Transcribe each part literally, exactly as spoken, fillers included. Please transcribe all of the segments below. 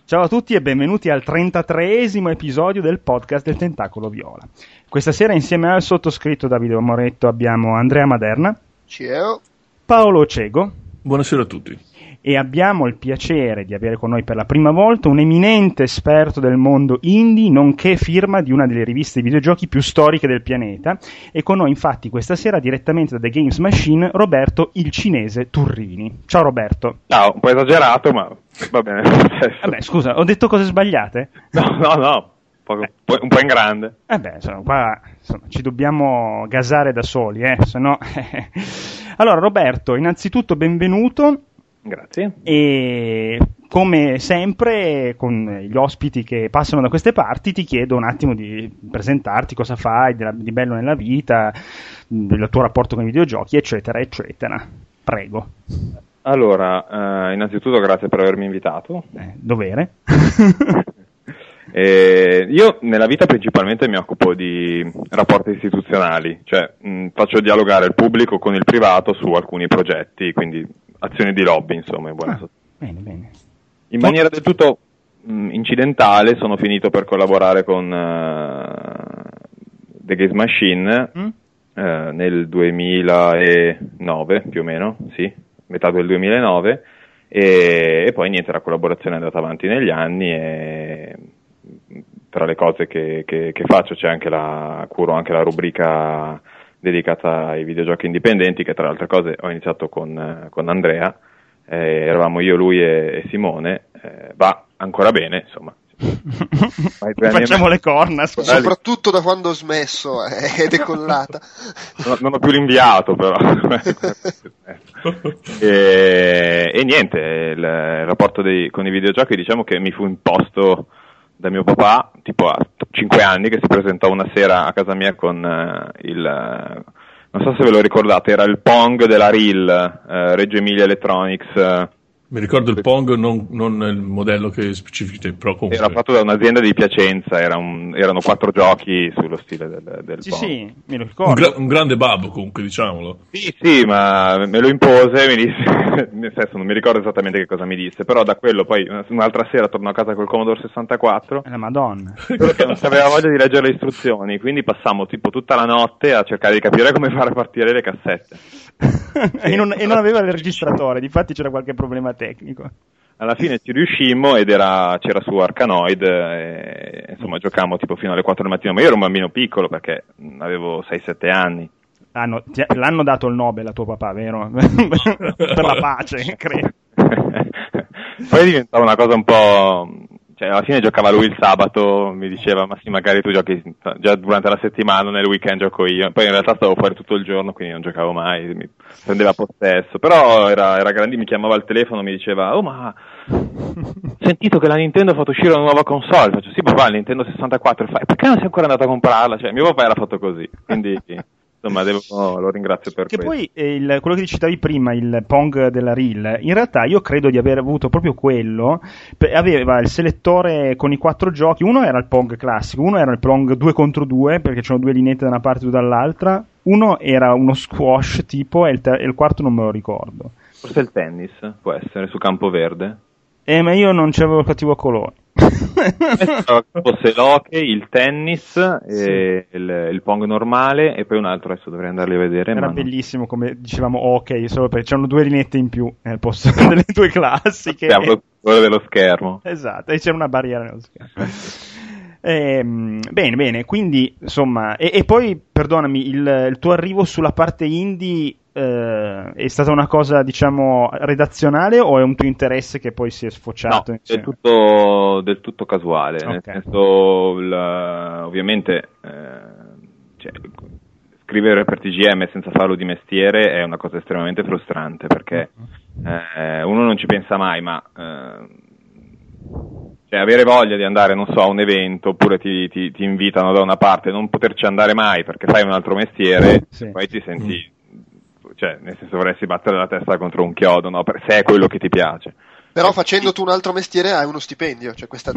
Ciao a tutti e benvenuti al trentatreesimo episodio del podcast del Tentacolo Viola. Questa sera insieme al sottoscritto Davide Moretto abbiamo Andrea Maderna. Ciao. Paolo Cego. Buonasera a tutti. E abbiamo il piacere di avere con noi per la prima volta un eminente esperto del mondo indie, nonché firma di una delle riviste di videogiochi più storiche del pianeta. E con noi infatti questa sera direttamente da The Games Machine Roberto il cinese Turrini. Ciao Roberto. Ciao, un po' esagerato ma va bene. Vabbè, scusa, ho detto cose sbagliate? No, no, no, un po', un po', un po' in grande. Eh beh, insomma, qua insomma, ci dobbiamo gasare da soli, eh, se no... Allora Roberto, innanzitutto benvenuto. Grazie. E come sempre con gli ospiti che passano da queste parti ti chiedo un attimo di presentarti, cosa fai della, di bello nella vita, il tuo rapporto con i videogiochi, eccetera, eccetera. Prego. Allora, eh, innanzitutto grazie per avermi invitato. Eh, dovere. E io nella vita principalmente mi occupo di rapporti istituzionali, cioè mh, faccio dialogare il pubblico con il privato su alcuni progetti, quindi azioni di lobby, insomma, in buona ah, sostanza. Bene, bene. In maniera del tutto mh, incidentale sono finito per collaborare con uh, The Games Machine mm? uh, nel duemilanove, più o meno, sì, metà del duemilanove, e, e poi niente, la collaborazione è andata avanti negli anni e tra le cose che, che, che faccio c'è anche la, curo anche la rubrica dedicata ai videogiochi indipendenti, che tra le altre cose ho iniziato con, con Andrea, eh, eravamo io, lui e, e Simone, eh, va ancora bene, insomma. Facciamo le corna, scusa. Soprattutto da quando ho smesso eh, è decollata. non, non ho più rinviato però. e, e niente, il, il rapporto dei, con i videogiochi diciamo che mi fu imposto da mio papà, tipo a cinque anni, che si presentò una sera a casa mia con uh, il, uh, non so se ve lo ricordate, era il Pong della R I L, uh, Reggio Emilia Electronics. Uh, Mi ricordo il Pong, non, non il modello che specificate, però comunque. Era fatto da un'azienda di Piacenza, era un, erano quattro giochi sullo stile del, del sì, Pong. Sì, me lo ricordo. Un, gra- un grande babbo comunque, diciamolo. Sì, sì, ma me lo impose, mi disse, nel senso non mi ricordo esattamente che cosa mi disse, però da quello poi un'altra sera torno a casa col Commodore sessantaquattro. La Madonna. Solo che non aveva voglia di leggere le istruzioni, quindi passammo tipo tutta la notte a cercare di capire come fare partire le cassette. e, non, e non aveva il registratore, difatti c'era qualche problema tecnico. Alla fine ci riuscimmo ed era, c'era su Arkanoid, e, insomma giocammo tipo fino alle quattro del mattino, ma io ero un bambino piccolo perché avevo sei sette anni. L'hanno, ti, l'hanno dato il Nobel a tuo papà, vero? Per la pace, credo. Poi diventava una cosa un po'... Cioè, alla fine giocava lui il sabato, mi diceva, ma sì, magari tu giochi già durante la settimana, nel weekend gioco io. Poi in realtà stavo fuori tutto il giorno, quindi non giocavo mai, mi prendeva possesso. Però era, era grande, mi chiamava al telefono, mi diceva, oh ma ho sentito che la Nintendo ha fatto uscire una nuova console. Faccio, sì papà, il Nintendo sessantaquattro. E fa, perché non sei ancora andato a comprarla? Cioè, mio papà era fatto così, quindi... Insomma, devo, oh, lo ringrazio per che questo. Poi eh, il, quello che citavi prima, il Pong della R I L, in realtà io credo di aver avuto proprio quello. Per, aveva il selettore con i quattro giochi, uno era il Pong classico, uno era il Pong due contro due, perché c'erano due lineette da una parte e due dall'altra, uno era uno squash tipo e il, ter- e il quarto non me lo ricordo. Forse il tennis, può essere, su campo verde. Eh, ma io non c'avevo il cattivo colore. Fosse l'hockey, il tennis, e sì. il, il Pong normale e poi un altro, adesso dovrei andarli a vedere. Era ma bellissimo, non... come dicevamo ok, solo perché c'erano due linette in più nel posto delle due classiche. Siamo quello dello schermo. Esatto, e c'era una barriera nello schermo. Eh, bene, bene, quindi insomma, e, e poi perdonami, il, il tuo arrivo sulla parte indie eh, è stata una cosa diciamo redazionale o è un tuo interesse che poi si è sfociato? No, è tutto, del tutto casuale, okay. Nel senso, il, ovviamente eh, cioè, scrivere per T G M senza farlo di mestiere è una cosa estremamente frustrante perché eh, uno non ci pensa mai, ma eh, cioè avere voglia di andare, non so, a un evento oppure ti, ti, ti invitano da una parte, non poterci andare mai perché fai un altro mestiere, sì. Poi ti senti, cioè nel senso vorresti battere la testa contro un chiodo, no? Se è quello che ti piace. Però facendo tu un altro mestiere hai uno stipendio, cioè questa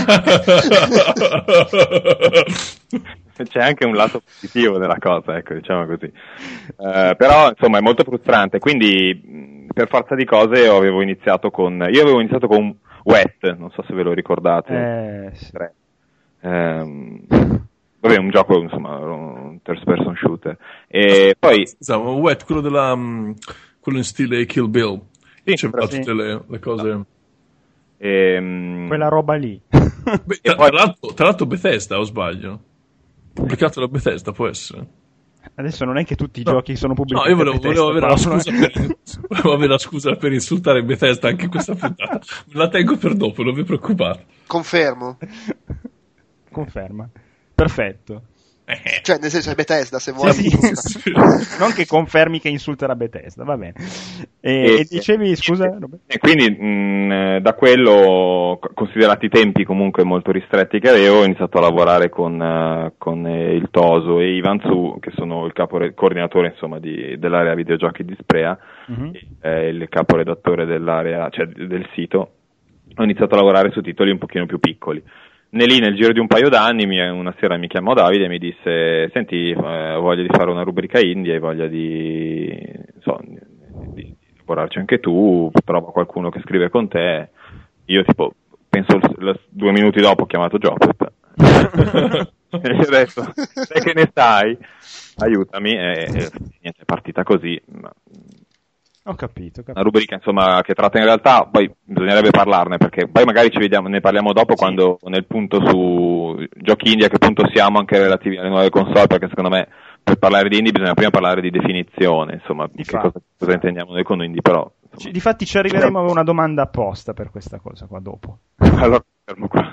c'è anche un lato positivo della cosa, ecco, diciamo così. Uh, però insomma è molto frustrante, quindi per forza di cose avevo iniziato con io avevo iniziato con Wet, non so se ve lo ricordate. Eh, sì. Ehm, vabbè, un gioco, insomma, un first person shooter. E poi Scusa, Wet, quello della um, quello in stile Kill Bill. Sì, C'era sì. tutte le, le cose. Ehm, quella roba lì. Beh, tra, tra, l'altro, tra l'altro Bethesda, o sbaglio? Pubblicato da Bethesda, può essere. Adesso non è che tutti i No. giochi sono pubblicati. No, io volevo, Bethesda, volevo, avere la Paolo. scusa per, volevo avere la scusa per insultare Bethesda anche in questa puntata. Me la tengo per dopo, non vi preoccupate. Confermo. Conferma. Perfetto. Cioè, nel senso è Bethesda, se vuoi. Sì, sì. Non che confermi che insulterà Bethesda, va bene. E, E- e dicevi, scusa? Roberto? E quindi mh, da quello, considerati i tempi comunque molto ristretti che avevo, ho iniziato a lavorare con, eh, con eh, il Toso e Ivan Zu, che sono il capo coordinatore insomma di, dell'area videogiochi di Sprea, Mhm. e, eh, il caporedattore dell'area, cioè del sito. Ho iniziato a lavorare su titoli un pochino più piccoli. Né lì nel giro di un paio d'anni mi- una sera mi chiamò Davide e mi disse: senti, eh, ho voglia di fare una rubrica indie, hai voglia di, so, di, di lavorarci anche tu, trova qualcuno che scrive con te. Io tipo penso l- l- due minuti dopo ho chiamato Joseph e gli ho detto: sai che ne sai? Aiutami. E, e niente, è partita così. Ma Ho capito, ho capito. una rubrica insomma che tratta in realtà, poi bisognerebbe parlarne, perché poi magari ci vediamo, ne parliamo dopo, Sì. quando nel punto su giochi indie, a che punto siamo anche relativi alle nuove console, perché secondo me per parlare di indie bisogna prima parlare di definizione, insomma, Di che fatto. cosa, cosa intendiamo noi con indie, però insomma. Ci- Difatti ci arriveremo a una domanda apposta per questa cosa qua dopo. Allora fermo qua.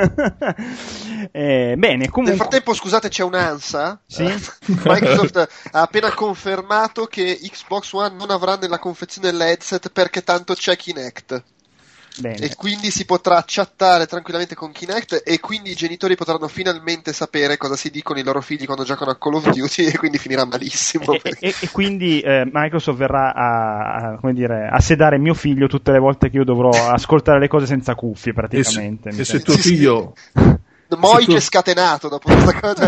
Eh, bene, Nel comunque... frattempo, scusate, c'è un'ansa. Sì? Eh, Microsoft ha appena confermato che Xbox One non avrà nella confezione l'headset perché tanto c'è Kinect. Bene. E quindi si potrà chattare tranquillamente con Kinect e quindi i genitori potranno finalmente sapere cosa si dicono i loro figli quando giocano a Call of Duty e quindi finirà malissimo. E, perché- e- e quindi eh, Microsoft verrà a, a, come dire, a sedare mio figlio tutte le volte che io dovrò ascoltare le cose senza cuffie, E se, praticamente. mi e se sembra. tuo Sì, sì. figlio... Moi se tu- che è scatenato dopo questa cosa.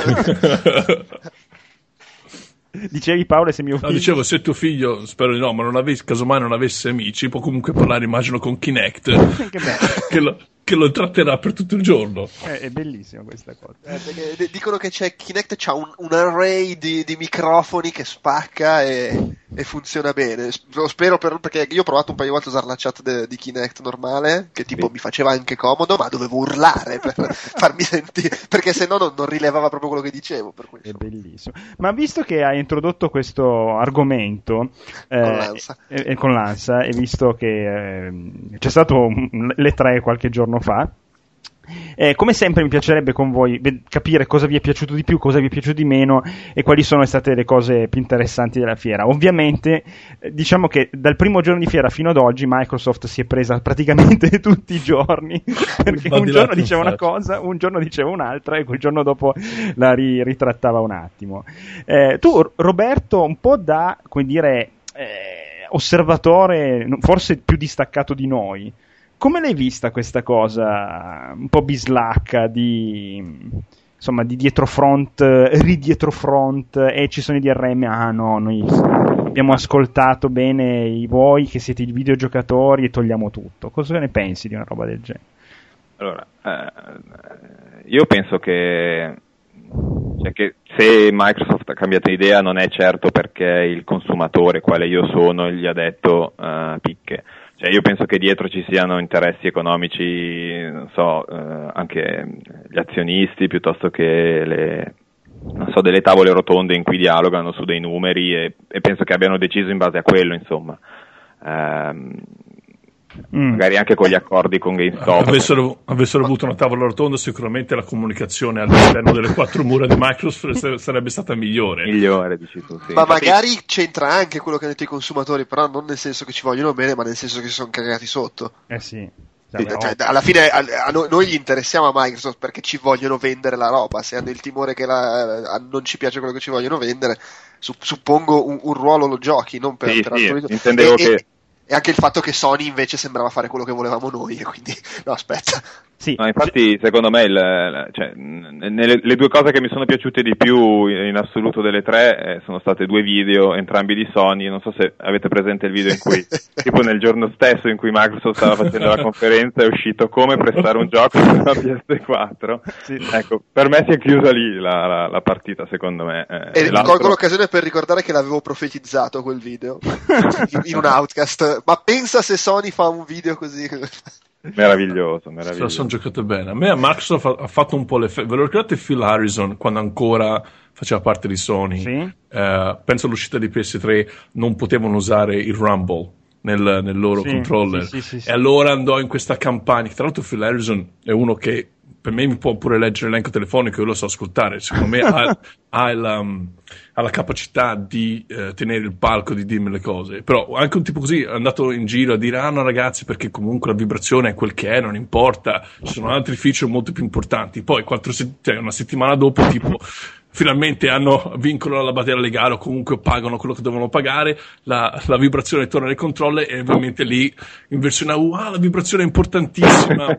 Dicevi Paolo, se mio figlio... No, dicevo, se tuo figlio, spero di no, ma non avesse, casomai non avesse amici, può comunque parlare, immagino, con Kinect, Che bello. che lo, che lo tratterà per tutto il giorno. È, è bellissima questa cosa. Eh, perché d- dicono che c'è Kinect, c'ha un, un array di, di microfoni che spacca e, e funziona bene. S- Lo spero per, perché io ho provato un paio di volte a usare la chat de- di Kinect normale, che tipo Sì. mi faceva anche comodo, ma dovevo urlare per farmi sentire, perché se no non, non rilevava proprio quello che dicevo. Per cui, È insomma. bellissimo. Ma visto che hai introdotto questo argomento eh, Con l'ANSA. e, e con l'ANSA, e visto che eh, c'è stato un- le tre qualche giorno fa, eh, come sempre mi piacerebbe con voi ve- capire cosa vi è piaciuto di più, cosa vi è piaciuto di meno e quali sono state le cose più interessanti della fiera. Ovviamente, eh, diciamo che dal primo giorno di fiera fino ad oggi Microsoft si è presa praticamente tutti i giorni, perché un giorno Badilati, diceva una infatti. cosa, un giorno diceva un'altra e quel giorno dopo la ri- ritrattava un attimo. Eh, tu, Roberto, un po' da, come dire, eh, osservatore, no- forse più distaccato di noi, come l'hai vista questa cosa un po' bislacca di, insomma, di dietrofront, eh, ridietrofront, e ci sono i D R M, ah no, noi abbiamo ascoltato bene i voi che siete i videogiocatori e togliamo tutto. Cosa ne pensi di una roba del genere? Allora, eh, io penso che, cioè che se Microsoft ha cambiato idea non è certo perché il consumatore, quale io sono, gli ha detto uh, picche. Cioè io penso che dietro ci siano interessi economici, non so, eh, anche gli azionisti piuttosto che le, non so, delle tavole rotonde in cui dialogano su dei numeri e, e penso che abbiano deciso in base a quello, insomma. Ehm, Mm. magari anche con gli accordi con GameStop. Avessero, avessero avuto una tavola rotonda, sicuramente la comunicazione all'interno delle quattro mura di Microsoft sarebbe stata migliore. Migliore, dici tu, sì. Ma Infatti- magari c'entra anche quello che hanno detto i consumatori, però non nel senso che ci vogliono bene, ma nel senso che si sono cagati sotto. Eh sì. Cioè, cioè, alla fine a, a noi, noi gli interessiamo a Microsoft perché ci vogliono vendere la roba. Se hanno il timore che la, a, non ci piace quello che ci vogliono vendere, su, suppongo un, un ruolo lo giochi, non per, Sì, per sì, altro. intendevo e, che- e, e anche il fatto che Sony invece sembrava fare quello che volevamo noi, e quindi no, aspetta. Sì. No, infatti, secondo me, il, cioè, nelle, le due cose che mi sono piaciute di più in assoluto delle tre eh, sono state due video, entrambi di Sony. Non so se avete presente il video in cui, tipo nel giorno stesso in cui Microsoft stava facendo la conferenza, è uscito come prestare un gioco per la P S quattro. Sì. Ecco, per me si è chiusa lì la, la, la partita, secondo me. Eh, e colgo l'occasione per ricordare che l'avevo profetizzato quel video in, in un outcast. Ma pensa se Sony fa un video così. Meraviglioso, meraviglioso. Se la sono giocate bene. A me Microsoft ha fatto un po' l'effetto. Ve lo ricordate Phil Harrison quando ancora faceva parte di Sony? Sì. Uh, penso all'uscita di P S tre non potevano usare il Rumble nel, nel loro sì, controller. Sì, sì, sì, e allora andò in questa campagna. Tra l'altro Phil Harrison è uno che per me mi può pure leggere l'elenco telefonico, io lo so ascoltare. Secondo me ha, ha, la, ha la capacità di eh, tenere il palco, di dirmi le cose. Però anche un tipo così è andato in giro a dire: ah no ragazzi, perché comunque la vibrazione è quel che è, non importa, ci sono altri feature molto più importanti. Poi quattro se- cioè, una settimana dopo tipo finalmente hanno vincono la battaglia legale o comunque pagano quello che devono pagare, la, la vibrazione torna nel controller e ovviamente lì in versione A U, ah la vibrazione è importantissima.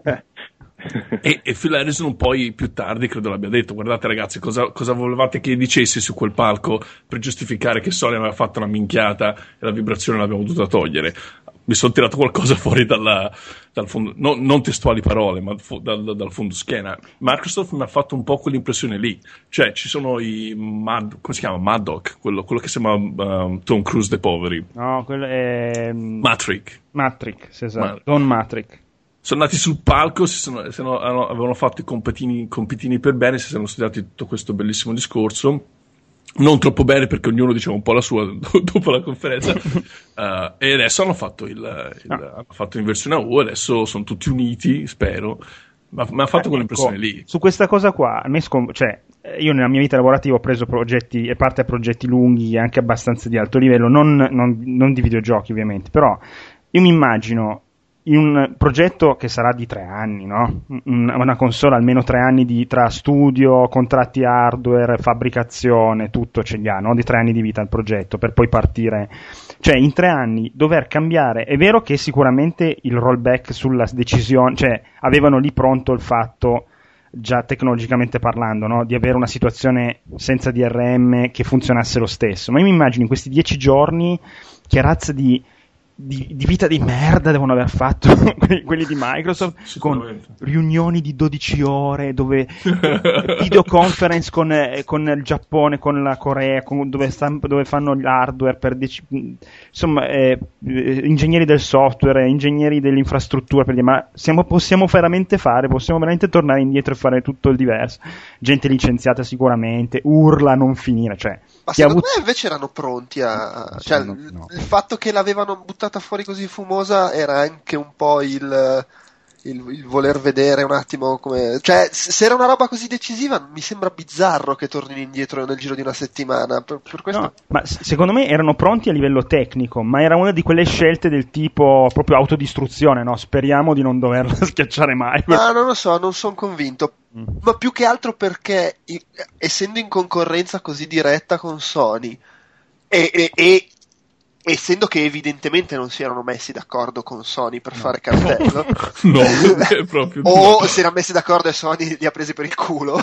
e, e Phil Harrison poi più tardi credo l'abbia detto: guardate ragazzi, cosa, cosa volevate che dicessi su quel palco per giustificare che Sony aveva fatto una minchiata e la vibrazione l'abbiamo dovuta togliere. Mi sono tirato qualcosa fuori dalla, dal fondo, no, non testuali parole, ma fu, dal, dal fondo schiena. Microsoft mi ha fatto un po' quell'impressione lì, cioè ci sono i Mad, come si chiama? Mad Dog, quello, quello che sembra um, Tom Cruise dei poveri. No, quello è Matrix. Matrix, esatto. Mat- Don Matrix. Sono andati sul palco, si sono, se no, avevano fatto i compitini, compitini per bene, si sono studiati tutto questo bellissimo discorso. Non troppo bene perché ognuno diceva un po' la sua dopo la conferenza. uh, e adesso hanno fatto, il, il, no. hanno fatto in versione A U, adesso sono tutti uniti, spero. Ma mi ha fatto eh, quell'impressione ecco, lì. Su questa cosa qua, a me scom- cioè, io nella mia vita lavorativa ho preso progetti e parte a progetti lunghi e anche abbastanza di alto livello, non, non, non di videogiochi ovviamente, però io mi immagino in un progetto che sarà di tre anni, no? Una console almeno tre anni di, tra studio, contratti hardware, fabbricazione, tutto ce li ha, no? Di tre anni di vita il progetto per poi partire. Cioè in tre anni dover cambiare, è vero che sicuramente il rollback sulla decisione, cioè avevano lì pronto il fatto, già tecnologicamente parlando, no? Di avere una situazione senza D R M che funzionasse lo stesso, ma io mi immagino in questi dieci giorni che razza di Di, di vita di merda devono aver fatto quelli di Microsoft, con riunioni di dodici ore dove videoconference con, eh, con il Giappone, con la Corea, con, dove, sta, dove fanno l'hardware per dec- insomma eh, ingegneri del software, ingegneri dell'infrastruttura per dire, ma siamo, possiamo veramente fare possiamo veramente tornare indietro e fare tutto il diverso, gente licenziata sicuramente, urla a non finire, cioè ma secondo avuto... me invece erano pronti a cioè no, no. Il fatto che l'avevano buttata fuori così fumosa era anche un po' il, il, il voler vedere un attimo come, cioè se era una roba così decisiva mi sembra bizzarro che tornino indietro nel giro di una settimana per, per questo... no, ma secondo me erano pronti a livello tecnico, ma era una di quelle scelte del tipo proprio autodistruzione, no? Speriamo di non doverla schiacciare mai. Ma non lo so, non sono convinto, mm. ma più che altro perché essendo in concorrenza così diretta con Sony e, e, e essendo che evidentemente non si erano messi d'accordo con Sony per no. fare cartello no, è proprio o no. si erano messi d'accordo e Sony li ha presi per il culo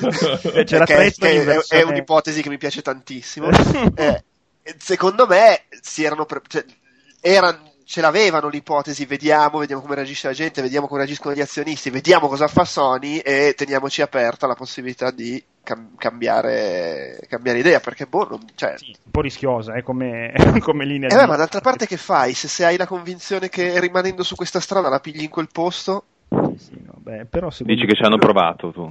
e c'era che, che versione... è un'ipotesi che mi piace tantissimo. eh, secondo me si erano pre- cioè, erano ce l'avevano l'ipotesi, vediamo, vediamo come reagisce la gente, vediamo come reagiscono gli azionisti, vediamo cosa fa Sony e teniamoci aperta la possibilità di cam- cambiare cambiare idea, perché boh, non, cioè... sì, un po' rischiosa eh, come, come linea eh di... beh, ma d'altra parte che fai? Se, se hai la convinzione che rimanendo su questa strada la pigli in quel posto... Sì, no, beh, però dici che ci hanno provato tu?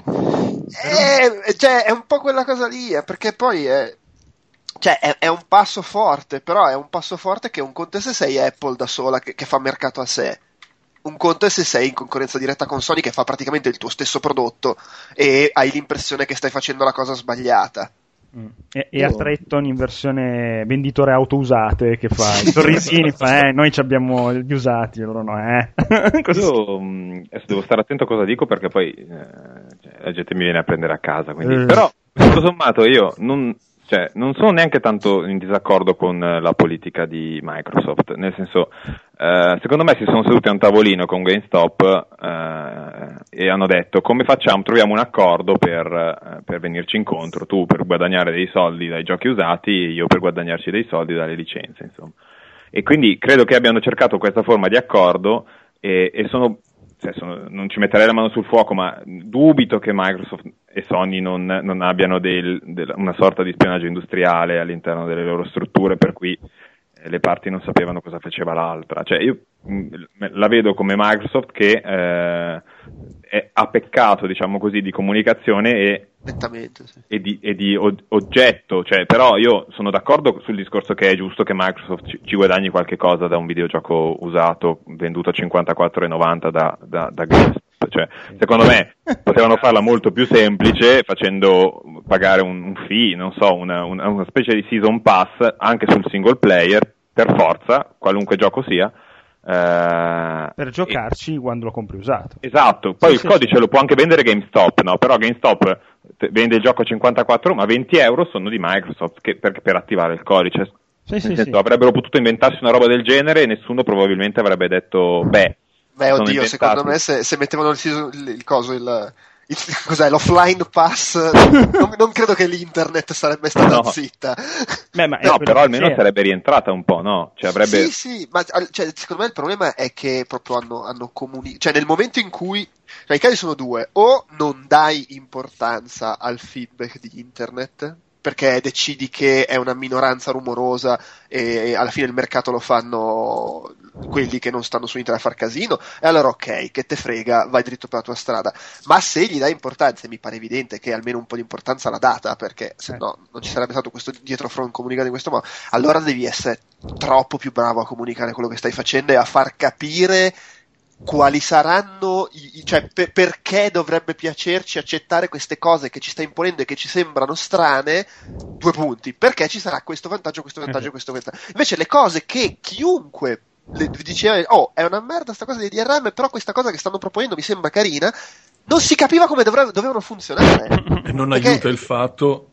Eh, cioè, è un po' quella cosa lì, eh, perché poi è... Cioè, è, è un passo forte, però è un passo forte che un conto è se sei Apple da sola che, che fa mercato a sé. Un conto è se sei in concorrenza diretta con Sony che fa praticamente il tuo stesso prodotto e hai l'impressione che stai facendo la cosa sbagliata. Mm. E, e a Stretton in versione venditore auto usate che fa i sorrisini, fa eh, noi ci abbiamo gli usati, loro no, eh. Io mh, adesso devo stare attento a cosa dico perché poi eh, cioè, la gente mi viene a prendere a casa, quindi... Eh. Però tutto sommato io non... cioè, non sono neanche tanto in disaccordo con la politica di Microsoft, nel senso, eh, secondo me si sono seduti a un tavolino con GameStop eh, e hanno detto come facciamo, troviamo un accordo per, eh, per venirci incontro, tu per guadagnare dei soldi dai giochi usati, io per guadagnarci dei soldi dalle licenze, insomma. E quindi credo che abbiano cercato questa forma di accordo e, e sono... Cioè, sono, non ci metterei la mano sul fuoco, ma dubito che Microsoft e Sony non, non abbiano del, del, una sorta di spionaggio industriale all'interno delle loro strutture, per cui eh, le parti non sapevano cosa faceva l'altra. Cioè, io mh, la vedo come Microsoft che eh, è, ha peccato, diciamo così, di comunicazione e, sì. e, di, e di oggetto. Cioè, però io sono d'accordo sul discorso che è giusto che Microsoft ci, ci guadagni qualche cosa da un videogioco usato venduto a cinquantaquattro e novanta da, da, da GameStop. Cioè, secondo me potevano farla molto più semplice facendo pagare un, un fee, non so, una, una, una specie di season pass anche sul single player, per forza, qualunque gioco sia. Uh, per giocarci e... quando lo compri usato. Esatto, poi sì, il sì, codice sì. Lo può anche vendere GameStop, no? Però GameStop vende il gioco a cinquantaquattro, ma venti euro sono di Microsoft che, per, per attivare il codice. Sì, sì, senso, sì. Avrebbero potuto inventarsi una roba del genere e nessuno probabilmente avrebbe detto beh. Beh, oddio, inventati. Secondo me se, se mettevano il, il, il coso, il, il cos'è, l'offline pass, non, non credo che l'internet sarebbe stata no. zitta. Beh, ma no, però almeno c'era. Sarebbe rientrata un po', no? Cioè, avrebbe... Sì, sì, ma cioè, secondo me il problema è che proprio hanno, hanno comunicato, cioè nel momento in cui, cioè i casi sono due, o non dai importanza al feedback di internet, perché decidi che è una minoranza rumorosa e alla fine il mercato lo fanno quelli che non stanno su internet a far casino, e allora ok, che te frega, vai dritto per la tua strada. Ma se gli dai importanza, e mi pare evidente che almeno un po' di importanza l'ha data, perché se no non ci sarebbe stato questo dietro front comunicato in questo modo, allora devi essere troppo più bravo a comunicare quello che stai facendo e a far capire quali saranno, i, cioè per, perché dovrebbe piacerci accettare queste cose che ci sta imponendo e che ci sembrano strane, due punti, perché ci sarà questo vantaggio, questo vantaggio, questo vantaggio. Invece le cose che chiunque le, diceva, oh è una merda sta cosa di D R M, però questa cosa che stanno proponendo mi sembra carina, non si capiva come dovrev- dovevano funzionare. E non perché... aiuta il fatto...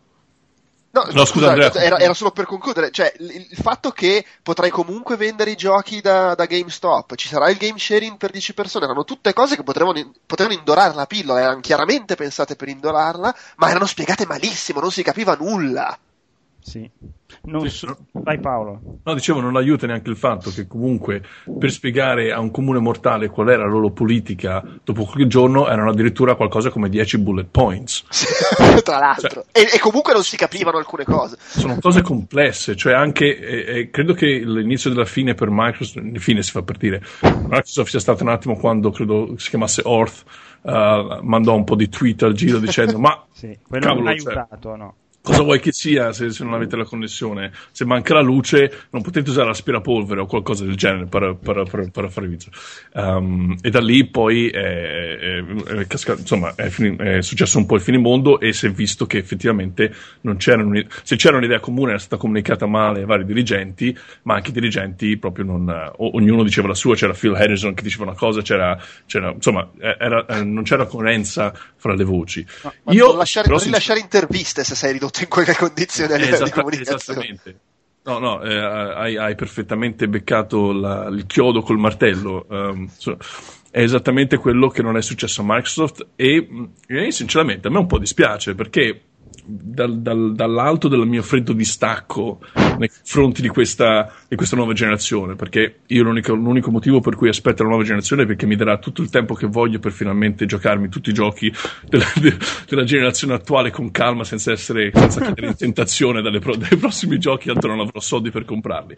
No, no, scusa, scusa era, era solo per concludere, cioè il, il fatto che potrai comunque vendere i giochi da, da GameStop, ci sarà il game sharing per dieci persone, erano tutte cose che potevano, potevano indorare la pillola, erano chiaramente pensate per indorarla, ma erano spiegate malissimo, non si capiva nulla. Sì. Non sì, so... Vai Paolo. No, dicevo, non aiuta neanche il fatto che comunque per spiegare a un comune mortale qual era la loro politica dopo qualche giorno erano addirittura qualcosa come dieci bullet points. Tra l'altro. Cioè, e, e comunque non si capivano alcune cose. Sono cose complesse, cioè anche eh, eh, credo che l'inizio della fine per Microsoft, la fine si fa per dire, Microsoft sia stato un attimo quando credo si chiamasse Orth, uh, mandò un po' di tweet al giro dicendo ma sì, quello cavolo, non ha aiutato, cioè, no. Cosa vuoi che sia se, se non avete la connessione? Se manca la luce non potete usare l'aspirapolvere o qualcosa del genere per, per, per, per fare vizio. Um, e da lì poi è, è, è, cascato, insomma è, fini, è successo un po' il finimondo e si è visto che effettivamente non c'era se c'era un'idea comune era stata comunicata male ai vari dirigenti, ma anche i dirigenti proprio non o, ognuno diceva la sua. C'era Phil Harrison che diceva una cosa, c'era, c'era insomma era, non c'era coerenza fra le voci. No, Io non lasciare, però, non rilasciare interviste se sei ridotto in quelle condizioni a livello Esatta, di comunicazione. Esattamente. No, no, eh, hai, hai perfettamente beccato la, il chiodo col martello. Um, so, è esattamente quello che non è successo a Microsoft e, e sinceramente a me un po' dispiace perché dal, dal, dall'alto del mio freddo distacco nei confronti di questa, di questa nuova generazione, perché io l'unico, l'unico motivo per cui aspetto la nuova generazione è perché mi darà tutto il tempo che voglio per finalmente giocarmi tutti i giochi della, de, della generazione attuale con calma, senza essere senza cadere in tentazione dalle pro, dai prossimi giochi, altro non avrò soldi per comprarli.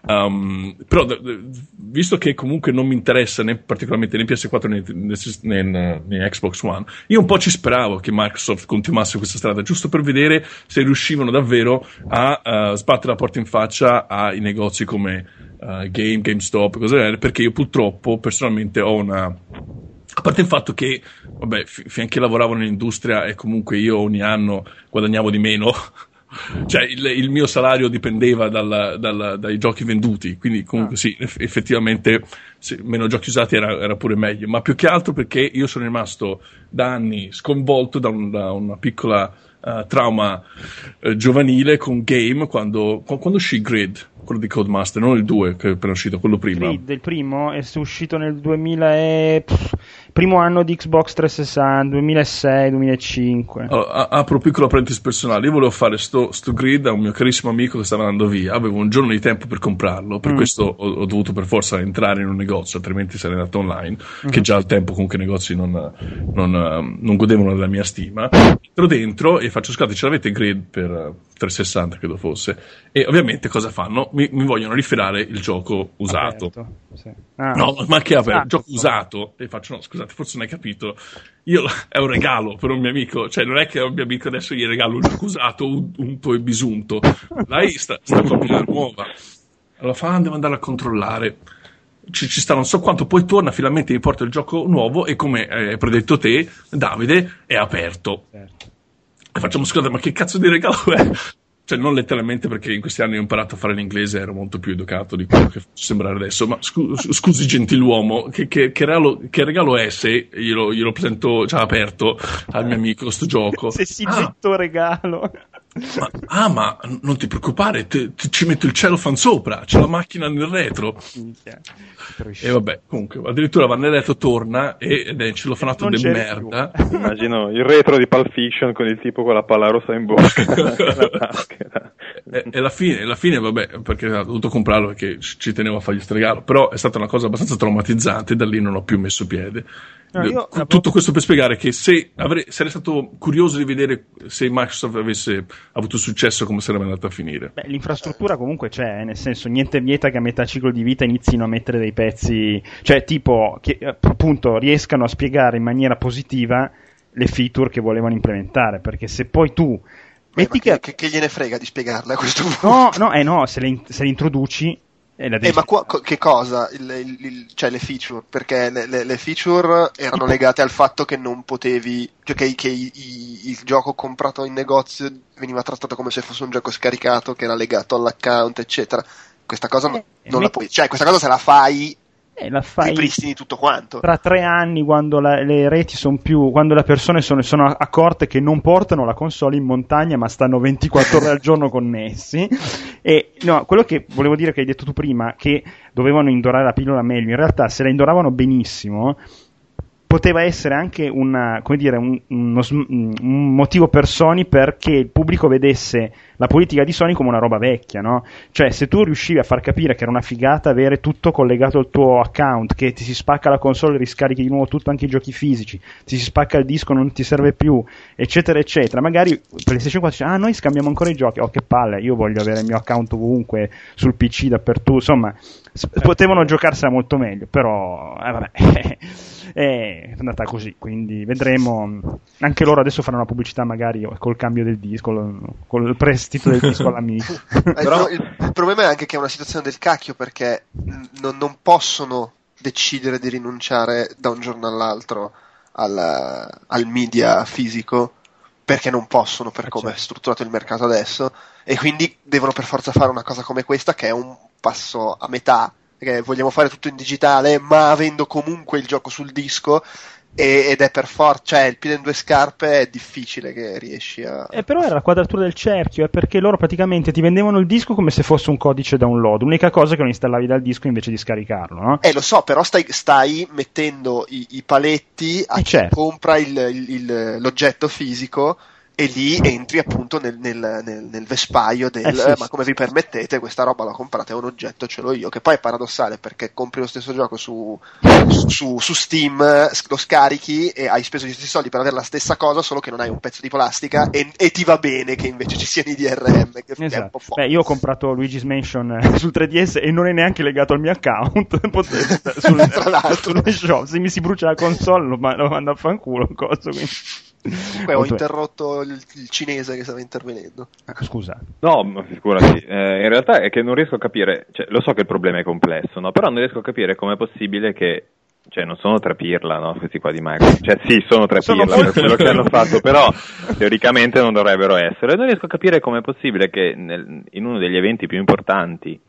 Um, però d- d- visto che comunque non mi interessa né particolarmente né P S quattro né, né, né, né Xbox One, io un po' ci speravo che Microsoft continuasse questa strada giusto per vedere se riuscivano davvero a uh, sbattere la porta in faccia ai negozi come uh, Game, GameStop, cose del genere, perché io purtroppo personalmente ho una... A parte il fatto che, vabbè, f- finché lavoravo nell'industria e comunque io ogni anno guadagnavo di meno, cioè il, il mio salario dipendeva dal, dal, dai giochi venduti, quindi comunque ah. sì, effettivamente sì, meno giochi usati era, era pure meglio, ma più che altro perché io sono rimasto da anni sconvolto da, un, da una piccola uh, trauma uh, giovanile con Game quando, quando uscì Grid, quello di Codemaster, non il due che è appena uscito, quello prima. Grid, il primo, è uscito nel duemila e... Pff, primo anno di Xbox trecentosessanta, duemilasei duemilacinque. Allora, apro un piccolo parentesi personale. Io volevo fare sto, sto Grid a un mio carissimo amico che stava andando via. Avevo un giorno di tempo per comprarlo, per mm. questo ho, ho dovuto per forza entrare in un negozio, altrimenti sarei andato online, mm-hmm. che già al tempo comunque i negozi non, non, non godevano della mia stima. Entro dentro e faccio: scusate, ce l'avete Grid per trecentosessanta, credo fosse. E ovviamente cosa fanno? Mi, mi vogliono rifilare il gioco usato. Sì. Ah, no, ma che aperto? Gioco usato. E faccio: no, scusate, forse non hai capito. Io è un regalo per un mio amico, cioè non è che a un mio amico adesso gli regalo un gioco usato, un, un po' bisunto. Lei sta, sta proprio la nuova. Allora fa: devo andare a controllare. Ci, ci sta non so quanto, poi torna, finalmente mi porta il gioco nuovo e come hai predetto te, Davide, è aperto. Certo. E facciamo: scusate, ma che cazzo di regalo è? Cioè, non letteralmente, perché in questi anni ho imparato a fare l'inglese, ero molto più educato di quello che faccio sembrare adesso. Ma scu- scusi, gentiluomo, che, che, che, regalo, che regalo è se glielo, glielo presento già aperto al mio amico sto gioco? Se si getto ah. regalo. Ma, ah, ma non ti preoccupare, te, te, ci metto il cellophane sopra, c'è la macchina nel retro. E vabbè, comunque, addirittura va nel retro, torna e, ed è il cellophanato di merda. Immagino il retro di Pulp Fiction con il tipo con la palla rossa in bocca. e, e la fine, la fine, vabbè, perché ho dovuto comprarlo perché ci tenevo a fargli questo regalo, però è stata una cosa abbastanza traumatizzante e da lì non ho più messo piede. No, io, tutto questo per spiegare che se avrei, sarei stato curioso di vedere se Microsoft avesse avuto successo, come sarebbe andata a finire. Beh, l'infrastruttura comunque c'è, nel senso, niente vieta che a metà ciclo di vita inizino a mettere dei pezzi, cioè tipo che appunto riescano a spiegare in maniera positiva le feature che volevano implementare, perché se poi tu Beh, metti che, che, che gliene frega di spiegarle a questo punto? No, no, eh no, se le, se le introduci. Eh, ma qua, che cosa? Il, il, il, cioè le feature? Perché le, le, le feature erano legate al fatto che non potevi, cioè che, che i, i, il gioco comprato in negozio veniva trattato come se fosse un gioco scaricato che era legato all'account, eccetera. Questa cosa non, eh, non la puoi, cioè questa cosa se la fai, eh, la fai ripristini tutto quanto. Tra tre anni, quando la, le reti sono più, quando le persone sono, sono accorte che non portano la console in montagna ma stanno ventiquattro ore al giorno connessi. E no, quello che volevo dire, che hai detto tu prima, che dovevano indorare la pillola meglio, in realtà se la indoravano benissimo poteva essere anche una, come dire, un, uno, un motivo per Sony perché il pubblico vedesse la politica di Sony come una roba vecchia, no? Cioè, se tu riuscivi a far capire che era una figata avere tutto collegato al tuo account, che ti si spacca la console e riscarichi di nuovo tutto, anche i giochi fisici, ti si spacca il disco, non ti serve più, eccetera, eccetera. Magari PlayStation quattro dice: ah, noi scambiamo ancora i giochi. Oh, che palle, io voglio avere il mio account ovunque, sul P C, dappertutto. Insomma, potevano giocarsela molto meglio, però, eh, vabbè. È andata così, quindi vedremo. Anche loro adesso faranno una pubblicità magari col cambio del disco, col prestito del disco all'amico. Però il, il problema è anche che è una situazione del cacchio, perché non, non possono decidere di rinunciare da un giorno all'altro al, al media fisico, perché non possono, per come è strutturato il mercato adesso, e quindi devono per forza fare una cosa come questa, che è un passo a metà, perché vogliamo fare tutto in digitale ma avendo comunque il gioco sul disco, e, ed è per forza, cioè il piede in due scarpe è difficile che riesci a... Eh, però era la quadratura del cerchio, è perché loro praticamente ti vendevano il disco come se fosse un codice download, l'unica cosa che lo installavi dal disco invece di scaricarlo, no? Eh, lo so, però stai, stai mettendo i, i paletti a eh, chi certo. compra il, il, il, l'oggetto fisico, e lì entri appunto nel, nel, nel, nel vespaio del eh, sì, ma come vi permettete, questa roba la comprate, è un oggetto, ce l'ho io, che poi è paradossale perché compri lo stesso gioco su, su, su Steam, lo scarichi e hai speso gli stessi soldi per avere la stessa cosa, solo che non hai un pezzo di plastica, e, e ti va bene che invece ci siano i D R M, che esatto. è un po' forte. Beh, io ho comprato Luigi's Mansion sul tre D S e non è neanche legato al mio account sul, tra l'altro shop. Se mi si brucia la console lo mando a fanculo, coso, quindi. Comunque ho interrotto il, il cinese che stava intervenendo. Ah, scusa. No, ma figurati. Eh, in realtà è che non riesco a capire, cioè, lo so che il problema è complesso, no? Però non riesco a capire com'è possibile che, cioè, non sono tre pirla, no? Questi qua di Microsoft. Cioè, sì, sono tre sono pirla per quello che hanno fatto, però teoricamente non dovrebbero essere. E non riesco a capire com'è possibile che nel, in uno degli eventi più importanti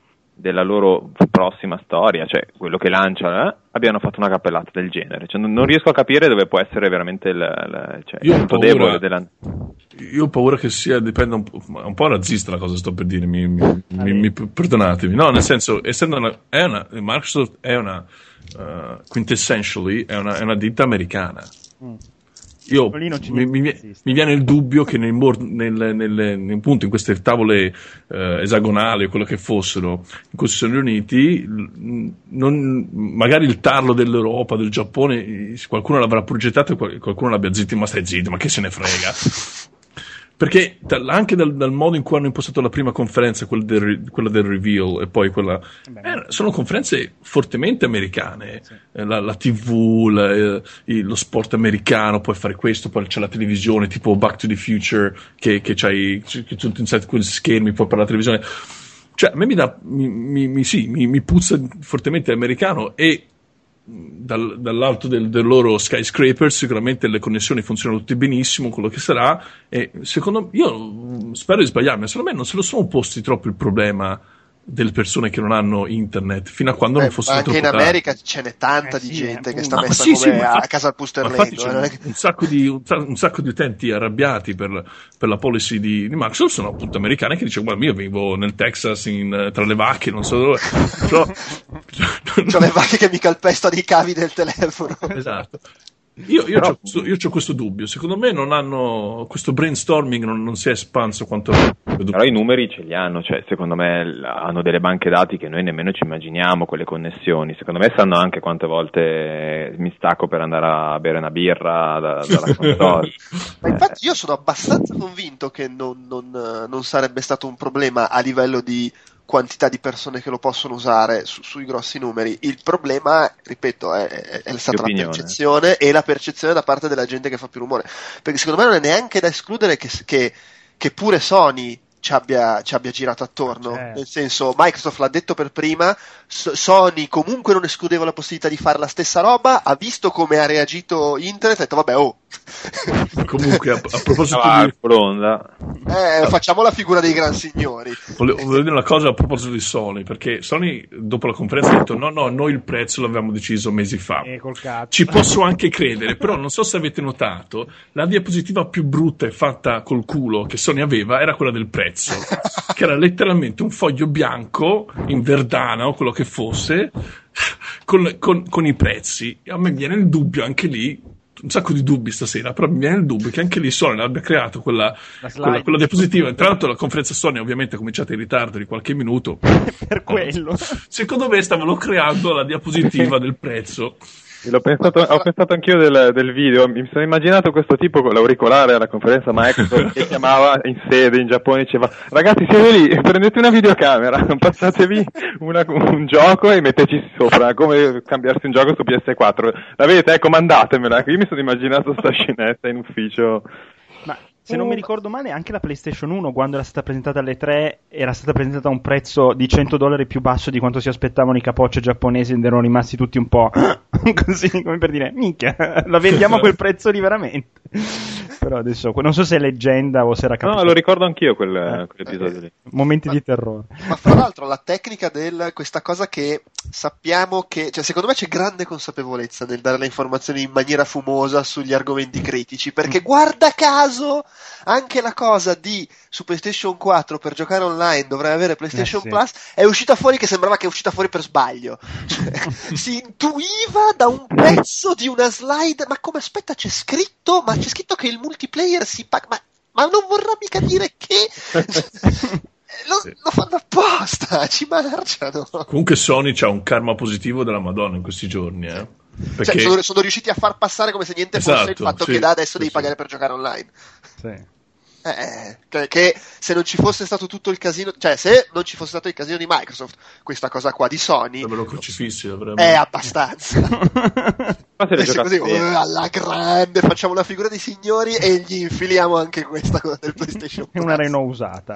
della loro prossima storia, cioè quello che lancia, eh, abbiano fatto una cappellata del genere. Cioè, non, non riesco a capire dove può essere veramente il, il, cioè, il punto paura, debole della... Io ho paura che sia, dipenda un po', un po' razzista la cosa sto per dire, mi, mi, mi, mi perdonatemi. No, nel senso, essendo una, è una Microsoft è una uh, quintessentially è una, è una ditta americana. Mm. Io mi, mi, mi viene il dubbio che nel, nel, nel, nel punto in queste tavole eh, esagonali o quello che fossero in cui si sono riuniti, non, magari il tarlo dell'Europa, del Giappone, qualcuno l'avrà progettato e qualcuno l'abbia zitto, ma stai zitto, ma che se ne frega. Perché anche dal, dal modo in cui hanno impostato la prima conferenza, quella del, quella del reveal, e poi quella eh, sono conferenze fortemente americane. Sì. Eh, la, la tivù, la, eh, lo sport americano, puoi fare questo, poi c'è la televisione, tipo Back to the Future, che, che c'hai che tu insert quegli schermi, poi per la televisione. Cioè, a me mi dà, mi, mi, mi, sì, mi, mi puzza fortemente americano, e Dal, dall'alto del, del loro skyscraper sicuramente le connessioni funzionano tutte benissimo, quello che sarà, e secondo io spero di sbagliarmi, secondo me non se lo sono posti troppo il problema delle persone che non hanno internet fino a quando eh, non fosse anche in America tardi. Ce n'è tanta eh, di sì, gente eh, che sta messa sì, come sì, a, a casa al Pusterletto, eh. un, sacco di, un, un sacco di utenti arrabbiati per, per la policy di, di Microsoft sono appunto americani che dicono guarda io vivo nel Texas in, tra le vacche non so dove però, c'ho le vacche che mi calpestano i cavi del telefono. Esatto. Io, io, Però, c'ho questo, io c'ho questo dubbio, secondo me non hanno questo brainstorming non, non si è espanso quanto. Però i numeri ce li hanno, cioè secondo me hanno delle banche dati che noi nemmeno ci immaginiamo, quelle connessioni, secondo me sanno anche quante volte mi stacco per andare a bere una birra da, dalla console. Ma infatti io sono abbastanza convinto che non, non, non sarebbe stato un problema a livello di quantità di persone che lo possono usare su, sui grossi numeri. Il problema, ripeto, è, è stata la percezione e la percezione da parte della gente che fa più rumore, perché secondo me non è neanche da escludere che, che, che pure Sony ci abbia, ci abbia girato attorno, certo. Nel senso, Microsoft l'ha detto per prima, so- Sony comunque non escludeva la possibilità di fare la stessa roba, ha visto come ha reagito internet, ha detto vabbè oh comunque a, a proposito ah, di eh, facciamo la figura dei gran signori. Volevo, volevo dire una cosa a proposito di Sony, perché Sony dopo la conferenza ha detto no no noi il prezzo l'avevamo deciso mesi fa, eh, col cazzo. Ci posso anche credere, però non so se avete notato la diapositiva più brutta e fatta col culo che Sony aveva era quella del prezzo, che era letteralmente un foglio bianco in verdana o quello che fosse con, con, con i prezzi. A me viene il dubbio anche lì, un sacco di dubbi stasera, però mi viene il dubbio che anche lì Sony abbia creato quella, quella, quella diapositiva. Tra l'altro la conferenza Sony ovviamente è cominciata in ritardo di qualche minuto per quello secondo me stavano creando la diapositiva del prezzo. L'ho pensato, ho pensato anch'io del, del video, mi sono immaginato questo tipo con l'auricolare alla conferenza Microsoft che chiamava in sede in Giappone e diceva ragazzi siete lì, prendete una videocamera, passatevi una, un gioco e metteteci sopra, come cambiarsi un gioco su P S quattro, l'avete? Ecco, mandatemela. Io mi sono immaginato sta scenetta in ufficio. Ma se non mi ricordo male, anche la PlayStation uno, quando era stata presentata alle tre, era stata presentata a un prezzo di cento dollari più basso di quanto si aspettavano i capocce giapponesi, ed erano rimasti tutti un po' così, come per dire, minchia, la vendiamo a quel prezzo lì veramente. Però adesso, non so se è leggenda o se era capito. No, lo ricordo anch'io quel, eh, quell'episodio lì. Momenti ma, di terrore. Ma fra l'altro la tecnica del, questa cosa che sappiamo che, cioè secondo me c'è grande consapevolezza nel dare le informazioni in maniera fumosa sugli argomenti critici, perché guarda caso anche la cosa di su PlayStation quattro per giocare online dovrai avere PlayStation eh sì. Plus è uscita fuori che sembrava che è uscita fuori per sbaglio, cioè, si intuiva da un pezzo di una slide, ma come aspetta c'è scritto, ma c'è scritto che il multiplayer si paga, ma, ma non vorrà mica dire che lo, sì. lo fanno apposta, ci marciano. Comunque Sony c'ha un karma positivo della Madonna in questi giorni, eh? Perché... Cioè, sono, sono riusciti a far passare come se niente esatto, fosse il fatto sì, che da adesso sì, devi sì. pagare per giocare online. Sì. Eh, che, che se non ci fosse stato tutto il casino, cioè se non ci fosse stato il casino di Microsoft, questa cosa qua di Sony avrebbero crocifissi, avrebbero... è abbastanza. Adesso così, oh, alla grande facciamo la figura dei signori e gli infiliamo anche questa cosa del PlayStation è una Renault usata.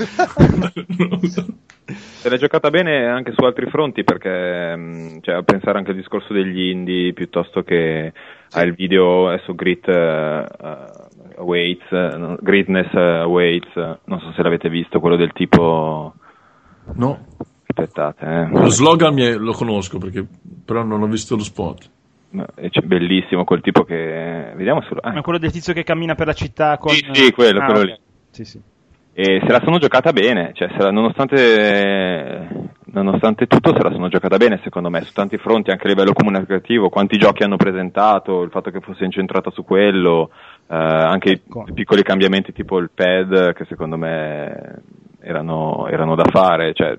Se l'è giocata bene anche su altri fronti, perché cioè, a pensare anche al discorso degli indie piuttosto che sì. al video adesso Grit uh, Awaits, uh, Greatness uh, Awaits, uh, non so se l'avete visto, quello del tipo no Aspettate, eh. Lo slogan mi è, lo conosco, perché però non ho visto lo spot. È bellissimo quel tipo che... Vediamo solo... Ah. Ma quello del tizio che cammina per la città con... Sì, sì, quello, ah, quello okay. lì. Sì, sì. E se la sono giocata bene, cioè se la, nonostante, nonostante tutto se la sono giocata bene secondo me, su tanti fronti, anche a livello comunicativo, quanti giochi hanno presentato, il fatto che fosse incentrata su quello, eh, anche ecco. i piccoli cambiamenti tipo il pad che secondo me erano, erano da fare, cioè,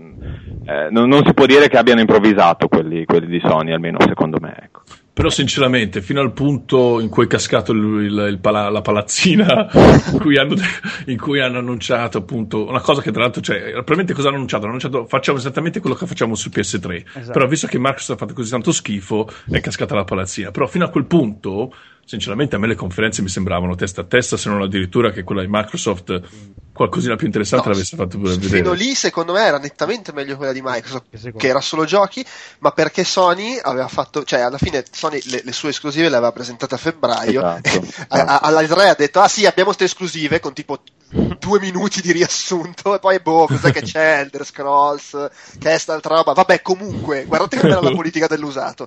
eh, non, non si può dire che abbiano improvvisato quelli, quelli di Sony, almeno secondo me, ecco. Però sinceramente, fino al punto in cui è cascato il, il, il pala, la palazzina in cui, hanno, in cui hanno annunciato appunto una cosa che tra l'altro, cioè, probabilmente cosa hanno annunciato? Hanno annunciato facciamo esattamente quello che facciamo su P S tre, esatto. Però visto che Microsoft ha fatto così tanto schifo è cascata la palazzina, però fino a quel punto sinceramente a me le conferenze mi sembravano testa a testa, se non addirittura che quella di Microsoft qualcosina più interessante no, l'avesse fatto pure vedere. Fino lì secondo me era nettamente meglio quella di Microsoft, che, che era solo giochi, ma perché Sony aveva fatto, cioè alla fine Sony le, le sue esclusive le aveva presentate a febbraio, esatto. alla E tre ha detto ah sì abbiamo queste esclusive con tipo due minuti di riassunto e poi boh cos'è che c'è, Elder Scrolls, che è st'altra roba, vabbè comunque guardate come era la politica dell'usato.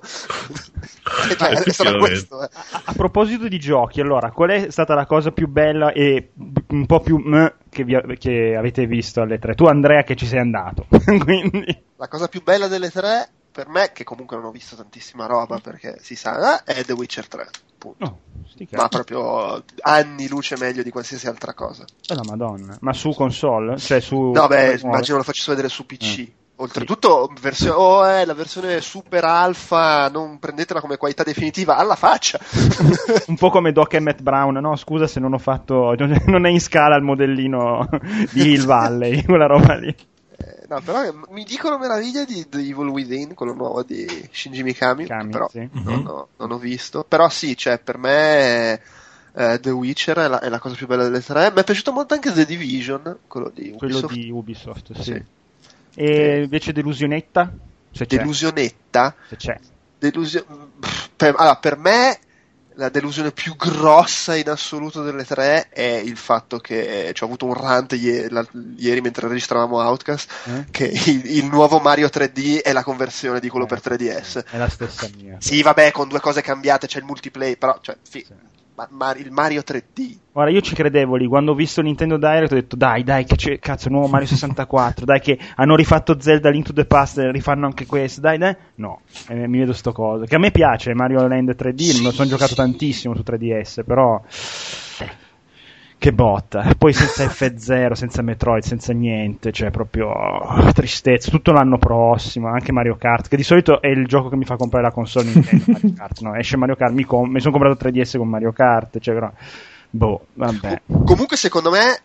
Cioè, è stato questo, eh. a, a proposito di giochi, allora qual è stata la cosa più bella e un po' più mh, che, vi, che avete visto alle tre? Tu Andrea che ci sei andato. Quindi la cosa più bella delle tre per me, che comunque non ho visto tantissima roba perché si sa, è The Witcher tre, punto. Oh, ma proprio anni luce meglio di qualsiasi altra cosa. Oh, la madonna. Ma su console? Cioè su... No beh, immagino lo faccio vedere su P C. Eh. Oltretutto, sì. versione, oh, è la versione super alfa, non prendetela come qualità definitiva, alla faccia. Un po' come Doc e Matt Brown, no? Scusa se non ho fatto, non è in scala il modellino di Hill Valley, quella roba lì. Eh, no, però mi dicono meraviglie di The Evil Within, quello nuovo di Shinji Mikami, Kami, però sì. non, ho, non ho visto. Però sì, cioè per me eh, The Witcher è la, è la cosa più bella delle tre. Mi è piaciuto molto anche The Division, quello di Ubisoft. Quello di Ubisoft, sì. sì. E che... invece Delusionetta? Se c'è. Delusionetta? Se c'è. Delusio... per, allora, per me la delusione più grossa in assoluto delle tre è il fatto che ci ho avuto un rant ieri, la, ieri mentre registravamo Outcast eh? che il, il nuovo Mario tre D è la conversione di quello eh, per tre D S. È la stessa mia. Sì, vabbè, con due cose cambiate, c'è il multiplayer, però cioè, fi- sì. ma, ma il Mario tre D. Guarda, io ci credevo lì, quando ho visto Nintendo Direct ho detto dai, dai, che c'è, cazzo, nuovo Mario sessantaquattro, dai che hanno rifatto Zelda Link to the Past, rifanno anche questo, dai, dai. No, eh, mi vedo sto coso, che a me piace Mario Land tre D, sì, me lo sono giocato tantissimo su tre D S, però eh, che botta, poi senza F zero, senza Metroid, senza niente, cioè proprio oh, tristezza, tutto l'anno prossimo, anche Mario Kart, che di solito è il gioco che mi fa comprare la console Nintendo, Mario Kart, no, esce Mario Kart, mi, com- mi sono comprato tre D S con Mario Kart, cioè però boh, vabbè. Comunque secondo me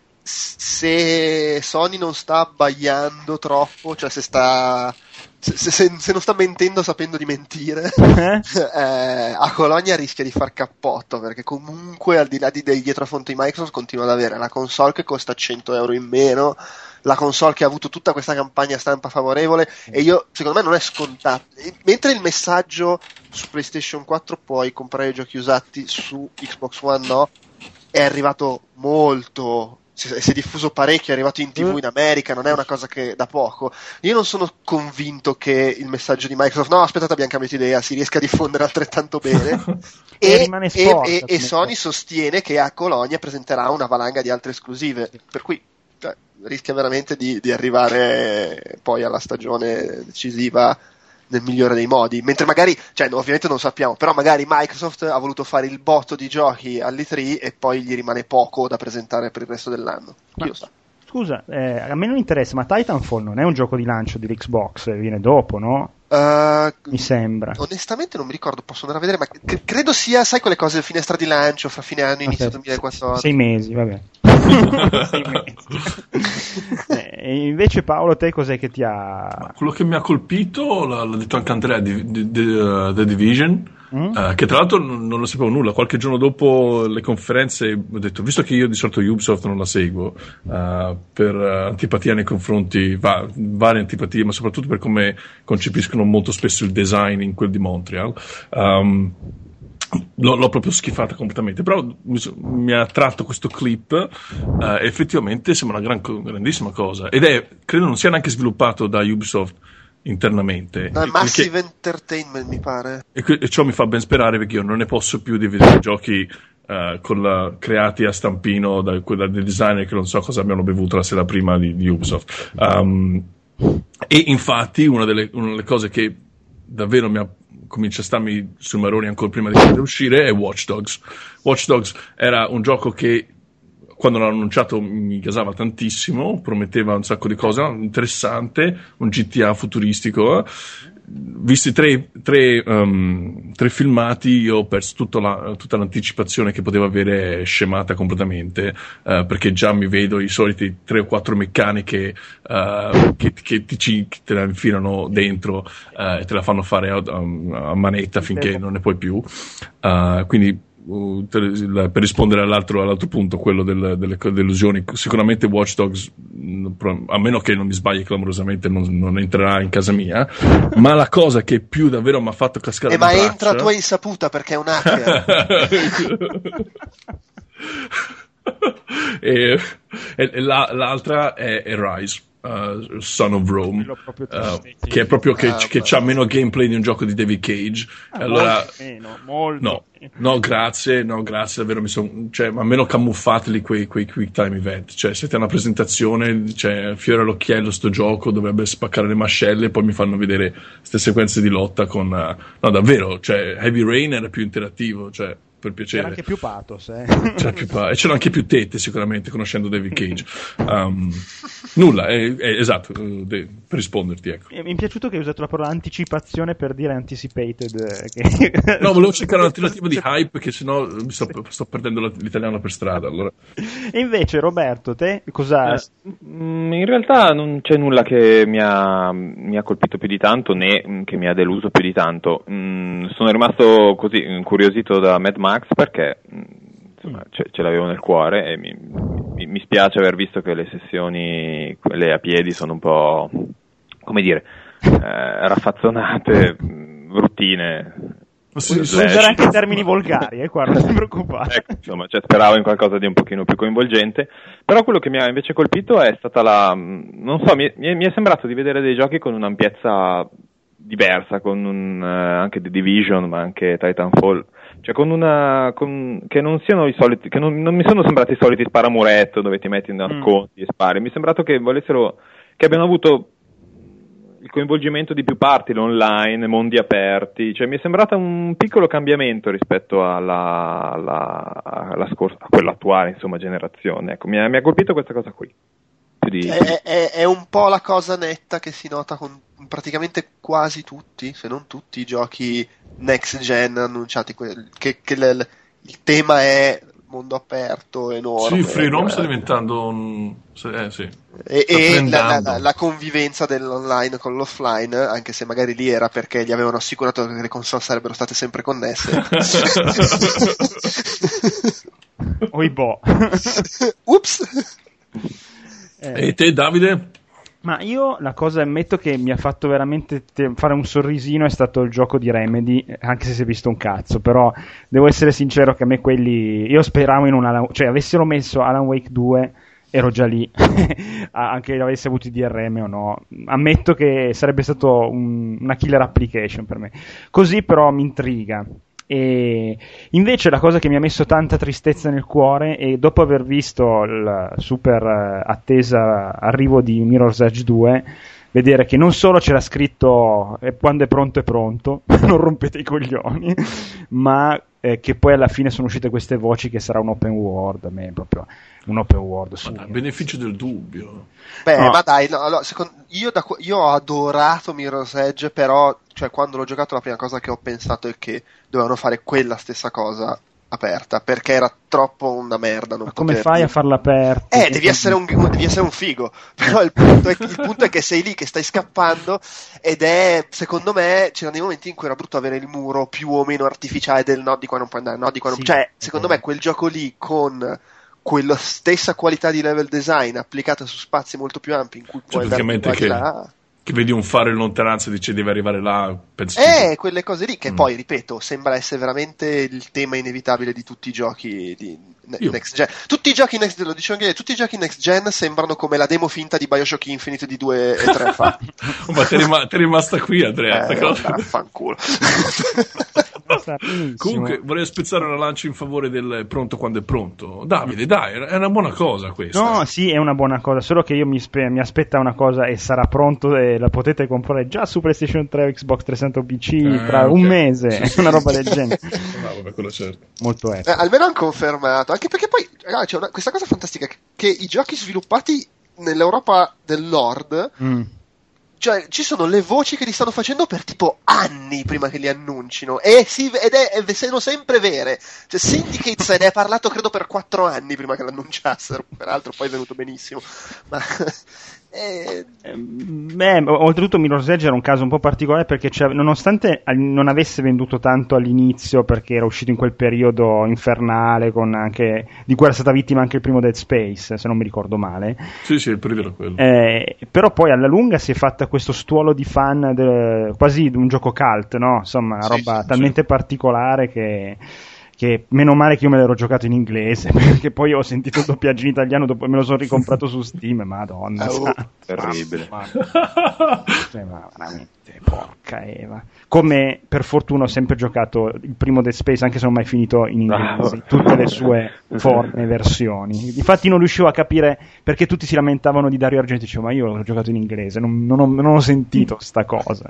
se Sony non sta abbaiando troppo, cioè se sta se, se, se non sta mentendo sapendo di mentire eh? eh, a Colonia rischia di far cappotto, perché comunque al di là di, dei dietrofront di Microsoft continua ad avere la console che costa cento euro in meno, la console che ha avuto tutta questa campagna stampa favorevole, e io secondo me non è scontato, mentre il messaggio su PlayStation quattro puoi comprare giochi usati, su Xbox One no, è arrivato molto, si è diffuso parecchio, è arrivato in tivù in America, non è una cosa che da poco. Io non sono convinto che il messaggio di Microsoft, no aspettate abbiamo cambiato idea, si riesca a diffondere altrettanto bene e, e, e, e, e Sony sostiene che a Colonia presenterà una valanga di altre esclusive, per cui cioè, rischia veramente di, di arrivare poi alla stagione decisiva nel migliore dei modi, mentre magari, cioè ovviamente non sappiamo, però magari Microsoft ha voluto fare il botto di giochi all'E tre e poi gli rimane poco da presentare per il resto dell'anno. Chi lo sa. Scusa, eh, a me non interessa, ma Titanfall non è un gioco di lancio dell'Xbox, viene dopo, no? Uh, mi sembra. Onestamente non mi ricordo, posso andare a vedere, ma c- credo sia, sai quelle cose, finestra di lancio, fra fine anno e inizio okay. duemilaquattordici. Sei mesi, vabbè. Sei mesi. E invece Paolo, te cos'è che ti ha... Ma quello che mi ha colpito, l'ha, l'ha detto anche Andrea, di, di, di, uh, The Division, mm? uh, che tra l'altro non, non lo sapevo nulla, qualche giorno dopo le conferenze ho detto, visto che io di solito Ubisoft non la seguo, uh, per uh, antipatia nei confronti, va, varie antipatie, ma soprattutto per come concepiscono molto spesso il design in quel di Montreal, um, L'ho, l'ho proprio schifata completamente, però mi, mi ha attratto questo clip, eh, effettivamente sembra una gran, grandissima cosa, ed è, credo non sia neanche sviluppato da Ubisoft internamente. No, Massive che, Entertainment mi pare. E, e ciò mi fa ben sperare, perché io non ne posso più di vedere giochi uh, con la, creati a stampino da, da dei designer che non so cosa abbiano bevuto la sera prima di, di Ubisoft. Um, e infatti una delle, una delle cose che davvero mi ha comincia a starmi sui maroni ancora prima di uscire è Watch Dogs. Watch Dogs era un gioco che quando l'hanno annunciato mi gasava tantissimo, prometteva un sacco di cose, no? Interessante, un G T A futuristico. Visti tre, tre, um, tre filmati, io ho perso tutta, la, tutta l'anticipazione che poteva avere scemata completamente, uh, perché già mi vedo i soliti tre o quattro meccaniche uh, che, che ti ci, che te la infilano dentro uh, e te la fanno fare a, a, a manetta finché non ne puoi più. Uh, quindi Uh, per rispondere all'altro, all'altro punto, quello del, delle delusioni, sicuramente Watch Dogs, a meno che non mi sbagli clamorosamente, non, non entrerà in casa mia. Ma la cosa che più davvero mi ha fatto cascare eh, la ma braccia... entra a tua insaputa perché è un hacker. e, e la, l'altra è, è Rise. Uh, Son of Rome, uh, che è proprio che, ah, che c'ha meno gameplay di un gioco di David Cage. Ah, allora, molto meno, molto no, no, grazie, no, grazie, davvero mi sono, cioè, ma meno camuffateli quei, quei quick time event. Cioè, siete una presentazione, cioè, fiore all'occhiello sto gioco, dovrebbe spaccare le mascelle e poi mi fanno vedere queste sequenze di lotta con, uh, no, davvero, cioè, Heavy Rain era più interattivo, cioè, per piacere. C'era anche più pathos, eh. C'era più pa- e c'erano anche più tette sicuramente, conoscendo David Cage. Um, nulla, è, è, esatto, de- per risponderti, ecco. Mi è piaciuto che hai usato la parola anticipazione per dire anticipated. Che... No, volevo cercare un'alternativa di hype, che sennò mi sto, sto perdendo la, l'italiano per strada. Allora. E invece, Roberto, te cosa... Eh, in realtà non c'è nulla che mi ha, mi ha colpito più di tanto, né che mi ha deluso più di tanto. Mm, sono rimasto così incuriosito da Mad Max perché insomma, ce, ce l'avevo nel cuore e mi, mi, mi spiace aver visto che le sessioni, quelle a piedi, sono un po', come dire, eh, raffazzonate, bruttine. Puoi usare anche termini volgari, eh, guarda, non ti preoccupare. Ecco, insomma, cioè, speravo in qualcosa di un pochino più coinvolgente, però quello che mi ha invece colpito è stata la, non so, mi, mi è sembrato di vedere dei giochi con un'ampiezza diversa, con un, uh, anche The Division, ma anche Titanfall, cioè con una, con, che non siano i soliti, che non, non mi sono sembrati i soliti sparamuretto dove ti metti nascondi mm. e spari, mi è sembrato che volessero, che abbiano avuto il coinvolgimento di più parti, l'online, mondi aperti, cioè mi è sembrato un piccolo cambiamento rispetto alla, alla, alla scorsa, a quella attuale, insomma, generazione. Ecco, mi ha, mi ha colpito questa cosa qui. Di... È, è, è un po' la cosa netta che si nota con praticamente quasi tutti, se non tutti, i giochi next gen annunciati, che, che l, il tema è mondo aperto, enorme. Sì, Free Roam sta diventando un... Eh, sì. E, e la, la, la convivenza dell'online con l'offline, anche se magari lì era perché gli avevano assicurato che le console sarebbero state sempre connesse. Oibò. Ups. Eh. E te, Davide? Ma io la cosa, ammetto, che mi ha fatto veramente te- fare un sorrisino è stato il gioco di Remedy, anche se si è visto un cazzo, però devo essere sincero che a me quelli, io speravo in un Alan, cioè avessero messo Alan Wake due ero già lì, anche se avessi avuto i D R M o no, ammetto che sarebbe stato un, una killer application per me, così però mi intriga. E invece la cosa che mi ha messo tanta tristezza nel cuore è, dopo aver visto il super attesa arrivo di Mirror's Edge due, vedere che non solo c'era scritto eh, quando è pronto è pronto, non rompete i coglioni, ma eh, che poi alla fine sono uscite queste voci che sarà un open world. A me è proprio un open world. Ma dal beneficio del dubbio. Beh, no. ma dai, no, no, secondo, io, da, io ho adorato Mirror's Edge, però cioè, quando l'ho giocato la prima cosa che ho pensato è che dovevano fare quella stessa cosa aperta, perché era troppo una merda. Non ma come poter... fai a farla aperta? Eh, devi essere, un, devi essere un figo. Però il punto, è, il punto è che sei lì che stai scappando, ed è, secondo me, c'erano dei momenti in cui era brutto avere il muro più o meno artificiale del no di qua non puoi andare, no di qua non... Sì, cioè, secondo me quel gioco lì con quella stessa qualità di level design applicata su spazi molto più ampi in cui puoi cioè, andare che, là. che vedi un faro in lontananza e dici devi arrivare là, pensi eh, quelle cose lì che mm. poi, ripeto, sembra essere veramente il tema inevitabile di tutti i giochi di Io. next gen. Tutti i giochi next, lo dicevo anche, tutti i giochi next gen sembrano come la demo finta di BioShock Infinite di due e tre fa. Ma ti è, rim- è rimasta qui, Andrea. Eh, fanculo. Comunque vorrei spezzare una lancia in favore del pronto quando è pronto. Davide, dai, è una buona cosa questa. No, sì, è una buona cosa, solo che io mi, spe- mi aspetta una cosa e sarà pronto e la potete comprare già su PlayStation tre o Xbox trecentosessanta P C eh, tra okay. un mese, sì, sì. Una roba del genere. No, vabbè, quello certo. Molto eh, almeno hanno confermato, anche perché poi ragazzi, c'è una, questa cosa fantastica che, che i giochi sviluppati nell'Europa del Nord mm. cioè ci sono le voci che li stanno facendo per tipo anni prima che li annuncino e si, ed è, è sono sempre vere, cioè Syndicate se ne è parlato credo per quattro anni prima che l'annunciassero, peraltro poi è venuto benissimo, ma eh... Beh, oltretutto Mirror's Edge era un caso un po' particolare perché nonostante non avesse venduto tanto all'inizio perché era uscito in quel periodo infernale con anche di cui era stata vittima anche il primo Dead Space, se non mi ricordo male. Sì, sì, il periodo era quello. Eh, però poi alla lunga si è fatta questo stuolo di fan de, quasi di un gioco cult, no? Insomma, una sì, roba sì, talmente sì. particolare che che meno male che io me l'ero giocato in inglese perché poi ho sentito il doppiaggio in italiano dopo me lo sono ricomprato su Steam, madonna oh, terribile ma, ma, cioè, ma veramente porca Eva, come per fortuna ho sempre giocato il primo Dead Space anche se non ho mai finito in inglese in tutte le sue forme e versioni, infatti non riuscivo a capire perché tutti si lamentavano di Dario Argento, dicevo ma io l'ho giocato in inglese, non, non, ho, non ho sentito sta cosa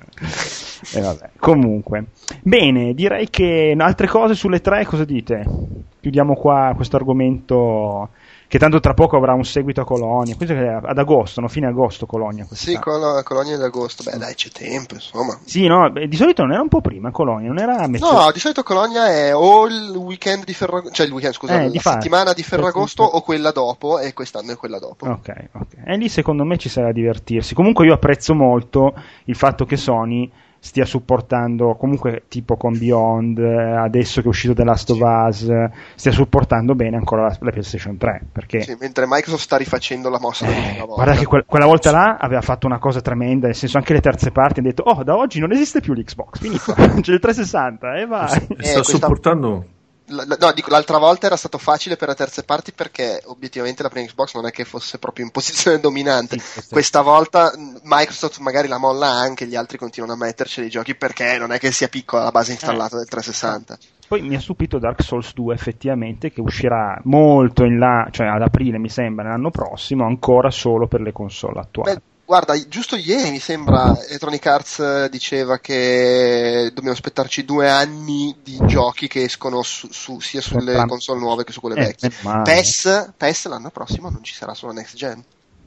e vabbè, comunque bene, direi che altre cose sulle tre, cosa dite? Chiudiamo qua questo argomento che tanto tra poco avrà un seguito a Colonia, questo è ad agosto, no? Fine agosto Colonia. Sì, Col- Colonia ad agosto, beh dai c'è tempo insomma. Sì, no, di solito non era un po' prima Colonia, non era a metà. No, di solito Colonia è o il weekend di Ferragosto, cioè il weekend scusa, eh, la settimana di Ferragosto o quella dopo, e quest'anno è quella dopo. Ok, ok. E lì secondo me ci sarà a divertirsi. Comunque io apprezzo molto il fatto che Sony stia supportando comunque tipo con Beyond, adesso che è uscito The Last of Us, stia supportando bene ancora la, la PlayStation tre, perché sì, mentre Microsoft sta rifacendo la mossa eh, della volta. Guarda che que- quella volta là aveva fatto una cosa tremenda, nel senso anche le terze parti hanno detto oh da oggi non esiste più l'Xbox, finito, c'è il trecentosessanta e vai. Eh, sta questa... supportando No, dico, l'altra volta era stato facile per le terze parti perché obiettivamente la prima Xbox non è che fosse proprio in posizione dominante. Sì, questa volta Microsoft magari la molla anche, gli altri continuano a metterci dei giochi perché non è che sia piccola la base installata eh. del trecentosessanta. Poi mi ha stupito Dark Souls due effettivamente, che uscirà molto in là, cioè ad aprile mi sembra, l'anno prossimo, ancora solo per le console attuali. Beh, guarda, giusto ieri mi sembra Electronic Arts diceva che dobbiamo aspettarci due anni di giochi che escono su, su, sia sulle Pram- console nuove che su quelle eh, vecchie. P E S, P E S l'anno prossimo non ci sarà solo next gen.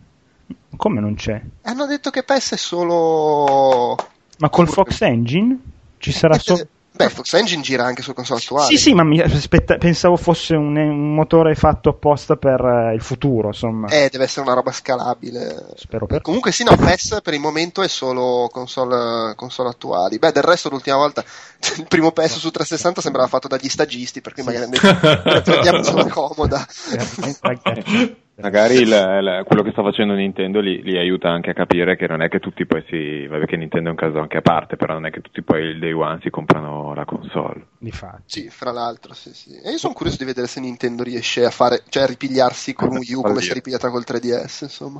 Come non c'è? Hanno detto che P E S è solo... Ma col Fox Engine? Ci sarà solo... Beh, Fox Engine gira anche su console attuali. Sì, sì, ma mi aspetta, pensavo fosse un, un motore fatto apposta per uh, il futuro, insomma. Eh, deve essere una roba scalabile. Spero per Comunque sì, no, P E S per il momento è solo console, console attuali. Beh, del resto l'ultima volta il primo P E S su trecentosessanta sembrava fatto dagli stagisti, per cui magari prendiamocela comoda. Magari il, il, quello che sta facendo Nintendo li, li aiuta anche a capire che non è che tutti poi si... Vabbè che Nintendo è un caso anche a parte, però non è che tutti poi il day one si comprano la console. Difatti. Sì, fra l'altro, sì, sì. E io sono curioso di vedere se Nintendo riesce a fare, cioè a ripigliarsi con Wii U come si è ripigliata col tre D S, insomma.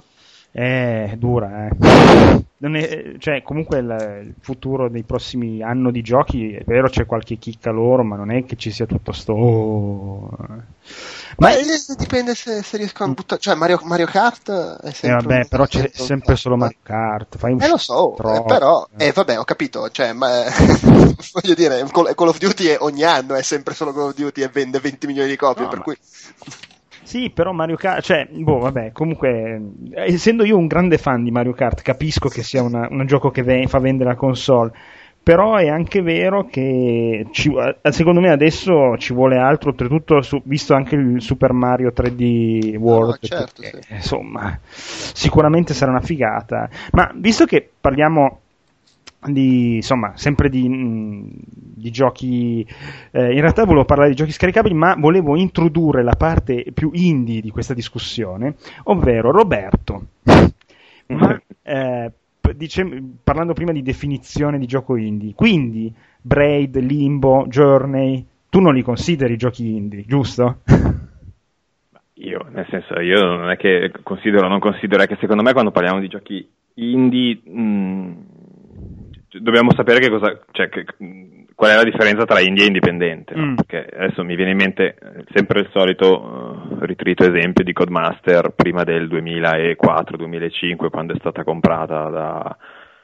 È dura, eh. Non è, cioè, comunque il, il futuro dei prossimi anni di giochi, è vero c'è qualche chicca loro, ma non è che ci sia tutto sto... Oh. Ma è... dipende se, se riescono a buttare, cioè Mario, Mario Kart è sempre... Eh vabbè, però c'è sempre solo Mario Kart. Fai un eh lo so, eh, però, eh vabbè, ho capito, cioè, ma, voglio dire, Call of Duty è, ogni anno è sempre solo Call of Duty e vende venti milioni di copie, no, per ma... cui... Sì, però Mario Kart, cioè, boh, vabbè, comunque, essendo io un grande fan di Mario Kart, capisco che sia una, un gioco che ve- fa vendere la console, però è anche vero che ci, secondo me adesso ci vuole altro, oltretutto su, visto anche il Super Mario tre D World, no, certo, perché, sì. Insomma, sicuramente sarà una figata. Ma visto che parliamo di, insomma, sempre di, mh, di giochi, eh, in realtà volevo parlare di giochi scaricabili, ma volevo introdurre la parte più indie di questa discussione, ovvero Roberto. Ma, eh, dice, parlando prima di definizione di gioco indie, quindi Braid, Limbo, Journey, tu non li consideri giochi indie, giusto? Io, nel senso, io non è che considero o non considero, è che secondo me quando parliamo di giochi indie mh, dobbiamo sapere che cosa, cioè che, qual è la differenza tra indie e indipendente, no? Mm. Perché adesso mi viene in mente sempre il solito uh, ritrito esempio di Codemaster prima del duemilaquattro duemilacinque, quando è stata comprata da,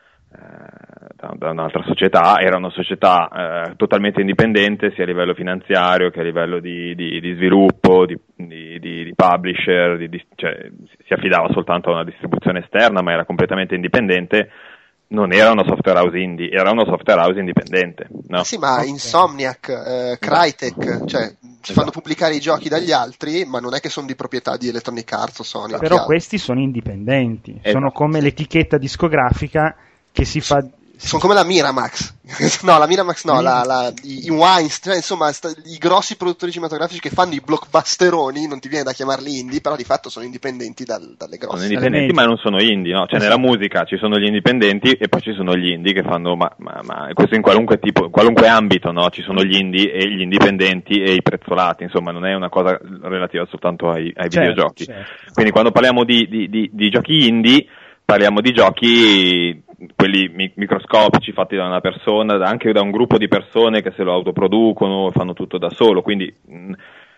eh, da, da un'altra società. Era una società eh, totalmente indipendente sia a livello finanziario che a livello di, di, di sviluppo, di, di, di, di publisher, di, di, cioè, si affidava soltanto a una distribuzione esterna, ma era completamente indipendente. Non era una software house indie, era una software house indipendente, no? Sì, ma okay. Insomniac, eh, Crytek, cioè si fanno pubblicare i giochi dagli altri, ma non è che sono di proprietà di Electronic Arts o Sony. Però questi sono indipendenti, esatto. Sono come l'etichetta discografica che si fa... Sono come la Miramax, no, la Miramax no, la, la, i, i Wines, cioè, insomma, sta, i grossi produttori cinematografici che fanno i blockbusteroni, non ti viene da chiamarli indie, però di fatto sono indipendenti dal, dalle grosse. Sono indipendenti ma non sono indie, no? Cioè nella musica ci sono gli indipendenti e poi ci sono gli indie che fanno, ma, ma, ma questo in qualunque tipo, qualunque ambito, no? Ci sono gli indie e gli indipendenti e i prezzolati, insomma non è una cosa relativa soltanto ai, ai certo, videogiochi. Certo. Quindi quando parliamo di, di, di, di giochi indie, parliamo di giochi, quelli mi- microscopici, fatti da una persona, da, anche da un gruppo di persone che se lo autoproducono, fanno tutto da solo, quindi mh,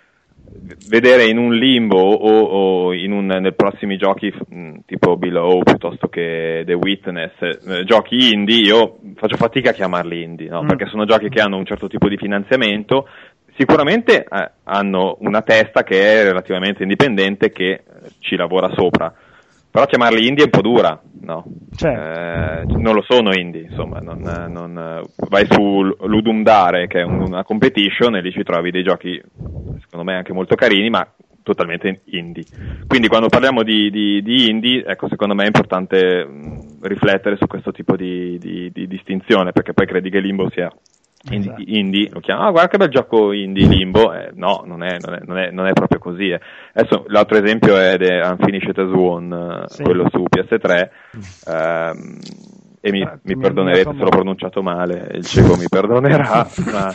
vedere in un Limbo o, o in un, nei prossimi giochi mh, tipo Below piuttosto che The Witness, eh, giochi indie, io faccio fatica a chiamarli indie, no? Mm. Perché sono giochi che hanno un certo tipo di finanziamento, sicuramente eh, hanno una testa che è relativamente indipendente, che eh, ci lavora sopra. Però chiamarli indie è un po' dura, no? Certo. Eh, non lo sono indie, insomma, non, non, vai su Ludum Dare, che è una competition, e lì ci trovi dei giochi, secondo me, anche molto carini, ma totalmente indie. Quindi quando parliamo di, di, di indie, ecco, secondo me è importante mh, riflettere su questo tipo di, di, di distinzione, perché poi credi che Limbo sia indie, esatto. indie lo chiama, ah, guarda che bel gioco indie Limbo, eh, no, non è, non, è, non, è, non è proprio così. Eh. Adesso l'altro esempio è The Unfinished as One, sì. Quello su P S tre, mm. ehm, e mi, ah, mi perdonerete se l'ho pronunciato male, il cieco mi perdonerà, ma...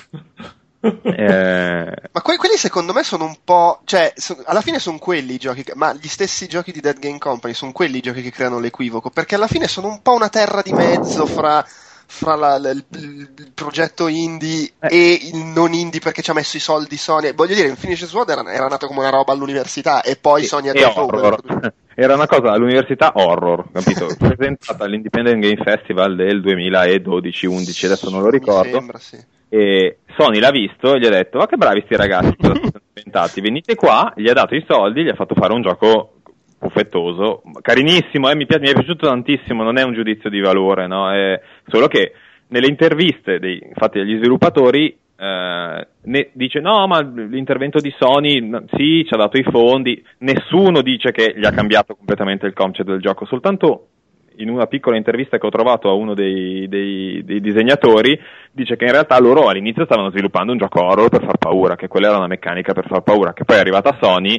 Eh... ma que- quelli secondo me sono un po', cioè so- alla fine sono quelli i giochi che- ma gli stessi giochi di Dead Game Company sono quelli i giochi che creano l'equivoco, perché alla fine sono un po' una terra di mezzo fra fra la, la, il, il progetto indie eh. e il non indie, perché ci ha messo i soldi Sony. Voglio dire, Infinite Sword era, era nato come una roba all'università e poi sì, Sony ha detto era una cosa all'università horror, capito? Presentata all'Independent Game Festival del duemiladodici undici, adesso non lo ricordo. Mi sembra, sì. E Sony l'ha visto e gli ha detto: ma che bravi sti ragazzi, cosa sono inventati, venite qua, gli ha dato i soldi, gli ha fatto fare un gioco buffettoso, carinissimo, eh, mi, pi- mi è piaciuto tantissimo, non è un giudizio di valore, no? È solo che nelle interviste dei, fatte dagli sviluppatori eh, ne dice no, ma l'intervento di Sony no, sì, ci ha dato i fondi, nessuno dice che gli ha cambiato completamente il concept del gioco, soltanto in una piccola intervista che ho trovato a uno dei, dei, dei disegnatori dice che in realtà loro all'inizio stavano sviluppando un gioco horror per far paura, che quella era una meccanica per far paura, che poi è arrivata Sony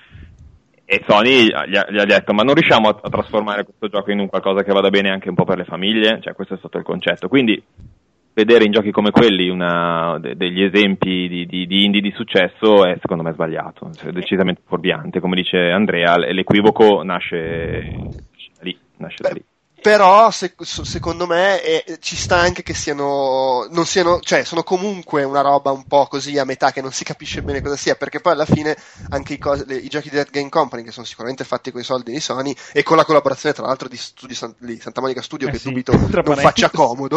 e Sony gli ha, gli ha detto: ma non riusciamo a, a trasformare questo gioco in un qualcosa che vada bene anche un po' per le famiglie? Cioè, questo è stato il concetto. Quindi vedere in giochi come quelli una, de, degli esempi di, di, di indie di successo è secondo me sbagliato, cioè, decisamente fuorviante. Come dice Andrea, l'equivoco nasce da lì, nasce da lì. Però se, secondo me eh, ci sta anche che siano non siano, cioè sono comunque una roba un po' così a metà, che non si capisce bene cosa sia, perché poi alla fine anche i, cose, le, i giochi di Dead Game Company, che sono sicuramente fatti con i soldi di Sony e con la collaborazione tra l'altro di, studi, San, di Santa Monica Studio, eh che sì, dubito non faccia comodo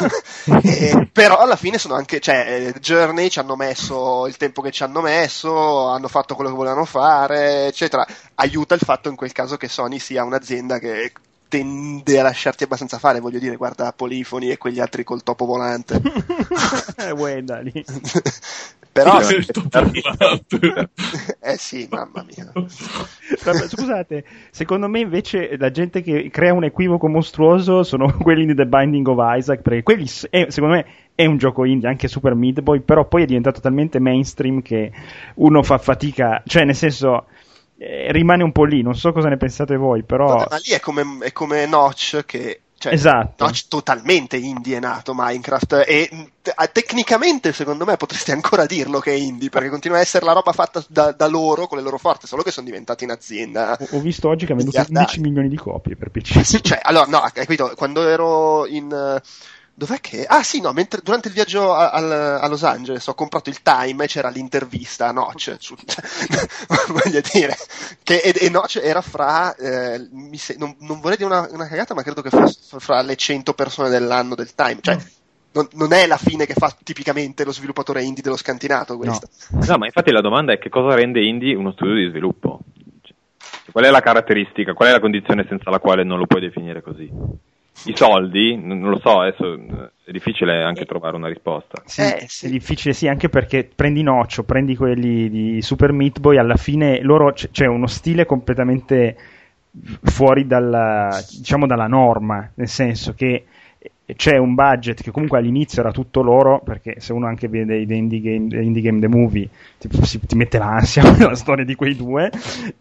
e, però alla fine sono anche, cioè Journey ci hanno messo il tempo che ci hanno messo, hanno fatto quello che volevano fare eccetera. Aiuta il fatto in quel caso che Sony sia un'azienda che tende a lasciarti abbastanza fare, voglio dire, guarda Polifoni e quegli altri col topo volante. Uè, dai. Però il topo volante. Eh sì, mamma mia. Scusate, secondo me invece la gente che crea un equivoco mostruoso sono quelli di The Binding of Isaac, perché quelli è, secondo me è un gioco indie, anche Super Meat Boy, però poi è diventato talmente mainstream che uno fa fatica, cioè nel senso Eh, rimane un po' lì, non so cosa ne pensate voi, però vabbè, ma lì è come, è come Notch, che Cioè, esatto. No, totalmente indie è nato Minecraft e te- tecnicamente secondo me potresti ancora dirlo che è indie, perché continua a essere la roba fatta da, da loro con le loro forze, solo che sono diventati in azienda. Ho, ho visto oggi che ha venduto undici milioni di copie per P C. Sì, cioè, allora no, hai capito, quando ero in dov'è che? Ah sì, no, mentre, durante il viaggio a, a, a Los Angeles ho comprato il Time e c'era l'intervista a Notch, su, cioè, voglio dire, che, e, e Notch era fra, eh, mi se, non, non vorrei dire una, una cagata, ma credo che fosse fra le cento persone dell'anno del Time, cioè non, non è la fine che fa tipicamente lo sviluppatore indie dello scantinato questa. No. no, ma infatti la domanda è che cosa rende indie uno studio di sviluppo? Cioè, qual è la caratteristica, qual è la condizione senza la quale non lo puoi definire così? I soldi? Non lo so, adesso è difficile anche trovare una risposta. Sì, eh, sì. È difficile, sì, anche perché prendi Noccio, prendi quelli di Super Meat Boy, alla fine loro c- c'è uno stile completamente fuori dalla, diciamo, dalla norma, nel senso che c'è un budget che comunque all'inizio era tutto loro, perché se uno anche vede i Indie Game, Indie Game The Movie ti, si, ti mette l'ansia la storia di quei due,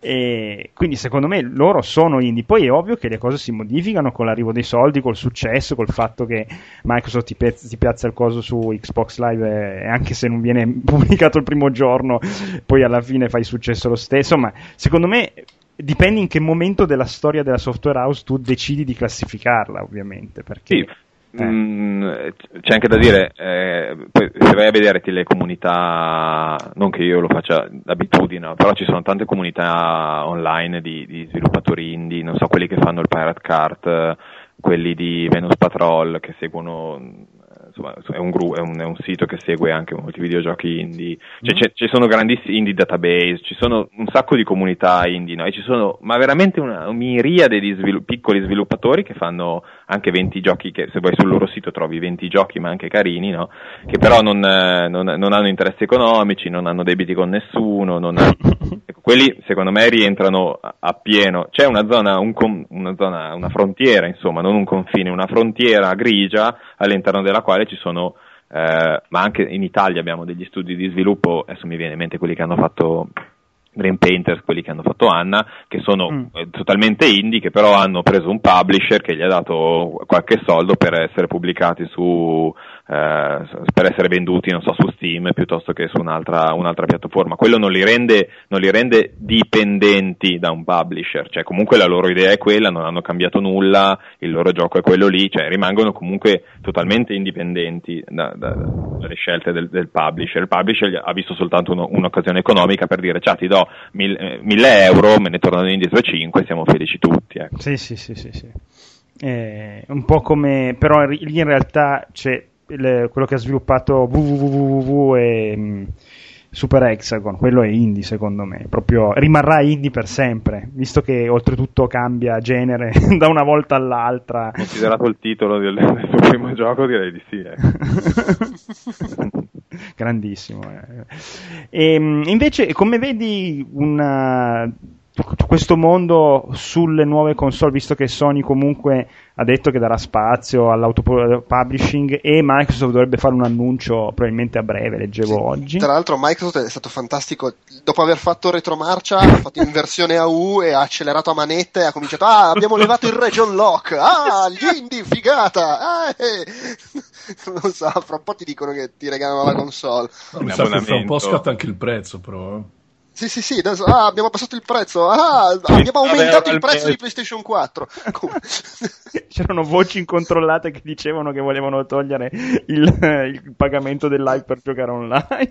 e quindi secondo me loro sono indie. Poi è ovvio che le cose si modificano con l'arrivo dei soldi, col successo, col fatto che Microsoft ti, pezz- ti piazza il coso su Xbox Live, e anche se non viene pubblicato il primo giorno poi alla fine fai successo lo stesso. Ma secondo me dipende in che momento della storia della software house tu decidi di classificarla, ovviamente, perché sì. Eh. Mm, c'è anche da dire, eh, poi se vai a vederti le comunità, non che io lo faccia d'abitudine, però ci sono tante comunità online di, di sviluppatori indie, non so, quelli che fanno il Pirate Kart, quelli di Venus Patrol che seguono, insomma, è un, gru- è, un, è un sito che segue anche molti videogiochi indie, cioè, mm. ci sono grandissimi indie database, ci sono un sacco di comunità indie, no? E ci sono ma veramente una, una miriade di svilu- piccoli sviluppatori che fanno anche venti giochi, che se vai sul loro sito trovi venti giochi ma anche carini, no? Che però non, non, non hanno interessi economici, non hanno debiti con nessuno, non hanno... ecco, quelli secondo me rientrano a, a pieno. C'è una zona, un com- una zona, una frontiera, insomma, non un confine, una frontiera grigia all'interno della quale ci sono, eh, ma anche in Italia abbiamo degli studi di sviluppo, adesso mi viene in mente quelli che hanno fatto Dream Painters, quelli che hanno fatto Anna, che sono mm. eh, totalmente indie, che però hanno preso un publisher che gli ha dato qualche soldo per essere pubblicati su, eh, per essere venduti, non so, su Steam piuttosto che su un'altra, un'altra piattaforma. Quello non li rende, non li rende dipendenti da un publisher, cioè comunque la loro idea è quella, non hanno cambiato nulla, il loro gioco è quello lì, cioè rimangono comunque totalmente indipendenti da, da, dalle scelte del, del publisher. Il publisher ha visto soltanto uno, un'occasione economica per dire: ciao, ti do mille, mille euro, me ne tornano indietro cinque, siamo felici tutti. Ecco. Sì, sì, sì, sì, sì. Eh, un po' come, però lì in realtà c'è il, quello che ha sviluppato www e um, Super Hexagon, quello è indie secondo me, proprio rimarrà indie per sempre, visto che oltretutto cambia genere da una volta all'altra. Considerato il titolo del, del suo primo gioco, direi di sì. Eh. Grandissimo. Eh. E, invece, come vedi una, questo mondo sulle nuove console, visto che Sony comunque ha detto che darà spazio all'autopublishing e Microsoft dovrebbe fare un annuncio probabilmente a breve, leggevo sì, oggi. Tra l'altro Microsoft è stato fantastico, dopo aver fatto retromarcia ha fatto in versione A U e ha accelerato a manetta e ha cominciato: ah, abbiamo levato il region lock, ah, gli indie, figata, ah, eh. Non so, fra un po' ti dicono che ti regalano la console. No, mi sa che fra un po' scatta anche il prezzo, però. Sì, sì, sì, adesso, ah, abbiamo abbassato il prezzo, ah, abbiamo aumentato il prezzo di PlayStation quattro. C'erano voci incontrollate che dicevano che volevano togliere il, il pagamento del live per giocare online.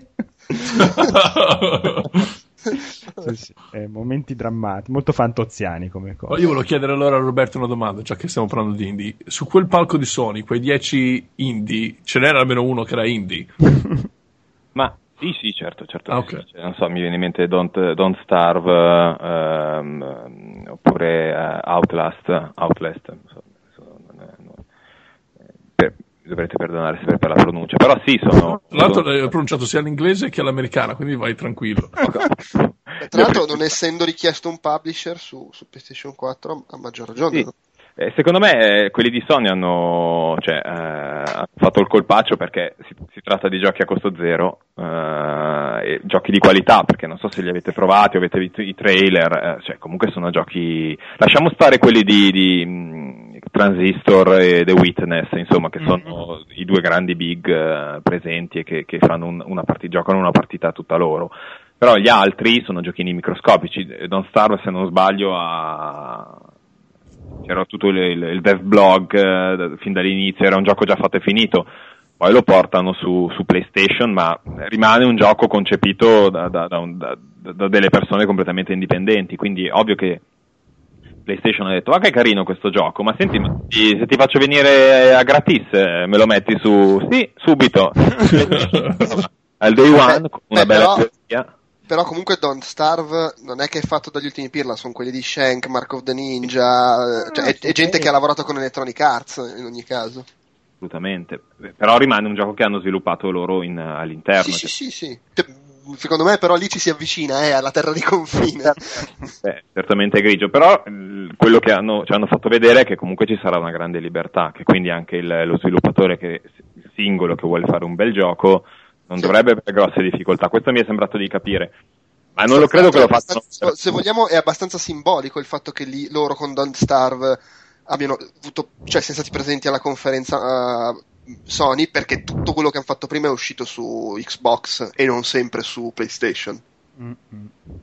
Sì, sì, eh, momenti drammatici, molto fantoziani come cosa. Io volevo chiedere allora a Roberto una domanda, già che stiamo parlando di indie. Su quel palco di Sony, quei dieci indie, ce n'era almeno uno che era indie? Ma sì, sì, certo, certo. Ah, okay. Cioè, non so, mi viene in mente Don't, Don't Starve, ehm, oppure uh, Outlast, Outlast, non so, non è, non è, per, dovrete perdonare se per la pronuncia, però sì, sono... Tra l'altro l'hai pronunciato sia all'inglese che all'americana, quindi vai tranquillo. Okay. Tra l'altro, non essendo richiesto un publisher su, su PlayStation quattro, a maggior ragione, sì. No? Eh, secondo me eh, quelli di Sony hanno, cioè, eh, hanno fatto il colpaccio perché si, si tratta di giochi a costo zero, eh, e giochi di qualità, perché non so se li avete provati o avete visto i trailer, eh, cioè comunque sono giochi, lasciamo stare quelli di, di Transistor e The Witness, insomma, che sono mm-hmm. i due grandi big uh, presenti e che, che fanno un, una partita, giocano una partita tutta loro. Però gli altri sono giochini microscopici. Don't Starve, se non sbaglio, ha... c'era tutto il, il, il dev blog uh, fin dall'inizio, era un gioco già fatto e finito. Poi lo portano su, su PlayStation, ma rimane un gioco concepito da, da, da, un, da, da delle persone completamente indipendenti, quindi è ovvio che PlayStation ha detto: ah, che carino questo gioco, ma senti, ma ti, se ti faccio venire a gratis, me lo metti su... Sì, subito. Al day one, beh, con una beh, bella però, però comunque Don't Starve non è che è fatto dagli ultimi pirla, sono quelli di Shank, Mark of the Ninja, cioè è, è gente che ha lavorato con Electronic Arts in ogni caso. Assolutamente, però rimane un gioco che hanno sviluppato loro in, all'interno. Sì, sì, sì, sì. Secondo me però lì ci si avvicina eh, alla terra di confine. Beh, certamente è grigio, però quello che hanno, ci hanno fatto vedere è che comunque ci sarà una grande libertà, che quindi anche il, lo sviluppatore, che il singolo che vuole fare un bel gioco, non sì. dovrebbe avere grosse difficoltà. Questo mi è sembrato di capire. Ma non lo credo che lo facciano. Se vogliamo, è abbastanza simbolico il fatto che lì loro con Don't Starve abbiano avuto, cioè siano stati presenti alla conferenza uh, Sony, perché tutto quello che hanno fatto prima è uscito su Xbox e non sempre su PlayStation. Mm-hmm.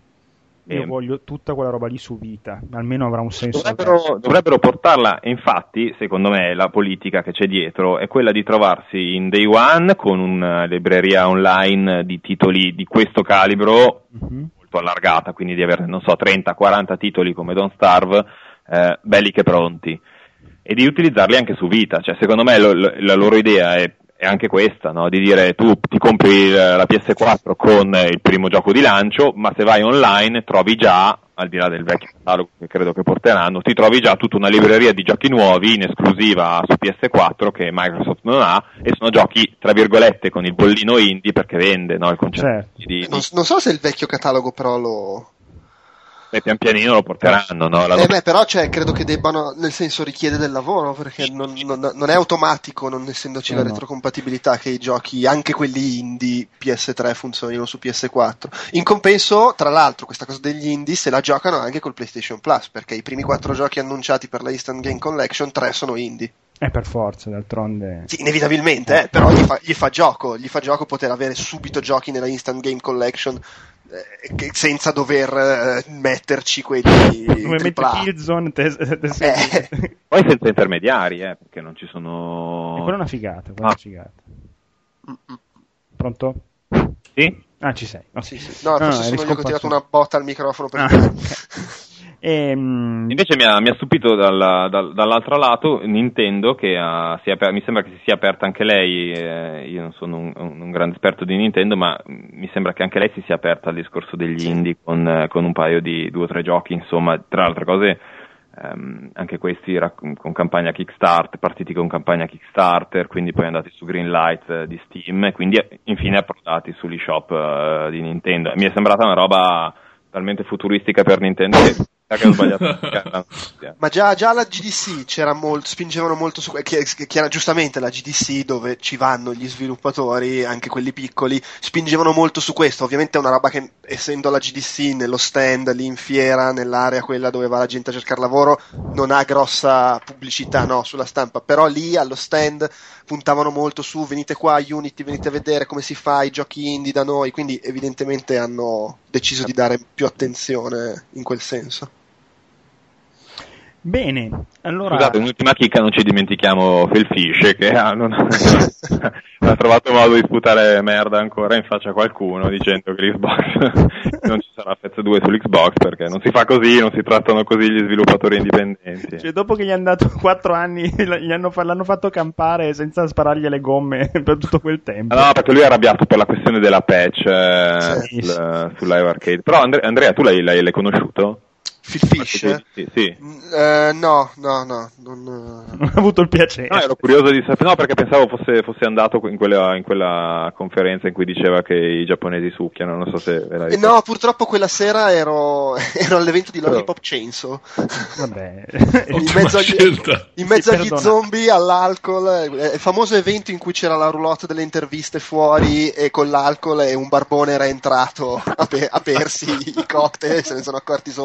Io eh, voglio tutta quella roba lì su Vita, almeno avrà un senso. Dovrebbero, dovrebbero portarla, infatti, secondo me la politica che c'è dietro è quella di trovarsi in Day One con una libreria online di titoli di questo calibro, mm-hmm. molto allargata, quindi di avere, non so, trenta quaranta titoli come Don't Starve, eh, belli che pronti, e di utilizzarli anche su Vita. Cioè, secondo me lo, lo, la loro idea è, è anche questa, no? Di dire: tu ti compri la P S quattro con il primo gioco di lancio, ma se vai online trovi già, al di là del vecchio catalogo che credo che porteranno, ti trovi già tutta una libreria di giochi nuovi in esclusiva su P S quattro che Microsoft non ha, e sono giochi tra virgolette con il bollino indie perché vende, no? Il concetto certo. di, non, non so se il vecchio catalogo però lo... Beh, pian pianino lo porteranno, no? La eh beh, però cioè, credo che debbano, nel senso, richiede del lavoro, perché non, non, non è automatico, non essendoci eh la no. retrocompatibilità, che i giochi, anche quelli indie P S tre, funzionino su P S quattro. In compenso, tra l'altro, questa cosa degli indie se la giocano anche col PlayStation Plus, perché i primi quattro giochi annunciati per la Instant Game Collection, tre sono indie. Eh, per forza, d'altronde. Sì, inevitabilmente, eh, però gli fa, gli fa gioco, gli fa gioco poter avere subito giochi nella Instant Game Collection, eh, senza dover eh, metterci quelli come metti Killzone te, te, te eh. Poi senza intermediari, eh, perché non ci sono. E quella è una figata, quella ah. è una figata. Pronto? Sì? Ah, ci sei. No, sì, sì. no, no forse no, sono io che ho tirato una botta al microfono per ah, okay. E, um... invece mi ha, mi ha stupito dal, dal, dall'altro lato Nintendo, che ha, si è aper- mi sembra che si sia aperta anche lei, eh, io non sono un, un grande esperto di Nintendo, ma mi sembra che anche lei si sia aperta al discorso degli indie con, con un paio di due o tre giochi, insomma, tra le altre cose ehm, anche questi rac- con campagna Kickstarter, partiti con campagna Kickstarter, quindi poi andati su Greenlight eh, di Steam, e quindi infine approdati sull'eShop eh, di Nintendo. Mi è sembrata una roba talmente futuristica per Nintendo che che ho sbagliato. Ma già, già la G D C c'era molto, spingevano molto su, che, che era giustamente la G D C dove ci vanno gli sviluppatori, anche quelli piccoli, spingevano molto su questo. Ovviamente è una roba che, essendo la G D C nello stand lì in fiera, nell'area quella dove va la gente a cercare lavoro, non ha grossa pubblicità, no, sulla stampa, però lì allo stand puntavano molto su: venite qua Unity, venite a vedere come si fa i giochi indie da noi, quindi evidentemente hanno deciso di dare più attenzione in quel senso. Bene, allora... Scusate, un'ultima chicca, non ci dimentichiamo Phil Fish, che ha, non, ha trovato modo di sputare merda ancora in faccia a qualcuno dicendo che l'Xbox non ci sarà F due sull'Xbox, perché non si fa così, non si trattano così gli sviluppatori indipendenti. Cioè, dopo che gli hanno dato quattro anni, gli hanno, l'hanno fatto campare senza sparargli le gomme per tutto quel tempo. No, perché lui è arrabbiato per la questione della patch eh, sì. sul, sul Live Arcade. Però Andre- Andrea, tu l'hai, l'hai, l'hai conosciuto? Phil Fish? Sì, sì. Uh, no, no, no, non, uh... non ho avuto il piacere. No, ero curioso di sapere, no, perché pensavo fosse, fosse andato in quella, in quella conferenza in cui diceva che i giapponesi succhiano, non so se ve l'hai No, purtroppo quella sera ero, ero all'evento di Lollipop Chainsaw. Vabbè. in mezzo agli, in mezzo agli zombie, all'alcol, il famoso evento in cui c'era la roulotte delle interviste fuori e con l'alcol, e un barbone era entrato a, pe- a bersi i cocktail, se ne sono accorti solo dopo un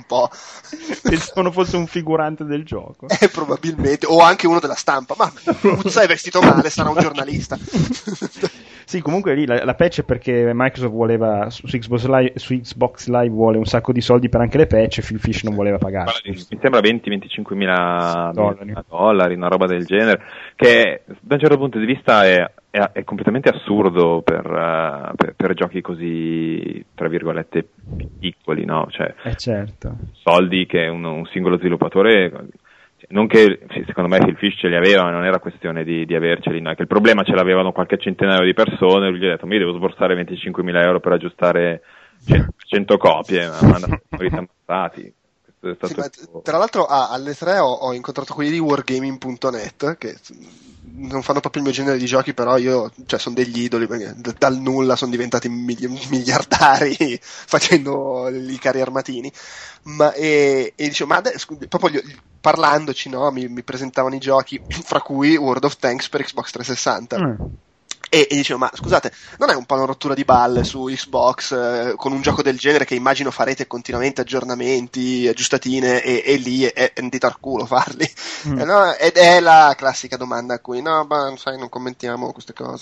po'. Pensavano fosse un figurante del gioco. Eh, probabilmente, o anche uno della stampa, ma Puzza è vestito male, sarà un giornalista. Sì, comunque lì la, la patch è perché Microsoft voleva su Xbox Live, su Xbox Live vuole un sacco di soldi per anche le patch e Phil Fish non voleva pagare. Mi sembra venti venticinque mila dollari. dollari, una roba del genere, che da un certo punto di vista è, è, è completamente assurdo per, uh, per, per giochi così, tra virgolette, piccoli, no? Cioè, eh certo. soldi che un, un singolo sviluppatore... Non che, secondo me Phil Fish ce li aveva, ma non era questione di, di averceli, no? Che il problema ce l'avevano qualche centinaio di persone, e lui gli ha detto, mi devo sborsare venticinquemila euro per aggiustare cento copie, ma mi hanno ammazzati. Sì, ma, tra l'altro ah, alle tre ho, ho incontrato quelli di wargaming punto net, che non fanno proprio il mio genere di giochi, però io, cioè, sono degli idoli, perché d- dal nulla sono diventati mili- miliardari facendo i carri armatini. Ma e, e dicevo, ma adesso, proprio gli, parlandoci, no, mi, mi presentavano i giochi, fra cui World of Tanks per Xbox trecentosessanta. Mm. E, e dicevo, ma scusate, non è un po' una rottura di balle su Xbox eh, con un gioco del genere che immagino farete continuamente aggiornamenti, aggiustatine e, e lì è, è un dito al culo farli. Mm. E no, ed è la classica domanda a cui no, ma sai, non commentiamo queste cose.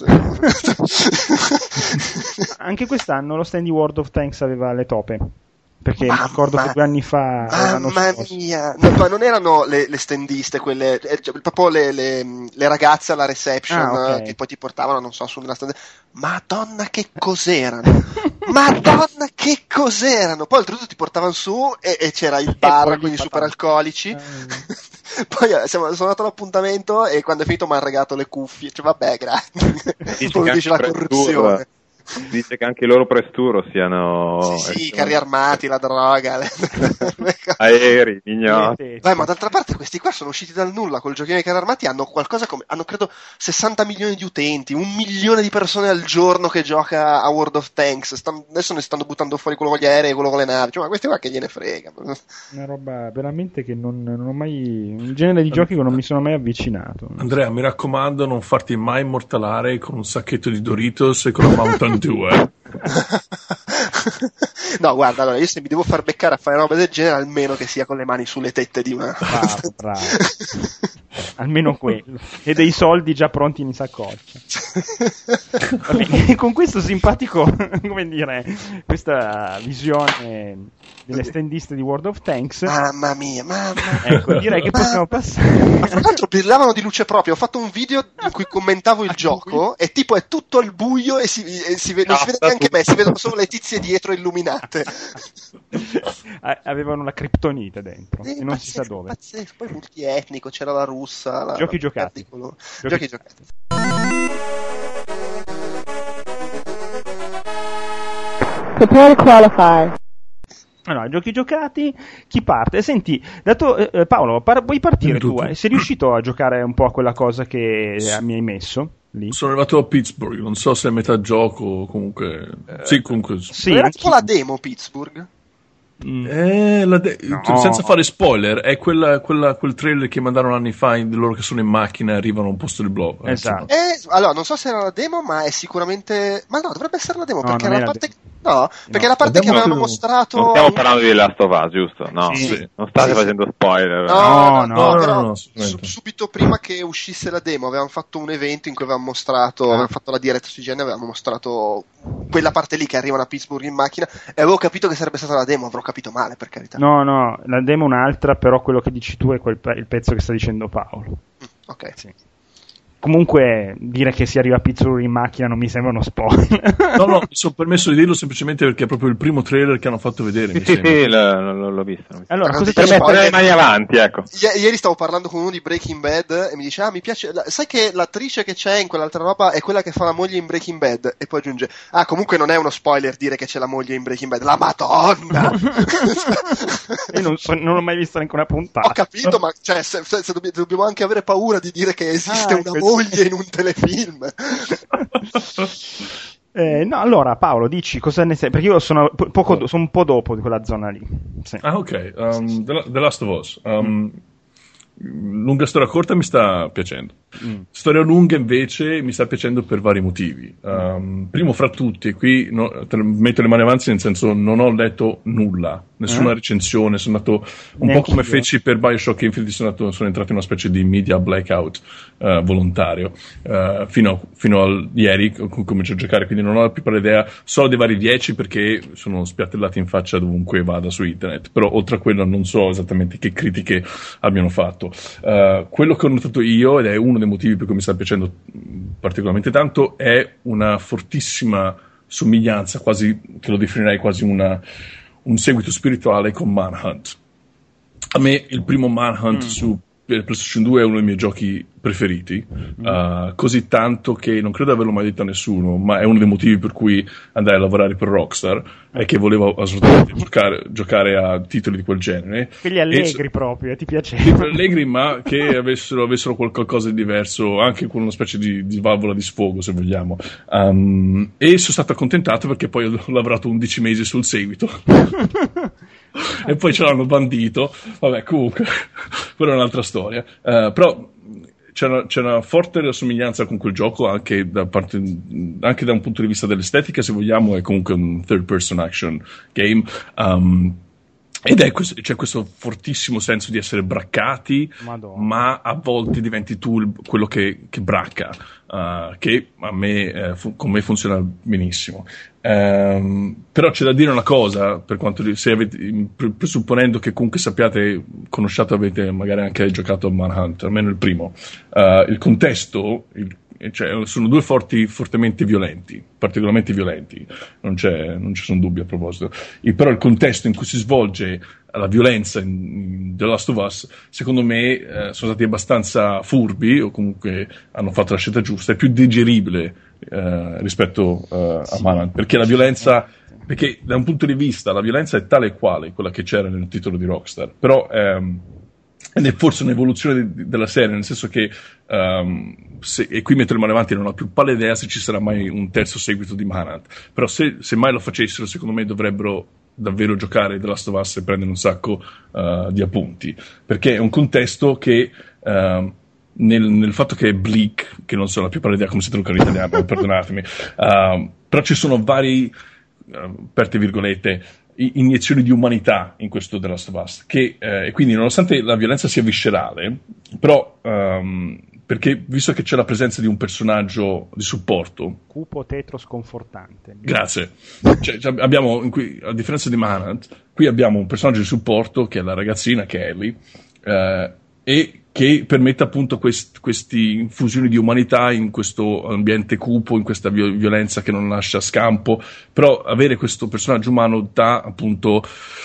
Anche quest'anno lo stand di World of Tanks aveva le tope. Perché mi ricordo che due anni fa mamma mia, no, ma non erano le, le standiste quelle, eh, cioè, proprio le, le, le ragazze alla reception ah, okay. che poi ti portavano, non so, su una stand. Madonna che cos'erano, madonna che cos'erano. Poi oltretutto ti portavano su e, e c'era il bar con i super alcolici. Eh. Poi siamo, sono andato all'appuntamento e quando è finito mi hanno regalato le cuffie, cioè vabbè, grazie. Come dice la corruzione. Dice che anche i loro press tour siano sì, sì, carri armati, la droga, le... aerei, ignoti. Vai, ma d'altra parte questi qua sono usciti dal nulla col giochino dei carri armati, hanno qualcosa come, hanno credo sessanta milioni di utenti, un milione di persone al giorno che gioca a World of Tanks. Stanno, adesso ne stanno buttando fuori quello con gli aerei e quello con le navi, cioè, ma questi qua che gliene frega. Una roba veramente che non, non ho mai, un genere di giochi che non mi sono mai avvicinato. Andrea, mi raccomando, non farti mai immortalare con un sacchetto di Doritos e con la Mountain Dew, eh. No, guarda, allora io se mi devo far beccare a fare roba del genere, almeno che sia con le mani sulle tette di una. Bravo, bravo. Almeno quello. E dei soldi già pronti in saccoccia. Va bene, con questo simpatico, come dire, questa visione delle standiste di World of Tanks. Mamma mia, mamma. Ecco, direi che possiamo passare. Ma tra l'altro parlavano di luce propria. Ho fatto un video in cui commentavo il gioco e tipo è tutto al buio e si, e si vede, non si vede neanche me, si vedono solo le tizie dietro illuminate. Avevano la criptonite dentro sì, e non pazzesco, si sa dove. Pazzesco. Poi multietnico, c'era la russa. La, Giochi giocati. Giochi, Giochi giocati. Prepare to qualify. Allora, giochi giocati, chi parte? Senti, dato, eh, Paolo, par- vuoi partire tu? Eh? Sei riuscito a giocare un po' a quella cosa che sì. mi hai messo? Lì? Sono arrivato a Pittsburgh, non so se è metà gioco, comunque... Eh, sì, comunque... Sì, era tipo la demo Pittsburgh? Mm. Eh, la de- no. Senza fare spoiler, è quella, quella, quel trailer che mandarono anni fa di loro che sono in macchina e arrivano a un posto di blog. Esatto. Eh, allora, non so se era la demo, ma è sicuramente... Ma no, dovrebbe essere la demo, no, perché era la parte... De- no, perché no. la parte la che avevano mostrato... Non stiamo parlando di Last of Us, giusto? No, sì. Sì. Non state sì. facendo spoiler. No, no, no, no, no, però no, no, sub- subito prima che uscisse la demo avevamo fatto un evento in cui avevamo mostrato, ah. avevamo fatto la diretta su I G N, avevamo mostrato quella parte lì che arrivano a Pittsburgh in macchina e avevo capito che sarebbe stata la demo, avrò capito male, per carità. No, no, la demo è un'altra, però quello che dici tu è quel pe- il pezzo che sta dicendo Paolo. Mm, ok. Sì. Comunque, dire che si arriva a Pittsburgh in macchina non mi sembra uno spoiler. No, no, mi sono permesso di dirlo semplicemente perché è proprio il primo trailer che hanno fatto vedere. Mi sì, sì, l'ho, l'ho, l'ho visto. Allora, cosa per mettere le mani avanti, ecco. I- ieri stavo parlando con uno di Breaking Bad e mi dice, ah, mi piace, la- sai che l'attrice che c'è in quell'altra roba è quella che fa la moglie in Breaking Bad? E poi aggiunge, ah, comunque non è uno spoiler dire che c'è la moglie in Breaking Bad. La Madonna! Io non, so, non l'ho mai vista neanche una puntata. Ho capito, ma cioè, se, se, se dobbiamo, dobbiamo anche avere paura di dire che esiste ah, una questo... moglie in un telefilm. eh, no, allora Paolo, dici cosa ne sai? Perché io sono, po- poco, sono un po' dopo di quella zona lì. Sì. Ah, ok. Um, The, The Last of Us. Um, mm. Lunga storia corta, mi sta piacendo. Mm. Storia lunga invece mi sta piacendo per vari motivi. Um, primo fra tutti, e qui no, metto le mani avanti, nel senso non ho letto nulla, nessuna eh? recensione, sono andato un Neanche po' come io. feci per Bioshock Infinite, sono, andato, sono entrato in una specie di media blackout uh, volontario uh, fino, a, fino a ieri, con comincio a giocare, quindi non ho la più pallida idea, solo dei vari dieci perché sono spiattellati in faccia dovunque vada su internet, però oltre a quello non so esattamente che critiche abbiano fatto. Uh, quello che ho notato io, ed è uno dei motivi per cui mi sta piacendo particolarmente tanto, è una fortissima somiglianza, quasi che lo definirei quasi una, un seguito spirituale con Manhunt. A me il primo Manhunt mm. su PlayStation due è uno dei miei giochi preferiti, mm. uh, così tanto che non credo di averlo mai detto a nessuno, ma è uno dei motivi per cui andai a lavorare per Rockstar, è che volevo assolutamente giocare, giocare a titoli di quel genere. Quelli allegri e, proprio, ti piaceva? Allegri, ma che avessero, avessero qualcosa di diverso, anche con una specie di, di valvola di sfogo, se vogliamo. Um, e sono stato accontentato perché poi ho lavorato undici mesi sul seguito. E poi ce l'hanno bandito. Vabbè, comunque, quella è un'altra storia. Uh, però c'è una, c'è una forte somiglianza con quel gioco anche da, parte, anche da un punto di vista dell'estetica, se vogliamo. È comunque un third person action game. Um, ed è questo, c'è questo fortissimo senso di essere braccati, Madonna. Ma a volte diventi tu il, quello che, che bracca, uh, che a me, eh, fu, con me funziona benissimo. Um, però c'è da dire una cosa, per quanto se avete, presupponendo che comunque sappiate, conosciate, avete magari anche giocato a Manhunt, almeno il primo, uh, il contesto, il, cioè, sono due forti fortemente violenti, particolarmente violenti, non c'è, non ci sono dubbi a proposito. Il, però il contesto in cui si svolge la violenza in, in The Last of Us, secondo me eh, sono stati abbastanza furbi, o comunque hanno fatto la scelta giusta, è più digeribile eh, rispetto eh, a Manhunt, perché la violenza, perché da un punto di vista la violenza è tale e quale quella che c'era nel titolo di Rockstar, però ehm, ed è forse un'evoluzione di, della serie, nel senso che um, se, e qui metto le mani avanti, non ho più palla idea se ci sarà mai un terzo seguito di Manhunt, però se, se mai lo facessero, secondo me dovrebbero davvero giocare The Last of Us e prendere un sacco uh, di appunti, perché è un contesto che uh, nel, nel fatto che è bleak, che non so la più palla idea come si traduce in italiano, perdonatemi, uh, però ci sono vari, uh, aperte virgolette, iniezioni di umanità in questo The Last of Us, che eh, e quindi nonostante la violenza sia viscerale, però um, perché visto che c'è la presenza di un personaggio di supporto cupo, tetro, sconfortante, grazie, cioè, abbiamo in cui, a differenza di Manhunt, qui abbiamo un personaggio di supporto che è la ragazzina, che è Ellie, eh, e che permette appunto quest, queste infusioni di umanità in questo ambiente cupo, in questa violenza che non lascia scampo, però avere questo personaggio umano dà appunto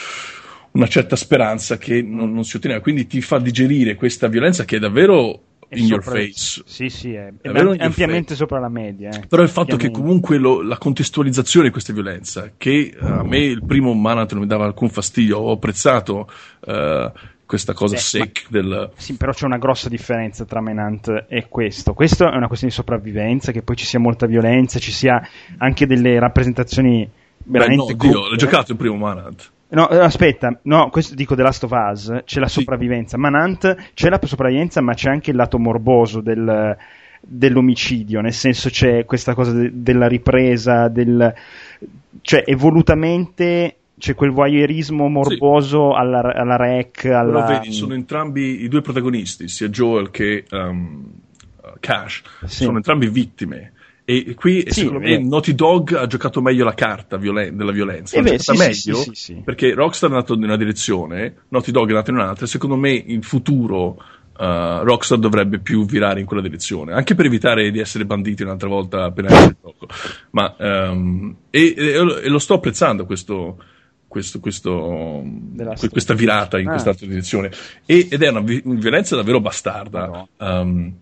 una certa speranza che non, non si otteneva, quindi ti fa digerire questa violenza che è davvero è in sopra, your face. Sì, sì, è, è ampiamente face. Sopra la media. Eh. Però il fatto che comunque lo, la contestualizzazione di questa violenza, che uh, a me il primo Manhunt non mi dava alcun fastidio, ho apprezzato uh, questa cosa Beh, sick ma, del... Sì, però c'è una grossa differenza tra Manhunt e questo. Questo è una questione di sopravvivenza, che poi ci sia molta violenza, ci sia anche delle rappresentazioni veramente... Beh, no, Dio, l'ho giocato il primo Manhunt. No, aspetta, no, questo dico The Last of Us, c'è la sì. sopravvivenza. Manhunt c'è la sopravvivenza, ma c'è anche il lato morboso del, dell'omicidio, nel senso c'è questa cosa de, della ripresa, del, cioè evolutamente... c'è quel voyeurismo morboso sì. alla, alla rec, alla... Però vedi, sono entrambi i due protagonisti, sia Joel che um, Cash, sì. sono entrambi vittime. E qui, sì, secondo me, Naughty Dog ha giocato meglio la carta violen- della violenza. Eh l'ha beh, giocata sì, meglio, sì, sì, sì. perché Rockstar è andato in una direzione, Naughty Dog è andato in un'altra, e secondo me in futuro uh, Rockstar dovrebbe più virare in quella direzione, anche per evitare di essere banditi un'altra volta appena esce il gioco. Ma, um, e, e, e lo sto apprezzando questo... Questo, questo, questa virata in ah. quest'altra direzione e, ed è una vi- violenza davvero bastarda no. um,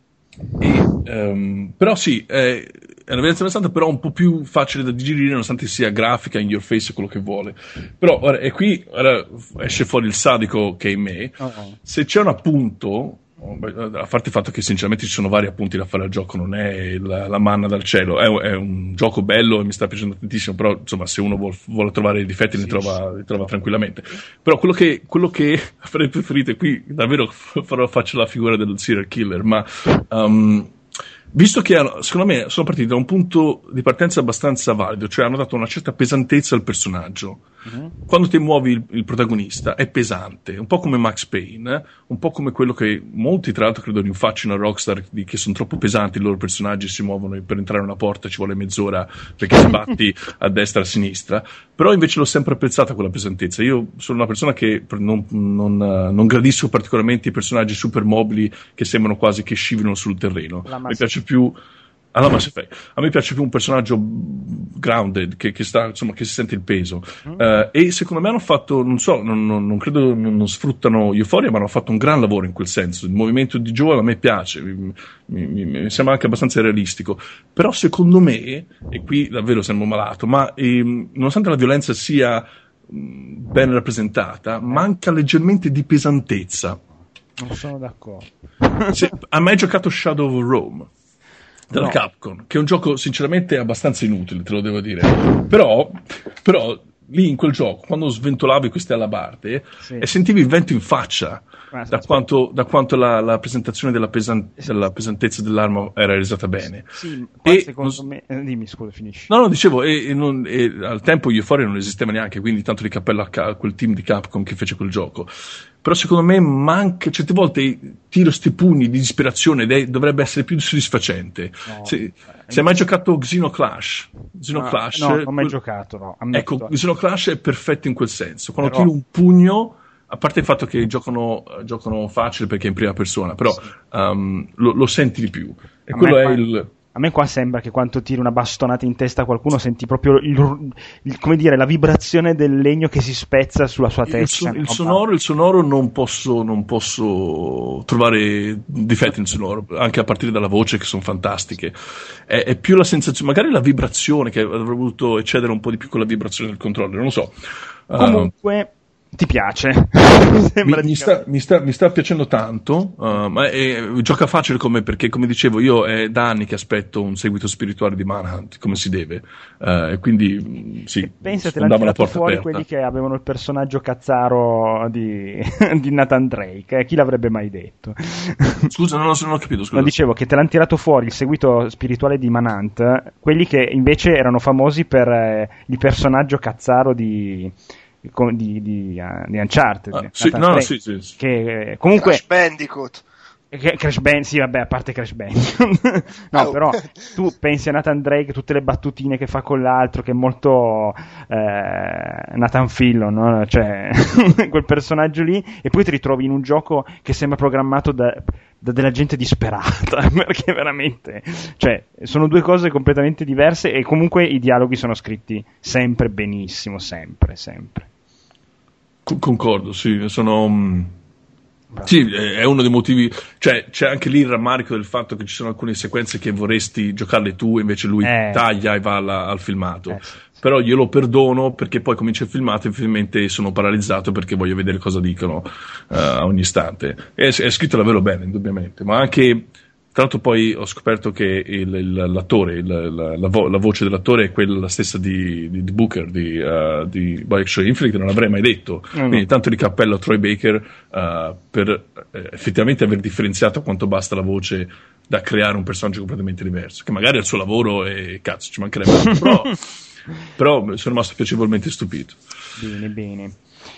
e, um, però sì è, è una violenza bastarda, però un po' più facile da digerire nonostante sia grafica, in your face, quello che vuole. Però ora, e qui ora esce fuori il sadico che è in me. Uh-oh. Se c'è un appunto A parte il fatto che sinceramente ci sono vari appunti da fare al gioco, non è la, la manna dal cielo, è, è un gioco bello e mi sta piacendo tantissimo, però insomma se uno vuole, vuole trovare i difetti sì, li, trova, li trova tranquillamente. Però quello che, quello che avrei preferito, e qui davvero farò, faccio la figura del serial killer, ma um, visto che secondo me sono partiti da un punto di partenza abbastanza valido, cioè hanno dato una certa pesantezza al personaggio. Uh-huh. Quando ti muovi il, il protagonista è pesante, un po' come Max Payne, un po' come quello che molti tra l'altro credo rinfaccino a Rockstar, di, che sono troppo pesanti i loro personaggi, si muovono per entrare in una porta ci vuole mezz'ora perché sbatti a destra e a sinistra, però invece l'ho sempre apprezzata quella pesantezza. Io sono una persona che non, non, non gradisco particolarmente i personaggi super mobili che sembrano quasi che scivolino sul terreno. Mi piace più ah, no, a me piace più un personaggio grounded che, che sta insomma che si sente il peso mm. uh, e secondo me hanno fatto non so non, non, non credo non, non sfruttano Euphoria, ma hanno fatto un gran lavoro in quel senso. Il movimento di Joel a me piace, mi, mi, mi sembra anche abbastanza realistico, però secondo me, e qui davvero sembro malato, ma ehm, nonostante la violenza sia mh, ben rappresentata, manca leggermente di pesantezza. Non sono d'accordo. Se, hai mai giocato Shadow of Rome della no. Capcom, che è un gioco sinceramente abbastanza inutile, te lo devo dire, però, però lì in quel gioco quando sventolavi queste alabarde sì. e sentivi il vento in faccia ah, da, quanto, da quanto la, la presentazione della, pesan- della pesantezza dell'arma era realizzata bene. Sì, poi e secondo non... me eh, dimmi scusa, finisci. No, no, dicevo, e, e non, e al tempo Euphoria non esisteva neanche, quindi tanto di cappello a quel team di Capcom che fece quel gioco. Però secondo me manca, certe volte tiro sti pugni di disperazione ed è, dovrebbe essere più soddisfacente. No, se, se hai mai giocato Xenoclash? Xenoclash no, no, non ho mai giocato, no. Ammetto. Ecco, Xenoclash è perfetto in quel senso. Quando però... tiri un pugno, a parte il fatto che giocano, giocano facile perché è in prima persona, però sì. um, lo, lo senti di più. E a quello è qua... il... A me qua sembra che quando tiri una bastonata in testa a qualcuno senti proprio il, il, come dire, la vibrazione del legno che si spezza sulla sua testa. Il, il, sonoro, il sonoro non posso, non posso trovare difetti nel sonoro, anche a partire dalla voce che sono fantastiche. È, è più la sensazione, magari la vibrazione, che avrei voluto eccedere un po' di più con la vibrazione del controller, non lo so. Comunque... Uh, ti piace? mi, mi, mi, sta, mi, sta, mi sta piacendo tanto, uh, ma è, gioca facile come, perché come dicevo io è da anni che aspetto un seguito spirituale di Manhunt come si deve, uh, e quindi sì, pensate, l'hanno tirato fuori aperta. Quelli che avevano il personaggio cazzaro di, di Nathan Drake, eh? Chi l'avrebbe mai detto? Scusa, non ho, non ho capito, scusa. No, dicevo che te l'hanno tirato fuori il seguito spirituale di Manhunt, quelli che invece erano famosi per eh, il personaggio cazzaro di Di, di, uh, di Uncharted, ah, sì, no, sì, sì, sì. Che comunque Crash Bandicoot, che, Crash Bandicoot, sì, vabbè, a parte Crash Bandicoot. No, oh. Però tu pensi a Nathan Drake, tutte le battutine che fa con l'altro, che è molto eh, Nathan Fillon, no? Cioè quel personaggio lì, e poi ti ritrovi in un gioco che sembra programmato da, da della gente disperata, perché veramente, cioè, sono due cose completamente diverse, e comunque i dialoghi sono scritti sempre benissimo, sempre, sempre. Concordo, sì, sono... Sì, è uno dei motivi, cioè c'è anche lì il rammarico del fatto che ci sono alcune sequenze che vorresti giocarle tu, invece lui eh. taglia e va alla, al filmato. Eh, sì. Però io lo perdono perché poi comincia il filmato e ovviamente sono paralizzato perché voglio vedere cosa dicono uh, a ogni istante. È, è scritto davvero bene, indubbiamente, ma anche... Tra l'altro poi ho scoperto che il, il, l'attore, il, la, la, vo- la voce dell'attore è quella stessa di, di, di Booker, di, uh, di Bioshock Infinite, non l'avrei mai detto. Mm. Quindi tanto di cappello a Troy Baker uh, per eh, effettivamente aver differenziato quanto basta la voce da creare un personaggio completamente diverso, che magari è il suo lavoro e cazzo, ci mancherebbe altro, però, però sono rimasto piacevolmente stupito. Bene, bene.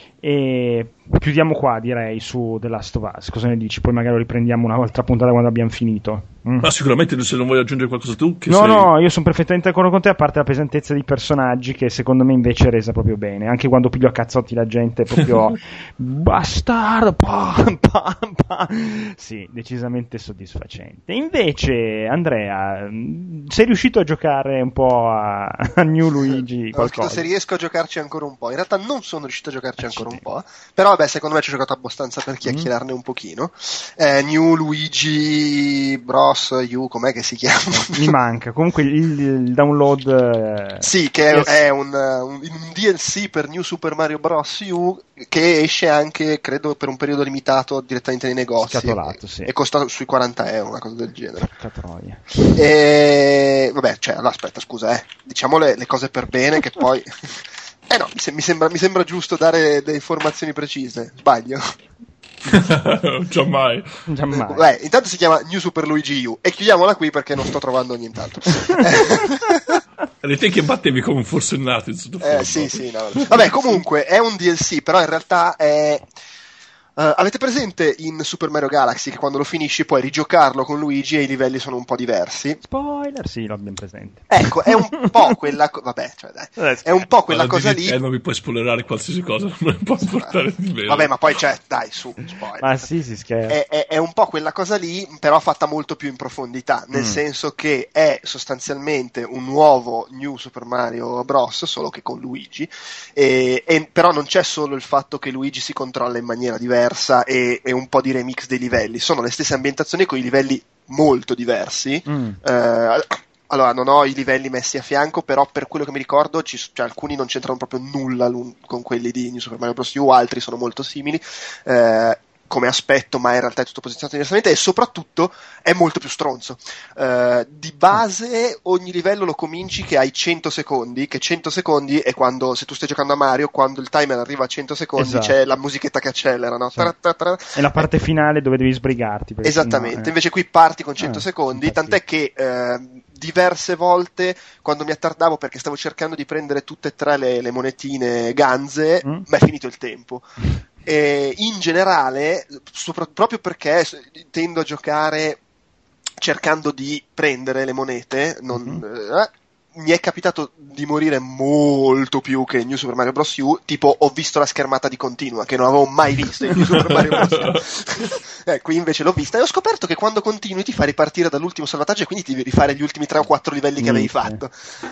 E chiudiamo qua, direi, su The Last of Us. Cosa ne dici? Poi magari lo riprendiamo un'altra puntata quando abbiamo finito. Mm. Ma sicuramente, se non vuoi aggiungere qualcosa tu, che no sei... no, io sono perfettamente d'accordo con te, a parte la pesantezza dei personaggi, che secondo me invece è resa proprio bene. Anche quando piglio a cazzotti la gente è proprio bastardo, pam, pam, pam. Sì, decisamente soddisfacente. Invece, Andrea, sei riuscito a giocare un po' a, a New Luigi qualcosa? No, se riesco a giocarci ancora un po'. In realtà non sono riuscito a giocarci ancora un po', però vabbè, secondo me ci ho giocato abbastanza per chiacchierarne mm. un pochino. Eh, New Luigi Bros. U, com'è che si chiama? Mi manca. Comunque il, il download... Eh... Sì, che è, è un, un, un D L C per New Super Mario Bros. U che esce anche, credo, per un periodo limitato direttamente nei negozi. Scatolato, sì. E costa sui quaranta euro, una cosa del genere. Catroia. E vabbè, cioè, allora, aspetta, scusa, eh. Diciamo le, le cose per bene che poi... Eh no, mi, se- mi, sembra, mi sembra giusto dare delle informazioni precise. Sbaglio? Giammai. Giammai. Beh, intanto si chiama New Super Luigi U. E chiudiamola qui perché non sto trovando nient'altro. Eri te che battevi come un forsennato in sottofondo. Eh, sì, sì, no. Vabbè, comunque è un D L C, però in realtà è... Uh, avete presente in Super Mario Galaxy che quando lo finisci puoi rigiocarlo con Luigi e i livelli sono un po' diversi? Spoiler, sì, l'ho ben presente. Ecco, è un po' quella co- vabbè, cioè dai, è un po' quella allora, cosa devi, lì. Eh, non mi puoi spoilerare qualsiasi cosa, non mi puoi portare di vero. Vabbè, ma poi c'è, dai, su, spoiler. Ma sì, si scherza. È, è, è un po' quella cosa lì, però fatta molto più in profondità, nel mm. senso che è sostanzialmente un nuovo New Super Mario Bros, solo che con Luigi, e, e però non c'è solo il fatto che Luigi si controlla in maniera diversa e e un po' di remix dei livelli, sono le stesse ambientazioni con i livelli molto diversi. Mm. Eh, allora non ho i livelli messi a fianco, però per quello che mi ricordo ci, cioè, alcuni non c'entrano proprio nulla con quelli di New Super Mario Bros. U, altri sono molto simili eh, come aspetto, ma in realtà è tutto posizionato diversamente e soprattutto è molto più stronzo. Uh, di base ogni livello lo cominci che hai cento secondi, che cento secondi è quando, se tu stai giocando a Mario, quando il timer arriva a cento secondi esatto. c'è la musichetta che accelera, no? Sì. Tra, tra, tra. È la parte finale dove devi sbrigarti. Esattamente, no, eh. invece qui parti con cento eh, secondi, tant'è che uh, diverse volte quando mi attardavo perché stavo cercando di prendere tutte e tre le, le monetine ganze, mm. mi è finito il tempo. E in generale, sopra, proprio perché tendo a giocare cercando di prendere le monete, non, mm-hmm. eh, mi è capitato di morire molto più che in New Super Mario Bros. U, tipo ho visto la schermata di continua che non avevo mai visto in New Super Mario Bros. U. eh, qui invece l'ho vista e ho scoperto che quando continui ti fa ripartire dall'ultimo salvataggio e quindi ti devi rifare gli ultimi tre o quattro livelli che avevi fatto.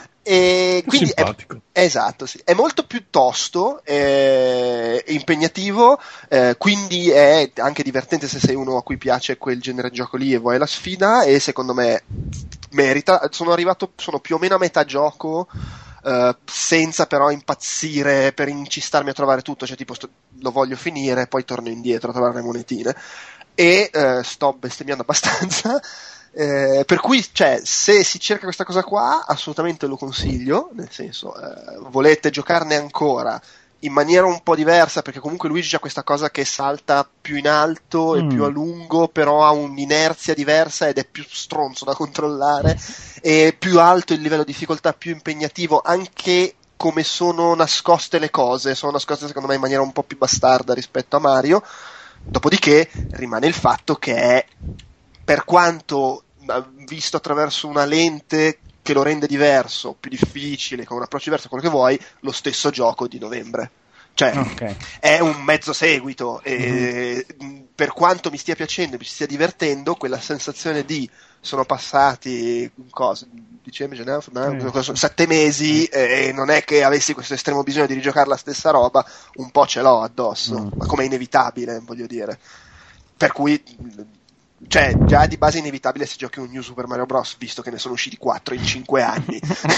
E quindi è, esatto, sì. È molto piuttosto eh, impegnativo, eh, quindi è anche divertente se sei uno a cui piace quel genere di gioco lì e vuoi la sfida, e secondo me merita. Sono arrivato, sono più o meno a metà gioco, eh, senza però impazzire per incistarmi a trovare tutto, cioè tipo sto, lo voglio finire, poi torno indietro a trovare le monetine e eh, sto bestemmiando abbastanza. Eh, per cui, cioè, se si cerca questa cosa qua, assolutamente lo consiglio, nel senso, eh, volete giocarne ancora in maniera un po' diversa, perché comunque Luigi ha questa cosa che salta più in alto e mm. più a lungo, però ha un'inerzia diversa ed è più stronzo da controllare, e più alto il livello di difficoltà, più impegnativo, anche come sono nascoste le cose, sono nascoste secondo me in maniera un po' più bastarda rispetto a Mario. Dopodiché rimane il fatto che è, per quanto visto attraverso una lente che lo rende diverso, più difficile, con un approccio diverso, quello che vuoi, lo stesso gioco di novembre. Cioè, okay. È un mezzo seguito e mm-hmm. per quanto mi stia piacendo, mi stia divertendo, quella sensazione di sono passati cosa, dicembre, gennaio, mm. sette mesi e non è che avessi questo estremo bisogno di rigiocare la stessa roba, un po' ce l'ho addosso, mm. ma come è inevitabile, voglio dire. Per cui, cioè, già di base è inevitabile se giochi un New Super Mario Bros, visto che ne sono usciti quattro in cinque anni.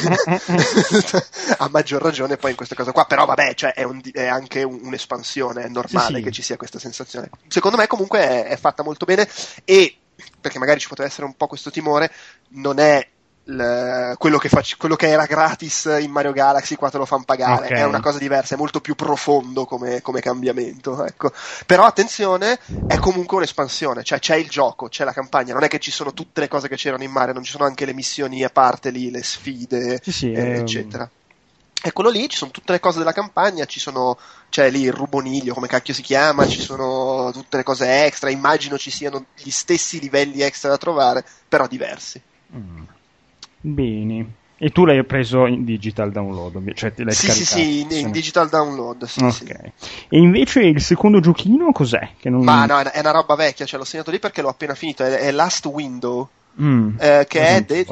A maggior ragione poi in questa cosa qua, però vabbè, cioè è, un, è anche un, un'espansione, è normale sì, sì. che ci sia questa sensazione. Secondo me comunque è, è fatta molto bene, e perché magari ci poteva essere un po' questo timore, non è l, quello, che fac, quello che era gratis in Mario Galaxy, qua te lo fanno pagare, okay. È una cosa diversa, è molto più profondo come, come cambiamento, ecco. Però attenzione, è comunque un'espansione, cioè c'è il gioco, c'è la campagna, non è che ci sono tutte le cose che c'erano in Mario, non ci sono anche le missioni a parte lì, le sfide, sì, sì, eh, eccetera. È quello lì, ci sono tutte le cose della campagna, ci sono, c'è lì il ruboniglio, come cacchio si chiama, ci sono tutte le cose extra, immagino ci siano gli stessi livelli extra da trovare, però diversi. Mm. Bene. E tu l'hai preso in digital download? Cioè l'hai sì, sì, sì, in, in digital download, sì, okay. Sì. E invece il secondo giochino cos'è? Che non... Ma no, è una roba vecchia, cioè l'ho segnato lì perché l'ho appena finito, è, è Last Window, mm. eh, che è... De-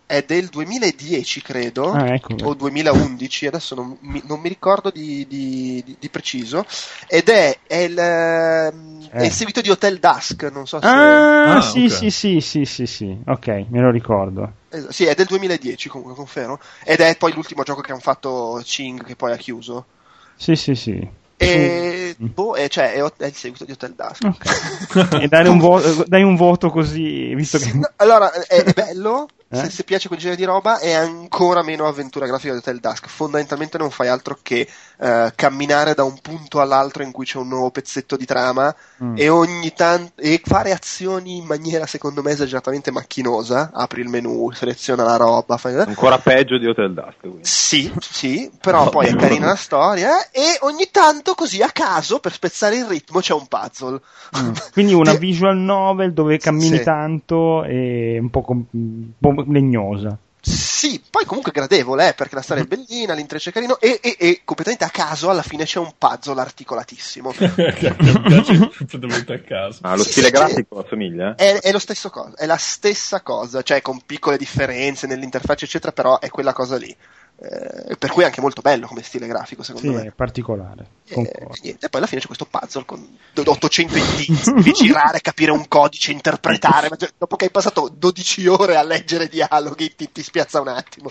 è del duemiladieci credo, ah, ecco. o duemilaundici, adesso non mi, non mi ricordo di, di, di, di preciso, ed è, è, il, eh. è il seguito di Hotel Dusk, non so se... Ah, ah sì, okay. sì, sì, sì, sì, sì, ok, me lo ricordo. Eh, sì, è del duemiladieci comunque, confermo, ed è poi l'ultimo gioco che hanno fatto Ching, che poi ha chiuso. Sì, sì, sì. E boh, è, cioè, è, è il seguito di Hotel Dusk. Okay. E dai un, vo- dai un voto così, visto sì, che... no, allora, è, è bello, eh? se, se piace quel genere di roba, è ancora meno avventura grafica di Hotel Dusk. Fondamentalmente non fai altro che uh, camminare da un punto all'altro in cui c'è un nuovo pezzetto di trama mm. e ogni tanto e fare azioni in maniera secondo me esageratamente macchinosa. Apri il menu, seleziona la roba, fai... ancora peggio di Hotel Dusk. Quindi. Sì, sì, però poi è carina la storia e ogni tanto così a caso per spezzare il ritmo c'è un puzzle. Mm. Quindi una e... visual novel dove cammini sì. tanto e un po', com- un po' legnosa. Sì, poi comunque gradevole, eh, perché la storia è bellina, l'intreccio è carino e, e, e completamente a caso alla fine c'è un puzzle articolatissimo. completamente a caso. Ah, lo sì, stile sì, grafico assomiglia? È, è lo stesso cosa, è la stessa cosa, cioè con piccole differenze nell'interfaccia eccetera, però è quella cosa lì. Eh, per cui è anche molto bello come stile grafico secondo sì, me è particolare e, e poi alla fine c'è questo puzzle con ottocento indizi, devi girare, capire un codice, interpretare ma dopo che hai passato dodici ore a leggere dialoghi ti, ti spiazza un attimo.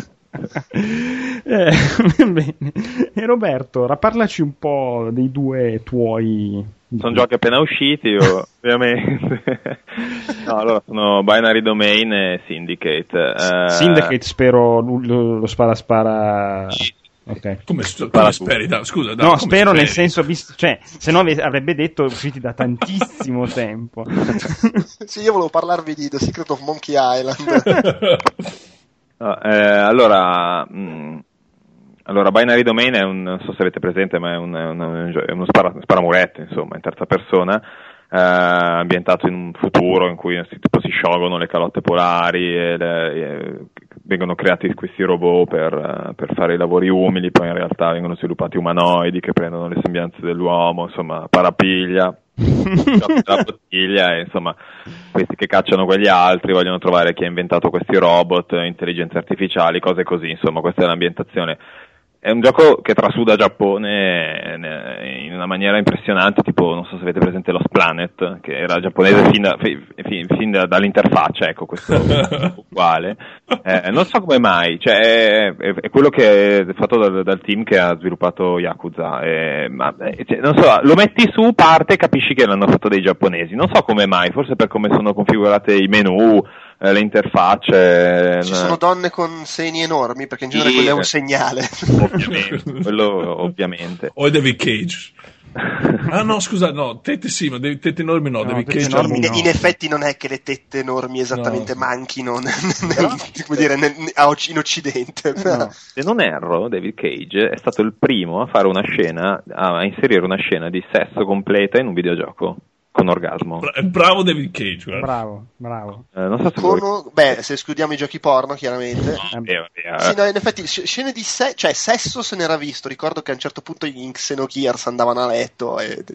eh, bene. E Roberto, parlaci un po' dei due tuoi. Sono giochi appena usciti, ovviamente. No, allora sono Binary Domain e Syndicate. Uh, Syndicate spero lo, lo spara spara. Okay. Come, come speri? Da, scusa, da, no, come spero speri? Nel senso, visto, cioè, se no avrebbe detto usciti da tantissimo tempo. Sì, io volevo parlarvi di The Secret of Monkey Island. no, eh, allora. Mh, Allora, Binary Domain è un, non so se avete presente, ma è, un, è, un, è uno spara, sparamuretto, insomma, in terza persona, eh, ambientato in un futuro in cui si, tipo, si sciolgono le calotte polari e, le, e vengono creati questi robot per, per fare i lavori umili, poi in realtà vengono sviluppati umanoidi che prendono le sembianze dell'uomo, insomma, parapiglia, la bottiglia, e insomma, questi che cacciano quegli altri vogliono trovare chi ha inventato questi robot, intelligenze artificiali, cose così, insomma, questa è l'ambientazione. È un gioco che trasuda Giappone in una maniera impressionante, tipo, non so se avete presente Lost Planet, che era giapponese fin, da, fin, fin da, dall'interfaccia, ecco, questo è uguale. Eh, non so come mai, cioè, è, è, è quello che è fatto dal, dal team che ha sviluppato Yakuza, eh, ma, cioè, non so, lo metti su, parte e capisci che l'hanno fatto dei giapponesi, non so come mai, forse per come sono configurate i menu, le interfacce. Ci sono donne con seni enormi, perché in genere sì, quello è un segnale. Ovviamente, quello ovviamente. O è David Cage. Ah no, scusa, no, tette sì, ma tette enormi no, no David Cage enormi no. In effetti non è che le tette enormi esattamente no, manchino nel, nel, come dire, nel, in Occidente. No. Se non erro, David Cage è stato il primo a fare una scena, a inserire una scena di sesso completa in un videogioco. Con orgasmo. Bravo David Cage, guarda. Bravo, bravo. Eh, non so se con, voi... Beh, se escludiamo i giochi porno, chiaramente. No, via, via. Sì, no, in effetti, scene di se- cioè sesso se n'era visto. Ricordo che a un certo punto in Xenogears andavano a letto. E...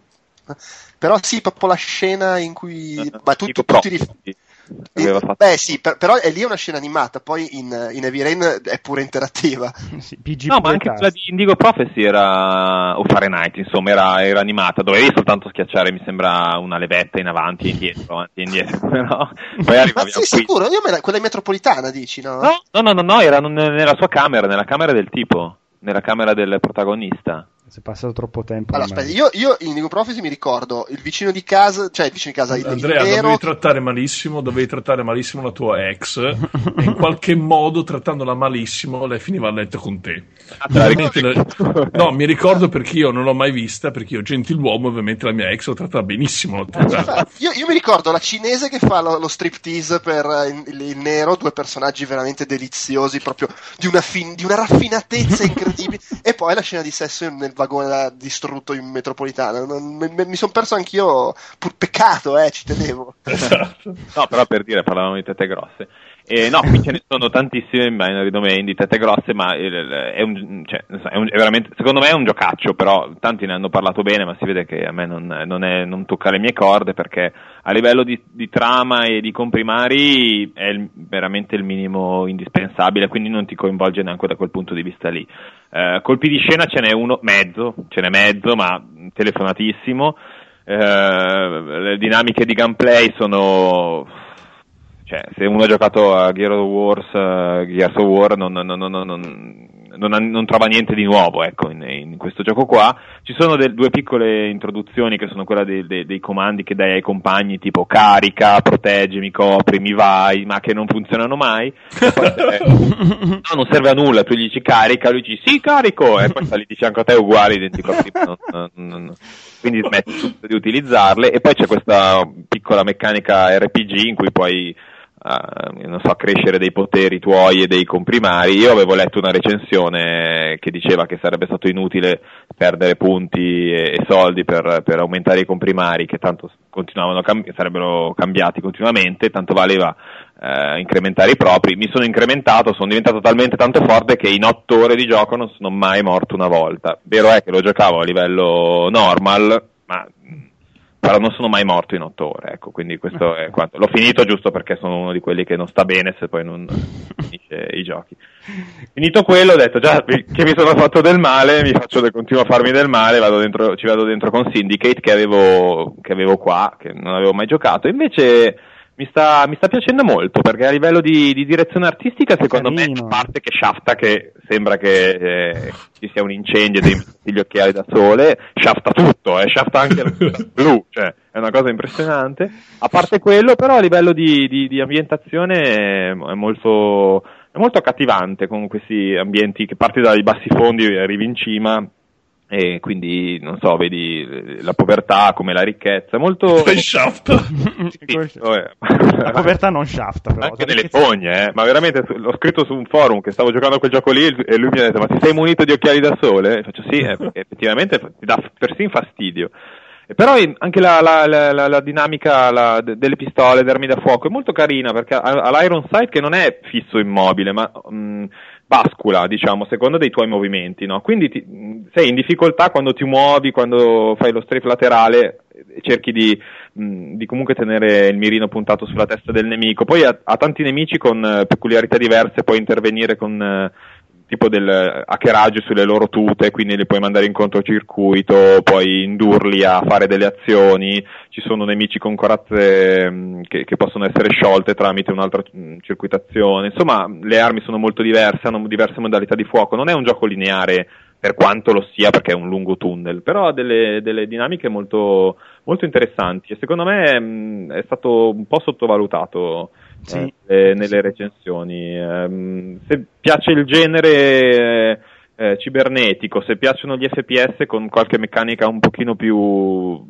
Però sì, proprio la scena in cui... Eh, Ma tu, tu, tu ti rif- aveva fatto... Beh sì, per, però è lì una scena animata, poi in, in Heavy Rain è pure interattiva. Sì, P G no, ma anche quella di Indigo Prophecy era, o Fahrenheit, insomma, era, era animata, dovevi soltanto schiacciare, mi sembra, una levetta in avanti e indietro, avanti e indietro, però poi arrivavi ma sei sicuro? Io me la, quella metropolitana dici, no? No, no, no, no, no, era nella sua camera, nella camera del tipo, nella camera del protagonista. Si è passato troppo tempo. Allora, aspetta, io, io in Indigo Prophecy mi ricordo il vicino di casa, cioè il vicino di casa, il Andrea, nero... dovevi trattare malissimo, dovevi trattare malissimo la tua ex e in qualche modo, trattandola malissimo, lei finiva a letto con te. Ah, no, mi ricordo perché io non l'ho mai vista, perché io gentiluomo, ovviamente la mia ex lo trattava benissimo. Io, io mi ricordo la cinese che fa lo, lo striptease per il, il nero, due personaggi veramente deliziosi, proprio di una, fin, di una raffinatezza incredibile, e poi la scena di sesso nel vagone distrutto in metropolitana. Non, mi, mi sono perso anch'io, pur peccato, eh, ci tenevo. No, però per dire, parlavamo di tette grosse. E no, qui ce ne sono tantissime binary domain di tette grosse, ma è, un, cioè, è, un, è veramente, secondo me è un giocaccio, però tanti ne hanno parlato bene, ma si vede che a me non, non, è, non tocca le mie corde, perché a livello di, di trama e di comprimari è il, veramente il minimo indispensabile, quindi non ti coinvolge neanche da quel punto di vista lì. Eh, colpi di scena ce n'è uno, mezzo, ce n'è mezzo, ma telefonatissimo. Eh, le dinamiche di gameplay sono... Cioè, se uno ha giocato a Gears of War, uh, Gears of War non, non, non, non, non, non trova niente di nuovo, ecco, in, in questo gioco qua. Ci sono de- due piccole introduzioni che sono quella dei, dei, dei comandi che dai ai compagni, tipo carica, proteggimi, coprimi, vai, ma che non funzionano mai. E poi, eh, no, non serve a nulla, tu gli dici carica, lui dice sì, carico, e poi sta lì di fianco a te uguale, identico a prima. Non, non, non. Quindi smetti subito di utilizzarle. E poi c'è questa piccola meccanica R P G in cui puoi Uh, non so, crescere dei poteri tuoi e dei comprimari. Io avevo letto una recensione che diceva che sarebbe stato inutile perdere punti e, e soldi per, per aumentare i comprimari, che tanto continuavano a cam- sarebbero cambiati continuamente, tanto valeva uh, incrementare i propri. Mi sono incrementato, sono diventato talmente tanto forte che in otto ore di gioco non sono mai morto una volta. Vero è che lo giocavo a livello normal, ma però non sono mai morto in otto ore, ecco, quindi questo è quanto. L'ho finito giusto perché sono uno di quelli che non sta bene se poi non finisce i giochi. Finito quello ho detto già che mi sono fatto del male, mi faccio del, continuo a farmi del male, vado dentro, ci vado dentro con Syndicate che avevo, che avevo qua, che non avevo mai giocato, invece mi sta, mi sta piacendo molto, perché a livello di, di direzione artistica secondo Carino. me, a parte che shafta, che sembra che eh, ci sia un incendio dei gli occhiali da sole, shafta tutto, eh, shafta anche la blu, cioè è una cosa impressionante. A parte quello, però a livello di, di, di ambientazione è molto, è molto accattivante, con questi ambienti che parti dai bassi fondi e arrivi in cima. E quindi, non so, vedi la povertà come la ricchezza, molto... Sei shafta! Sì, la povertà non shafta, però. Anche nelle fogne, eh. Ma veramente, l'ho scritto su un forum che stavo giocando a quel gioco lì e lui mi ha detto, ma ti sei munito di occhiali da sole? E faccio sì, eh, perché effettivamente ti dà persino fastidio. E però anche la, la, la, la, la dinamica la, delle pistole, le armi da fuoco è molto carina, perché ha l'Iron Sight che non è fisso immobile, ma... Mh, bascula, diciamo, secondo dei tuoi movimenti, no? Quindi ti, sei in difficoltà quando ti muovi, quando fai lo strafe laterale, cerchi di, mh, di comunque tenere il mirino puntato sulla testa del nemico. Poi ha, ha tanti nemici con uh, peculiarità diverse, puoi intervenire con uh, tipo del hackeraggio sulle loro tute, quindi li puoi mandare in controcircuito, puoi indurli a fare delle azioni. Ci sono nemici con corazze mh, che, che possono essere sciolte tramite un'altra mh, circuitazione. Insomma, le armi sono molto diverse, hanno diverse modalità di fuoco. Non è un gioco lineare, per quanto lo sia, perché è un lungo tunnel, però ha delle, delle dinamiche molto, molto interessanti, e secondo me mh, è stato un po' sottovalutato. Sì. Eh, nelle recensioni. Eh, se piace il genere eh, cibernetico, se piacciono gli F P S con qualche meccanica un pochino più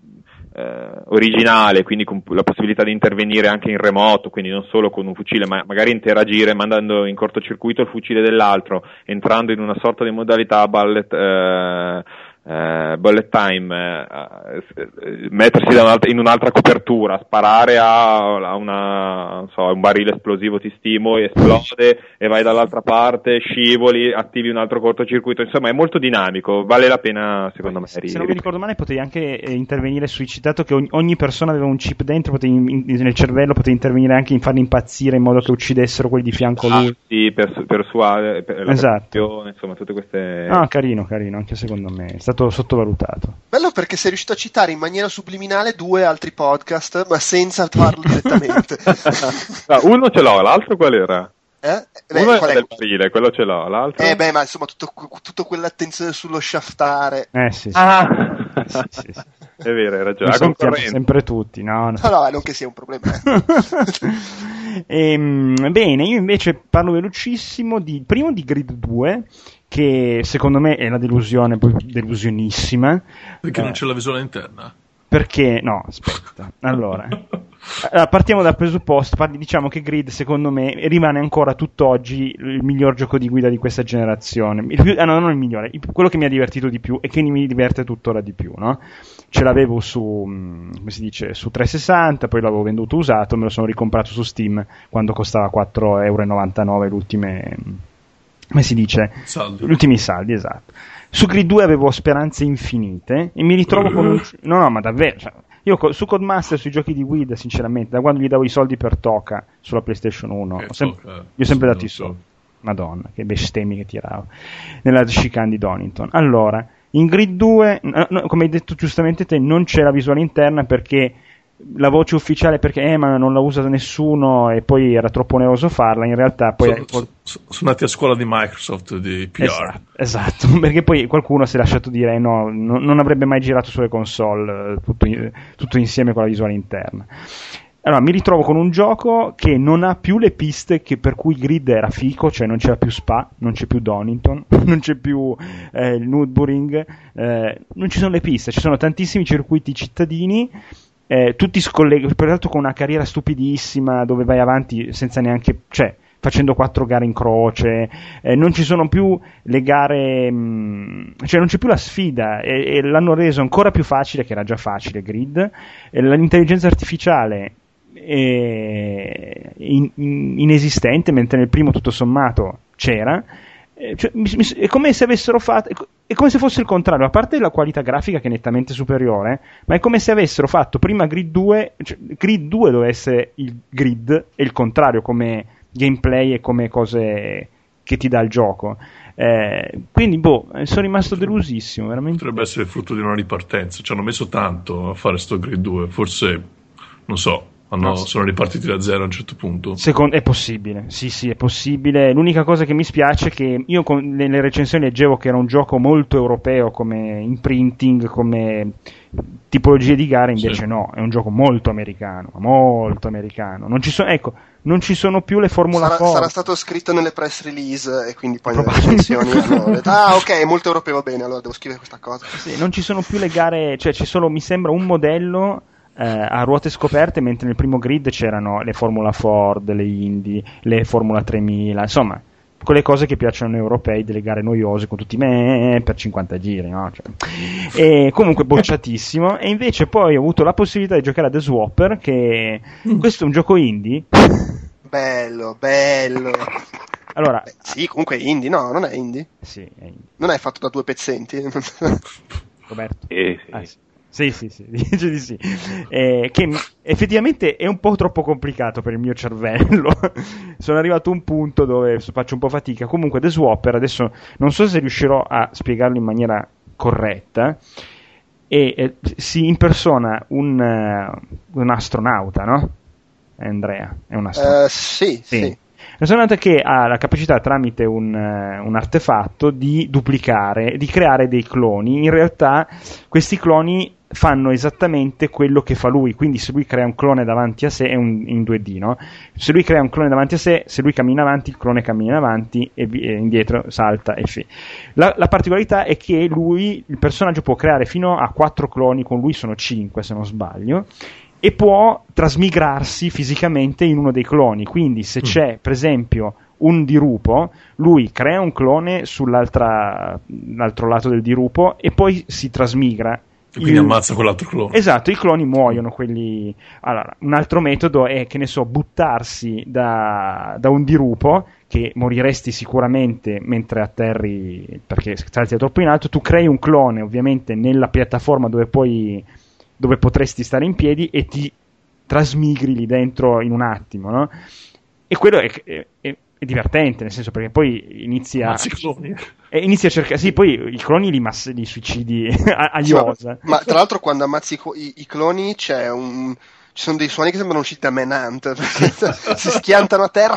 eh, originale, quindi con la possibilità di intervenire anche in remoto, quindi non solo con un fucile, ma magari interagire mandando in cortocircuito il fucile dell'altro, entrando in una sorta di modalità bullet eh, Uh, bullet time, uh, mettersi da un'altra, in un'altra copertura, sparare a, a una, non so, un barile esplosivo, ti stimo, esplode e vai dall'altra parte, scivoli, attivi un altro cortocircuito. Insomma, è molto dinamico, vale la pena, secondo me. Se, se non mi ricordo male, potevi anche eh, intervenire sui citato che ogni, ogni persona aveva un chip dentro, potevi in, in, nel cervello potevi intervenire anche in farli impazzire in modo che uccidessero quelli di fianco a lui. Ah, sì, per, per suave, per esatto. Insomma, tutte queste. Ah, carino, carino, anche secondo me. È stato sottovalutato. Bello perché sei riuscito a citare in maniera subliminale due altri podcast, ma senza farlo direttamente. No, uno ce l'ho, l'altro qual era? Eh? Beh, uno qual è è? del barile, quello ce l'ho, l'altro? Eh beh, ma insomma, tutto, tutto quell'attenzione sullo shaftare. Eh sì, sì. Ah. sì, sì, sì. È vero, hai ragione. Sempre tutti, no, no. No, no, non che sia un problema. e, bene, io invece parlo velocissimo di primo di Grid due, che secondo me è la delusione, delusionissima. Perché eh. non c'è la visuale interna? perché no, aspetta, allora Allora, partiamo dal presupposto, diciamo che Grid secondo me rimane ancora tutt'oggi il miglior gioco di guida di questa generazione, il più, ah, no, non il migliore, il, quello che mi ha divertito di più e che mi diverte tuttora di più, no? Ce l'avevo su, come si dice, su trecentosessanta, poi l'avevo venduto usato, me lo sono ricomprato su Steam quando costava quattro virgola novantanove euro l'ultime, come si dice, saldi. Gli ultimi saldi, esatto. Su Grid due avevo speranze infinite e mi ritrovo con un, no no ma davvero, cioè, io su Codemaster, sui giochi di guida, sinceramente, da quando gli davo i soldi per Toca sulla PlayStation uno, ho sem- toca, gli ho sempre dati i soldi. Madonna, che bestemmi che tiravo nella chicane di Donington. Allora, in Grid due, no, no, come hai detto giustamente te, non c'è la visuale interna perché la voce ufficiale, perché eh, ma non la usa nessuno e poi era troppo oneroso farla, in realtà poi sono, sono andati a scuola di Microsoft di P R. Esatto, esatto, perché poi qualcuno si è lasciato dire eh, no, no, non avrebbe mai girato sulle console tutto, tutto insieme con la visuale interna. Allora mi ritrovo con un gioco che non ha più le piste che per cui Grid era fico, cioè non c'era più Spa, non c'è più Donington, non c'è più eh, il Nürburgring, eh, non ci sono le piste, ci sono tantissimi circuiti cittadini. Eh, tutti scollegati, peraltro con una carriera stupidissima dove vai avanti senza neanche, cioè facendo quattro gare in croce, eh, non ci sono più le gare, mh, cioè non c'è più la sfida e, e l'hanno reso ancora più facile, che era già facile Grid, e l'intelligenza artificiale è in, in, inesistente, mentre nel primo tutto sommato c'era. Cioè, mi, mi, è come se avessero fatto, è come se fosse il contrario, a parte la qualità grafica che è nettamente superiore, ma è come se avessero fatto prima Grid due, cioè Grid due doveva essere il Grid e il contrario come gameplay e come cose che ti dà il gioco. Eh, quindi boh, sono rimasto delusissimo veramente. Potrebbe essere il frutto di una ripartenza, ci hanno messo tanto a fare sto Grid due, forse non so. No, no, sono ripartiti da zero a un certo punto. Secondo, è possibile, sì sì è possibile. L'unica cosa che mi spiace è che io con, nelle recensioni leggevo che era un gioco molto europeo come imprinting, come tipologie di gare, invece sì. No, è un gioco molto americano, molto americano. Non ci sono, ecco, non ci sono più le Formula sarà, Ford. Sarà stato scritto nelle press release e quindi poi nelle recensioni hanno detto, ah ok, è molto europeo, bene, allora devo scrivere questa cosa. Sì, non ci sono più le gare, cioè ci sono, mi sembra, un modello Eh, a ruote scoperte, mentre nel primo Grid c'erano le Formula Ford, le Indy, le Formula tremila, insomma quelle cose che piacciono agli europei, delle gare noiose con tutti me per cinquanta giri, no? Cioè, e comunque bocciatissimo. E invece poi ho avuto la possibilità di giocare a The Swapper, che mm. questo è un gioco indie bello bello allora Beh, sì, comunque è indie, no? Non è indie? Sì, è indie. Non è fatto da due pezzenti? Roberto? Eh, sì. Ah, sì. Sì, sì, sì, dice di sì. Eh, che effettivamente è un po' troppo complicato per il mio cervello. Sono arrivato a un punto dove faccio un po' fatica. Comunque The Swapper, adesso non so se riuscirò a spiegarlo in maniera corretta, e eh, si impersona un, uh, un astronauta, no? Andrea, è un astronauta. Uh, sì, sì. sì. Un astronauta che ha la capacità tramite un, uh, un artefatto di duplicare, di creare dei cloni. In realtà questi cloni fanno esattamente quello che fa lui, quindi se lui crea un clone davanti a sé, è un, in due D, no? Se lui crea un clone davanti a sé, se lui cammina avanti, il clone cammina avanti e, e indietro salta e fi. La, la particolarità è che lui, il personaggio può creare fino a quattro cloni, con lui sono cinque se non sbaglio, e può trasmigrarsi fisicamente in uno dei cloni, quindi se mm. c'è per esempio un dirupo, lui crea un clone sull'altro lato del dirupo e poi si trasmigra. E quindi il... ammazza quell'altro clone. Esatto, i cloni muoiono, quelli. Allora, un altro metodo è, che ne so, buttarsi da, da un dirupo, che moriresti sicuramente mentre atterri perché salti troppo in alto. Tu crei un clone ovviamente nella piattaforma dove poi dove potresti stare in piedi e ti trasmigri lì dentro in un attimo, no? E quello è, è, è è divertente, nel senso, perché poi inizia e inizia a cercare, sì, poi i cloni li, mass- li suicidi a, a iosa. Ma, ma tra l'altro quando ammazzi i, i cloni c'è un ci sono dei suoni che sembrano usciti da Manhunt, perché si schiantano a terra,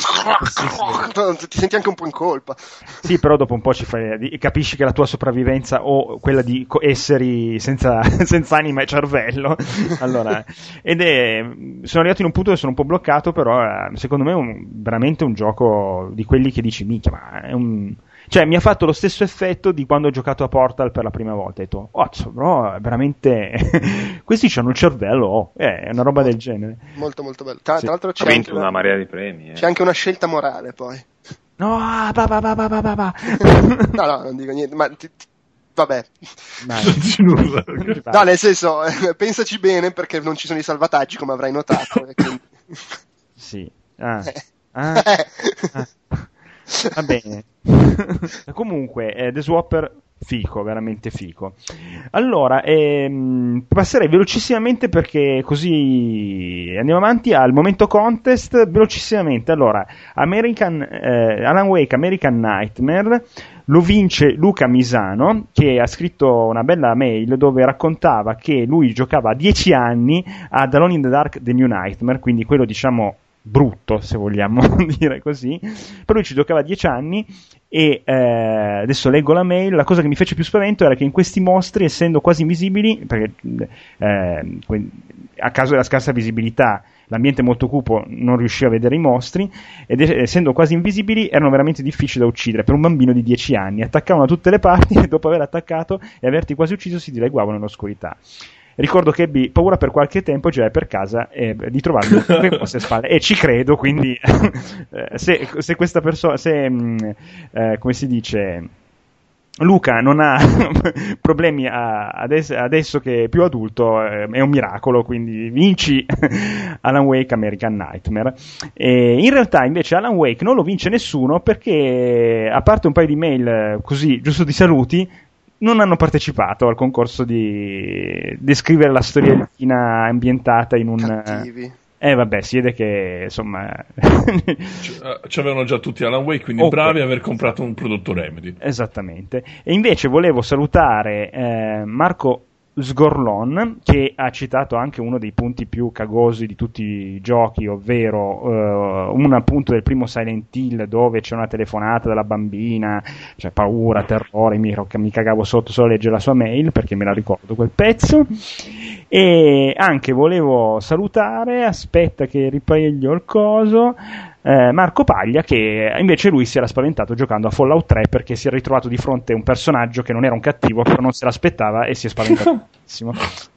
ti senti anche un po' in colpa. Sì, però dopo un po' ci fai, capisci che la tua sopravvivenza o quella di esseri senza, senza anima e cervello, allora, ed è, sono arrivato in un punto dove sono un po' bloccato, però secondo me è un, veramente un gioco di quelli che dici, minchia, ma è un Cioè, mi ha fatto lo stesso effetto di quando ho giocato a Portal per la prima volta. Ho detto, oh, bro, è veramente... questi c'hanno il cervello, oh, è una roba del genere. Molto, molto bello. Tra, sì. tra l'altro c'è ha vinto anche una marea di premi. Eh. C'è anche una scelta morale, poi. No, ah, bah, bah, bah, bah, bah, bah. no, no, non dico niente, ma... Ti, ti, vabbè. Non no, nel senso, pensaci bene, perché non ci sono i salvataggi, come avrai notato. E quindi... Sì. Ah. Eh. Ah. Ah. Va bene. Comunque, eh, The Swapper fico, veramente fico. Allora, ehm, passerei velocissimamente perché così andiamo avanti al momento contest, velocissimamente. Allora, American, eh, Alan Wake American Nightmare lo vince Luca Misano, che ha scritto una bella mail dove raccontava che lui giocava a dieci anni ad Alone in the Dark The New Nightmare, quindi quello, diciamo, brutto, se vogliamo dire così. Per lui ci giocava dieci anni e eh, adesso leggo la mail. La cosa che mi fece più spavento era che in questi mostri, essendo quasi invisibili, perché eh, a causa della scarsa visibilità l'ambiente è molto cupo, non riusciva a vedere i mostri, ed essendo quasi invisibili erano veramente difficili da uccidere per un bambino di dieci anni. Attaccavano da tutte le parti e dopo aver attaccato e averti quasi ucciso si dileguavano nell'oscurità. Ricordo che ebbi paura per qualche tempo, girai per casa e di trovarmi con le spalle, e ci credo, quindi se, se questa persona, se eh, come si dice, Luca non ha problemi a, adesso, adesso che è più adulto, eh, è un miracolo, quindi vinci Alan Wake American Nightmare. E in realtà invece Alan Wake non lo vince nessuno, perché a parte un paio di mail così giusto di saluti, non hanno partecipato al concorso di descrivere la storiellina ambientata in un... Cattivi. Eh vabbè, si vede che insomma ci avevano già tutti Alan Wake, quindi okay. Bravi a aver comprato un prodotto Remedy. Esattamente. E invece volevo salutare eh, Marco Sgorlon, che ha citato anche uno dei punti più cagosi di tutti i giochi, ovvero uh, un appunto del primo Silent Hill dove c'è una telefonata della bambina, cioè paura, terrore, mi, mi cagavo sotto solo a leggere la sua mail perché me la ricordo quel pezzo. E anche volevo salutare, aspetta che ripaglio il coso, eh, Marco Paglia, che invece lui si era spaventato giocando a Fallout tre perché si era ritrovato di fronte a un personaggio che non era un cattivo, però non se l'aspettava e si è spaventato tantissimo.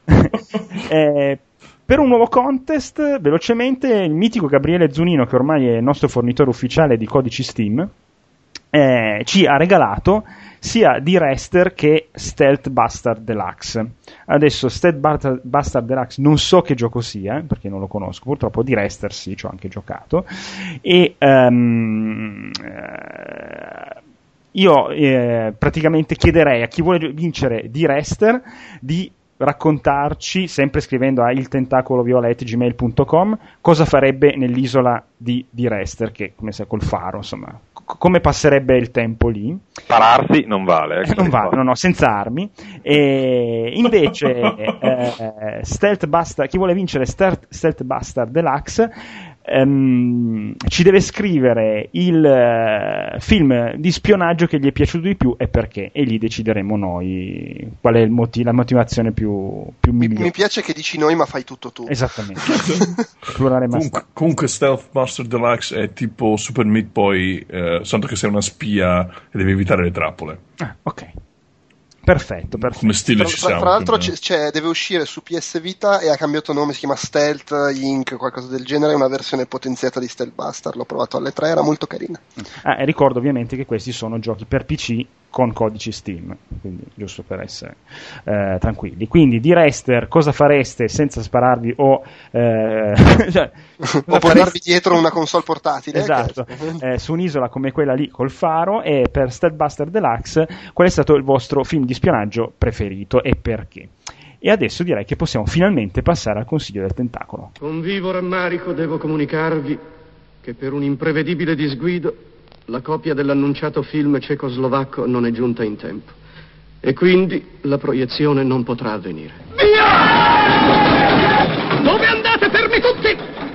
eh, per un nuovo contest, velocemente, il mitico Gabriele Zunino, che ormai è il nostro fornitore ufficiale di codici Steam, eh, ci ha regalato sia D-Rester che Stealth Bastard Deluxe. Adesso Stealth Bastard Deluxe non so che gioco sia, perché non lo conosco, purtroppo D-Rester sì, ci ho anche giocato, e um, eh, io eh, praticamente chiederei a chi vuole vincere D-Rester di raccontarci, sempre scrivendo a iltentacoloviola chiocciola gmail punto com, cosa farebbe nell'isola di D-Rester, che come se col faro, insomma, c- come passerebbe il tempo lì. Pararsi non vale. Eh, non vale, no, no, senza armi. E invece eh, Stealth Bastard, chi vuole vincere Stealth, Stealth Bastard Deluxe, Um, ci deve scrivere il uh, film di spionaggio che gli è piaciuto di più e perché, e lì decideremo noi qual è il motiv- la motivazione più, più mi, migliore. Mi piace che dici noi ma fai tutto tu. Esattamente. Plurale comunque, comunque Stealth Master Deluxe è tipo Super Meat Boy, eh, santo che sei una spia e devi evitare le trappole. Ah, ok. Perfetto, perfetto. Come stile tra, ci tra, siamo. tra l'altro c'è, c'è, deve uscire su P S Vita e ha cambiato nome, si chiama Stealth Inc, qualcosa del genere, è una versione potenziata di Stealth Bastard, l'ho provato alle tre, era molto carina. Ah, e ricordo ovviamente che questi sono giochi per P C con codici Steam, quindi giusto per essere eh, tranquilli. Quindi di Rester, cosa fareste senza spararvi o eh, cioè, o portarvi dietro una console portatile? Esatto, eh, su un'isola come quella lì col faro. E per Stealth Bastard Deluxe, qual è stato il vostro film di spionaggio preferito e perché? E adesso direi che possiamo finalmente passare al consiglio del tentacolo. Con vivo rammarico devo comunicarvi che per un imprevedibile disguido la copia dell'annunciato film cecoslovacco non è giunta in tempo e quindi la proiezione non potrà avvenire. Via! Dove andate, fermi tutti?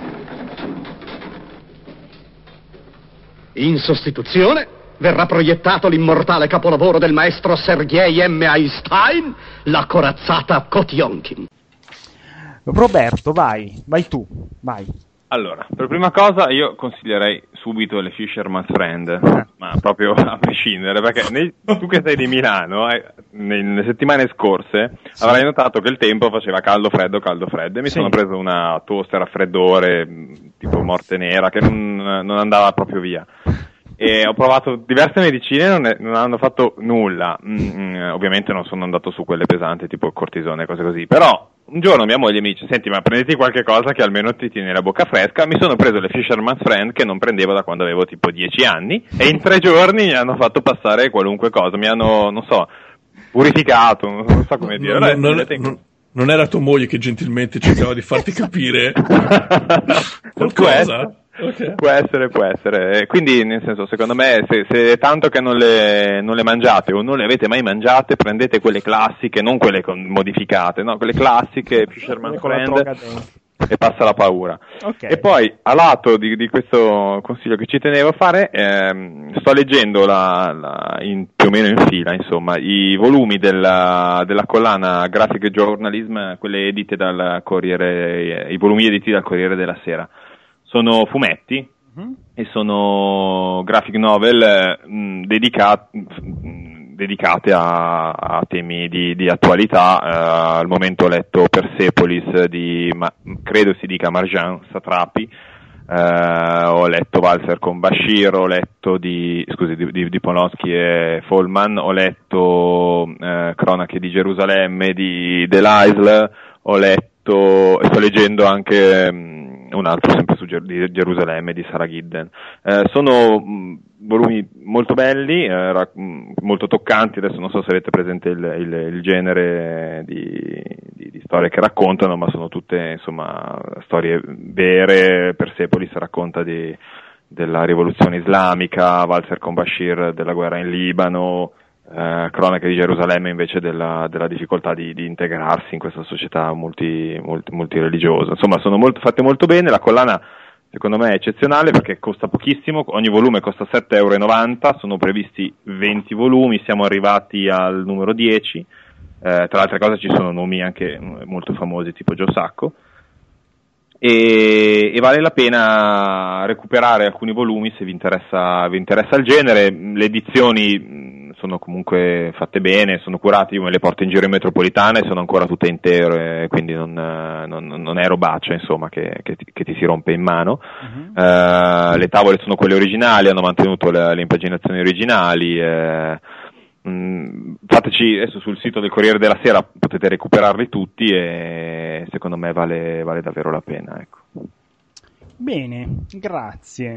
In sostituzione verrà proiettato l'immortale capolavoro del maestro Sergei M. Einstein, La corazzata Kotionkin. Roberto, vai, vai tu, vai. Allora, per prima cosa io consiglierei subito le Fisherman's Friend, ma proprio a prescindere, perché nei, tu che sei di Milano, eh, nelle settimane scorse sì. avrai notato che il tempo faceva caldo, freddo, caldo, freddo, e mi sì. sono preso una toaster raffreddore tipo morte nera che non, non andava proprio via. E ho provato diverse medicine, non, è, non hanno fatto nulla. Mm, ovviamente non sono andato su quelle pesanti tipo il cortisone e cose così, però un giorno mia moglie mi dice: senti, ma prenditi qualche cosa che almeno ti tiene la bocca fresca. Mi sono preso le Fisherman's Friend che non prendevo da quando avevo tipo dieci anni, e in tre giorni mi hanno fatto passare qualunque cosa, mi hanno, non so, purificato, non so come dire. Non, non, non, non era tua moglie che gentilmente cercava di farti capire qualcosa? Okay. Può essere, può essere. Quindi, nel senso, secondo me, se, se è tanto che non le, non le mangiate o non le avete mai mangiate, prendete quelle classiche, non quelle con, modificate, no? Quelle classiche, Fisherman's Friend, e passa la paura. Okay. E poi, a lato di, di questo consiglio che ci tenevo a fare, ehm, sto leggendo la, la, in, più o meno in fila, insomma, i volumi della, della collana Graphic Journalism, quelle edite dal Corriere, i volumi editi dal Corriere della Sera. Sono fumetti uh-huh. e sono graphic novel mh, dedica- mh, dedicate a, a temi di, di attualità. Uh, al momento ho letto Persepolis di, ma, credo si dica Marjan Satrapi, uh, ho letto Walzer con Bashir, ho letto di, scusi, di, di, di Polonsky e Follman, ho letto uh, Cronache di Gerusalemme di Delisle, ho letto, e sto leggendo anche mh, un altro sempre su Ger- di Gerusalemme di Sarah Gidden. Eh, sono mh, volumi molto belli, eh, ra- mh, molto toccanti. Adesso non so se avete presente il, il, il genere di, di, di storie che raccontano, ma sono tutte insomma storie vere. Persepolis racconta di, della rivoluzione islamica, Walzer con Bashir della guerra in Libano, Uh, Cronache di Gerusalemme invece della, della difficoltà di, di integrarsi in questa società multi, multi, multireligiosa. Insomma, sono molto, fatte molto bene. La collana secondo me è eccezionale perché costa pochissimo, ogni volume costa sette virgola novanta euro, sono previsti venti volumi, siamo arrivati al numero dieci, uh, tra altre cose ci sono nomi anche molto famosi tipo Joe Sacco. E, e vale la pena recuperare alcuni volumi se vi interessa, vi interessa il genere. Le edizioni sono comunque fatte bene, sono curate, io me le porto in giro in metropolitana e sono ancora tutte intere, quindi non, non, non è robaccia insomma che, che, ti, che ti si rompe in mano. Uh-huh. Uh, le tavole sono quelle originali, hanno mantenuto le, le impaginazioni originali. Eh, mh, fateci adesso sul sito del Corriere della Sera, potete recuperarli tutti e secondo me vale, vale davvero la pena, ecco. Bene, grazie.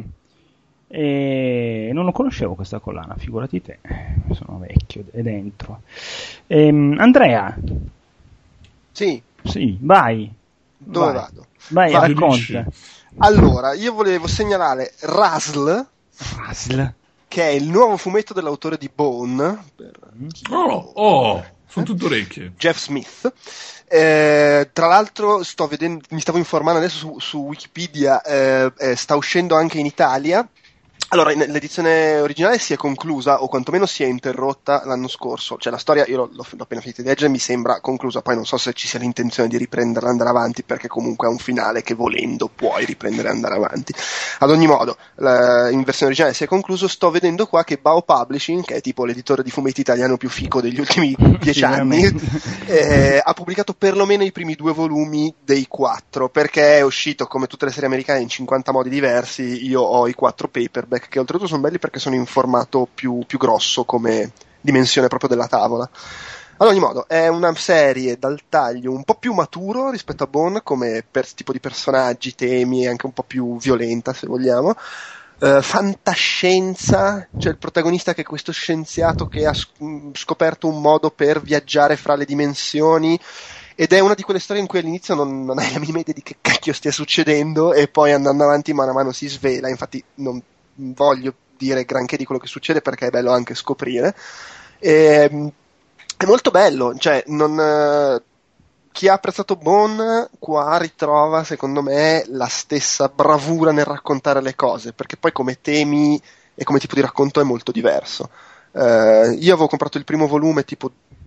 E non lo conoscevo questa collana, figurati te, sono vecchio e dentro. Ehm, Andrea? Sì. Sì, vai. Dove vai. vado? Vai, vai racconta. Allora, io volevo segnalare Rasl, Rasl, che è il nuovo fumetto dell'autore di Bone. Per oh, oh, sono tutto orecchie. Jeff Smith. Eh, tra l'altro sto vedendo, mi stavo informando adesso su, su Wikipedia, eh, eh, sta uscendo anche in Italia. Allora, l'edizione originale si è conclusa, o quantomeno si è interrotta l'anno scorso. Cioè, la storia, io l'ho, l'ho appena finita di leggere, mi sembra conclusa. Poi non so se ci sia l'intenzione di riprenderla e andare avanti, perché comunque ha un finale che volendo puoi riprendere e andare avanti. Ad ogni modo, la, in versione originale si è concluso. Sto vedendo qua che Bao Publishing, che è tipo l'editore di fumetti italiano più fico degli ultimi dieci anni, eh, ha pubblicato perlomeno i primi due volumi dei quattro, perché è uscito, come tutte le serie americane, in cinquanta modi diversi. Io ho i quattro paperback, che oltretutto sono belli perché sono in formato più, più grosso come dimensione proprio della tavola. Ad ogni modo, è una serie dal taglio un po' più maturo rispetto a Bone come per tipo di personaggi, temi, e anche un po' più violenta se vogliamo. Uh, fantascienza, c'è il protagonista che è questo scienziato che ha scoperto un modo per viaggiare fra le dimensioni, ed è una di quelle storie in cui all'inizio non, non hai la minima idea di che cacchio stia succedendo, e poi andando avanti mano a mano si svela. Infatti non voglio dire granché di quello che succede perché è bello anche scoprire. E, è molto bello, cioè non, chi ha apprezzato Bone qua ritrova secondo me la stessa bravura nel raccontare le cose, perché poi come temi e come tipo di racconto è molto diverso. Uh, io avevo comprato il primo volume tipo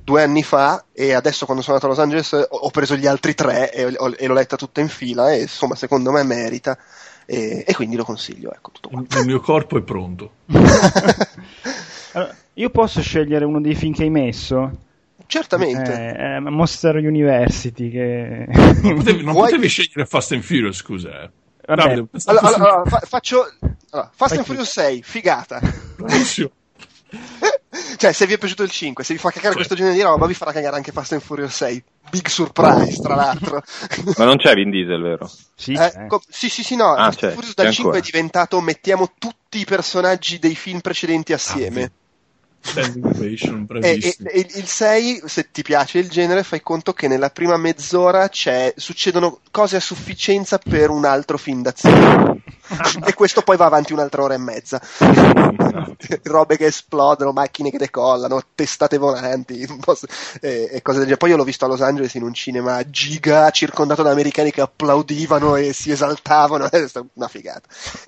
due anni fa, e adesso quando sono andato a Los Angeles ho, ho preso gli altri tre e, ho, e l'ho letta tutta in fila, e insomma secondo me merita, e, e quindi lo consiglio, ecco, tutto qua. Il, il mio corpo è pronto. Allora, io posso scegliere uno dei film che hai messo? Certamente. Eh, eh, Monster University, che... non potevi, non potevi scegliere Fast and Furious, scusa. Eh. Vabbè, allora, allora, allora, fa, faccio allora, Fast and Furious sei, figata. Bravissimo. Cioè, se vi è piaciuto il cinque, se vi fa cagare questo genere di roba, vi farà cagare anche Fast and Furious sei. Big surprise, tra l'altro. Ma non c'è Vin Diesel, vero? Sì, eh, co- sì, sì, sì, no. Ah, Fast and Furious dal cinque ancora. è diventato mettiamo tutti i personaggi dei film precedenti assieme. Ah, Ovation, e, e, e il sei, se ti piace il genere, fai conto che nella prima mezz'ora c'è, succedono cose a sufficienza per un altro film d'azione. E questo poi va avanti un'altra ora e mezza. Robe che esplodono, macchine che decollano, testate volanti e, e cose del genere. Poi io l'ho visto a Los Angeles in un cinema giga, circondato da americani che applaudivano e si esaltavano. È una figata.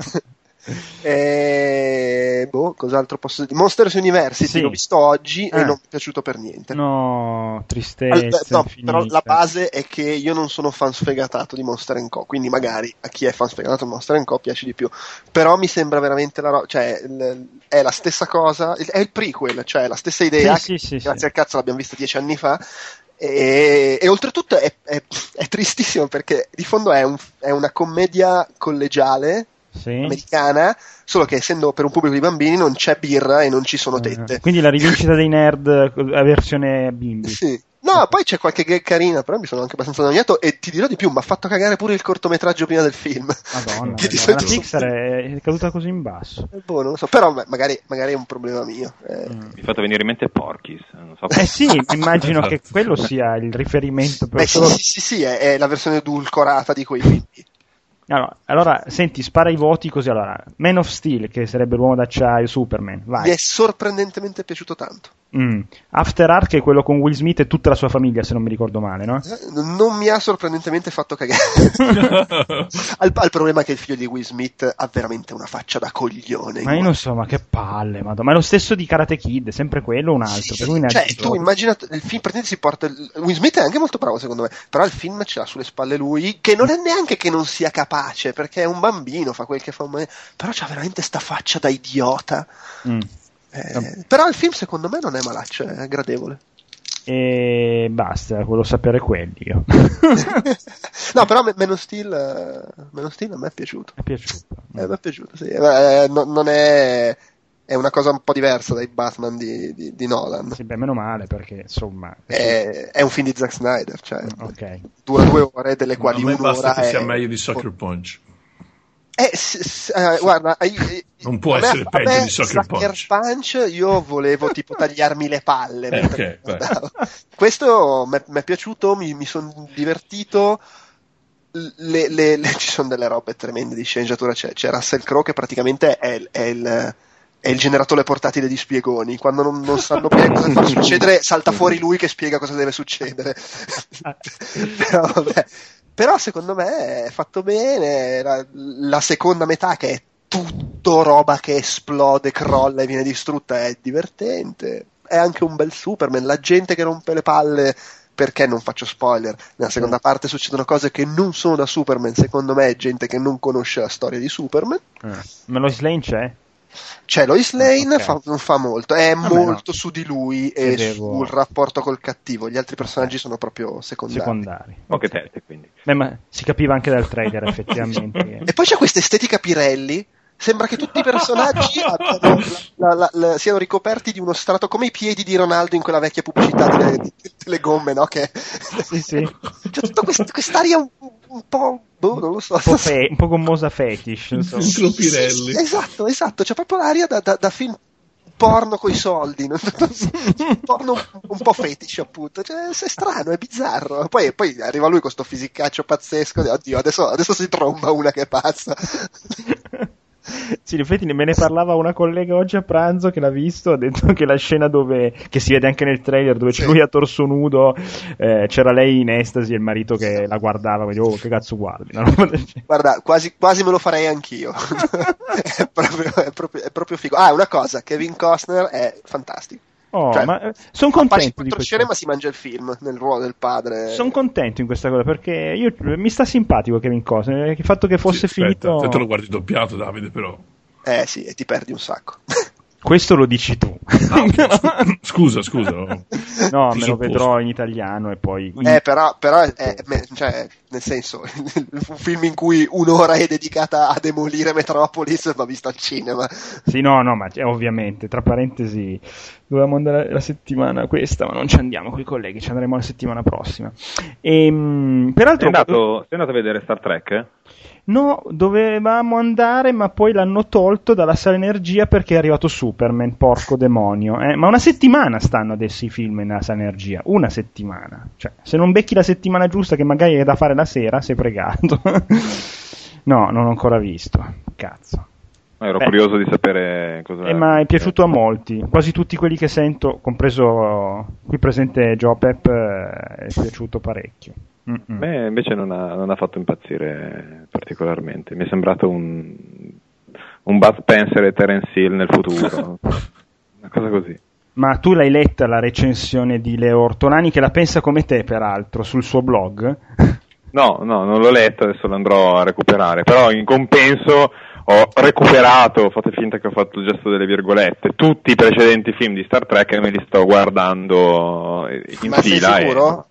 E... boh, cos'altro posso dire? Monsters University, sì. L'ho visto oggi eh. e non mi è piaciuto per niente. No, tristezza. Allora, no, però la base è che io non sono fan sfegatato di Monster and Co, quindi magari a chi è fan sfegatato di Monster and Co piace di più. Però mi sembra veramente la ro- cioè l- è la stessa cosa, è il prequel, cioè la stessa idea, sì, che sì, sì, grazie sì. al cazzo l'abbiamo vista dieci anni fa. E, e oltretutto è, è, è tristissimo perché di fondo è, un, è una commedia collegiale, sì, americana, solo che essendo per un pubblico di bambini non c'è birra e non ci sono tette. Uh, quindi la rivincita dei nerd a versione bimbi. Sì. No, poi c'è qualche gag carina, però mi sono anche abbastanza annoiato, e ti dirò di più, mi ha fatto cagare pure il cortometraggio prima del film. Madonna, che madonna. La Pixar è caduta così in basso. Eh, boh, non lo so, però magari, magari è un problema mio. Eh. Mm. Mi ha fatto venire in mente Porky's. Non so eh sì, immagino che quello sia il riferimento per Beh, sì, sì, sì, sì, è, è la versione edulcorata di quei film. Allora, allora, senti, spara i voti così. Allora, Man of Steel, che sarebbe l'uomo d'acciaio, Superman, vai. Mi è sorprendentemente piaciuto tanto. Mm. After Dark è quello con Will Smith e tutta la sua famiglia, se non mi ricordo male, no? Non mi ha sorprendentemente fatto cagare. al, al problema che il figlio di Will Smith ha veramente una faccia da coglione. Ma io non so, ma che palle, madonna. Ma è lo stesso di Karate Kid, sempre quello o un altro? Sì, per cui cioè, tu immagina, il film praticamente si porta. Will Smith è anche molto bravo, secondo me, però il film ce l'ha sulle spalle lui, che non è neanche che non sia capace, perché è un bambino, fa quel che fa un bambino, però c'ha veramente sta faccia da idiota. Mm. Eh, però il film secondo me non è malaccio, è gradevole. E basta, volevo sapere quelli io. No, però Man of Steel, Man of Steel a me è piaciuto. È piaciuto. Eh, mi è piaciuto, sì. Eh, no, non è è una cosa un po' diversa dai Batman di, di, di Nolan. Sì, beh, meno male, perché insomma è, è un film di Zack Snyder, cioè okay. Dura due ore, delle quali un'ora. Basta che sia è... meglio di Sucker Punch. Eh, s- s- uh, guarda, io, non può essere peggio me, di Sucker Punch. Punch. Io volevo tipo tagliarmi le palle. Eh, okay, questo mi è piaciuto, mi, mi sono divertito. Le, le, le, ci sono delle robe tremende di sceneggiatura. C'è, c'è Russell Crowe che praticamente è, è il. È il generatore portatile di spiegoni. Quando non, non sanno bene cosa far succedere, salta fuori lui che spiega cosa deve succedere. Però, vabbè. Però secondo me è fatto bene. La, la seconda metà, che è tutto roba che esplode, crolla e viene distrutta, è divertente. È anche un bel Superman. La gente che rompe le palle, perché non faccio spoiler, nella seconda parte succedono cose che non sono da Superman. Secondo me è gente che non conosce la storia di Superman. eh. Ma Lois Lane c'è? C'è Lois Lane, okay. fa, non fa molto, è Vabbè, molto no. su di lui e Vedevo... sul rapporto col cattivo. Gli altri personaggi sono proprio secondari. Secondari. Poche tette, quindi. Beh, ma si capiva anche dal trailer, effettivamente. E poi c'è questa estetica Pirelli. Sembra che tutti i personaggi abbiano, la, la, la, siano ricoperti di uno strato come i piedi di Ronaldo in quella vecchia pubblicità delle, delle gomme, no? Che... Sì, sì. C'è tutta quest, quest'aria un, un po', boh, non lo so. Un po', fe- un po' gommosa fetish. Filtro Pirelli. Esatto, esatto. C'è proprio l'aria da, da, da film porno coi soldi. Porno un, un po' fetish, appunto. Cioè, è strano, è bizzarro. Poi, poi arriva lui con sto fisicaccio pazzesco. Oddio, adesso, adesso si tromba una che è pazza. Sì, in effetti me ne parlava una collega oggi a pranzo che l'ha visto, ha detto che la scena dove, che si vede anche nel trailer, dove c'è sì. lui a torso nudo, eh, c'era lei in estasi e il marito che la guardava, quindi, oh, che cazzo guardi? No? Guarda, quasi, quasi me lo farei anch'io. è, proprio, è, proprio, è proprio figo. Ah, una cosa, Kevin Costner è fantastico. Oh, cioè, ma sono contento di questo. cinema si mangia il film nel ruolo del padre. Sono contento in questa cosa perché io, mi sta simpatico Kevin Costner, il fatto che fosse sì, aspetta, finito. Se te lo guardi doppiato, Davide, però. Eh sì, e ti perdi un sacco. Questo lo dici tu. Ah, scusa, scusa. No, no me lo vedrò in italiano e poi. Eh, però, però è, è, cioè, nel senso, un film in cui un'ora è dedicata a demolire Metropolis va visto al cinema. Sì, no, no, ma cioè, ovviamente, tra parentesi, dovevamo andare la settimana questa, ma non ci andiamo con i colleghi, ci andremo la settimana prossima. E, peraltro, sei andato, sei andato a vedere Star Trek? Eh? No, dovevamo andare, ma poi l'hanno tolto dalla sala Energia perché è arrivato Superman, porco demonio. Eh? Ma una settimana stanno adesso i film nella sala Energia, una settimana. Cioè, se non becchi la settimana giusta, che magari è da fare la sera, sei pregato. No, non ho ancora visto. Cazzo. Ero Beh, curioso di sapere cosa... Eh, ma è piaciuto a molti, quasi tutti quelli che sento, compreso qui presente Joe Pep, è piaciuto parecchio. Mm-mm. Beh, invece non ha, non ha fatto impazzire particolarmente, mi è sembrato un, un Bud Spencer e Terence Hill nel futuro, una cosa così. Ma tu l'hai letta la recensione di Leo Ortolani, che la pensa come te peraltro, sul suo blog? No, no, non l'ho letto, adesso lo andrò a recuperare, però in compenso ho recuperato, fate finta che ho fatto il gesto delle virgolette, tutti i precedenti film di Star Trek e me li sto guardando in Ma fila. sei sicuro?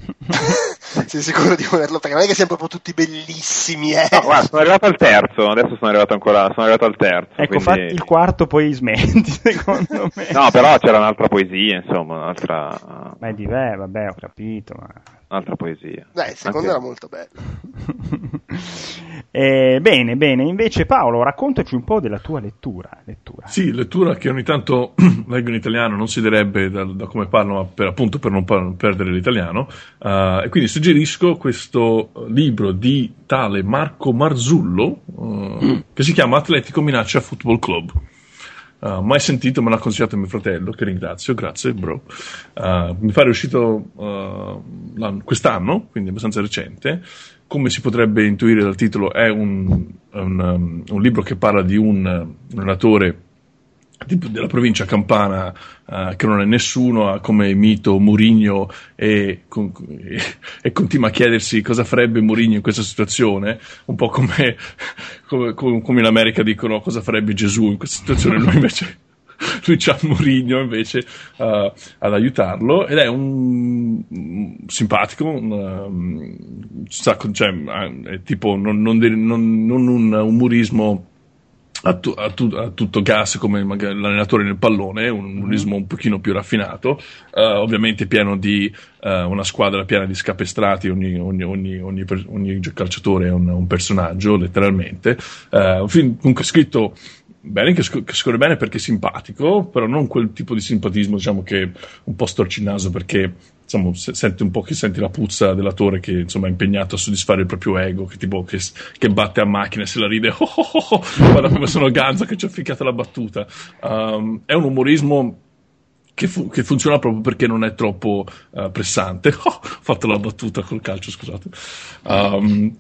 E... sei sicuro di volerlo? Perché non è che siamo proprio tutti bellissimi, eh? No, guarda, sono arrivato al terzo, adesso sono arrivato ancora, sono arrivato al terzo. Ecco, quindi... fatti il quarto, poi smetti, secondo me. No, però c'era un'altra poesia, insomma, un'altra... Ma è diverso, vabbè, ho capito, ma... Un'altra poesia. Dai, il secondo Anche... era molto bello. eh, bene, bene, invece Paolo, raccontaci un po' della tua lettura. lettura. Sì, lettura che ogni tanto leggo in italiano, non si direbbe da, da come parlo, ma per, appunto per non, par- non perdere l'italiano, uh, e quindi suggerisco questo libro di tale Marco Marzullo, uh, mm. che si chiama Atletico Minaccia Football Club. Uh, mai sentito, me l'ha consigliato mio fratello, che ringrazio, grazie bro. Uh, mi pare uscito uh, quest'anno, quindi abbastanza recente. Come si potrebbe intuire dal titolo, è un, un, um, un libro che parla di un, un allenatore tipo della provincia campana, uh, che non è nessuno, ha come mito Mourinho e, con, e, e continua a chiedersi cosa farebbe Mourinho in questa situazione, un po' come, come, come in America dicono cosa farebbe Gesù in questa situazione. Lui invece lui c'ha Mourinho invece uh, ad aiutarlo, ed è un, un simpatico, un, um, cioè, è tipo non, non, non, non un umorismo A, tu, a, tu, a tutto gas come magari l'allenatore nel pallone, un umorismo un pochino più raffinato, uh, ovviamente pieno di uh, una squadra piena di scapestrati, ogni, ogni, ogni, ogni, ogni calciatore è un, un personaggio letteralmente, uh, un film comunque scritto bene, che, sc- che scorre bene perché è simpatico, però non quel tipo di simpatismo, diciamo, che un po' storci il naso perché insomma se- senti un po' che senti la puzza dell'attore che insomma è impegnato a soddisfare il proprio ego, che tipo che, che batte a macchina e se la ride, oh, oh, oh, oh, guarda come sono ganzo che ci ho ficcato la battuta. Um, è un umorismo Che, fu- che funziona proprio perché non è troppo uh, pressante. Oh, ho fatto la battuta col calcio, scusate. Um,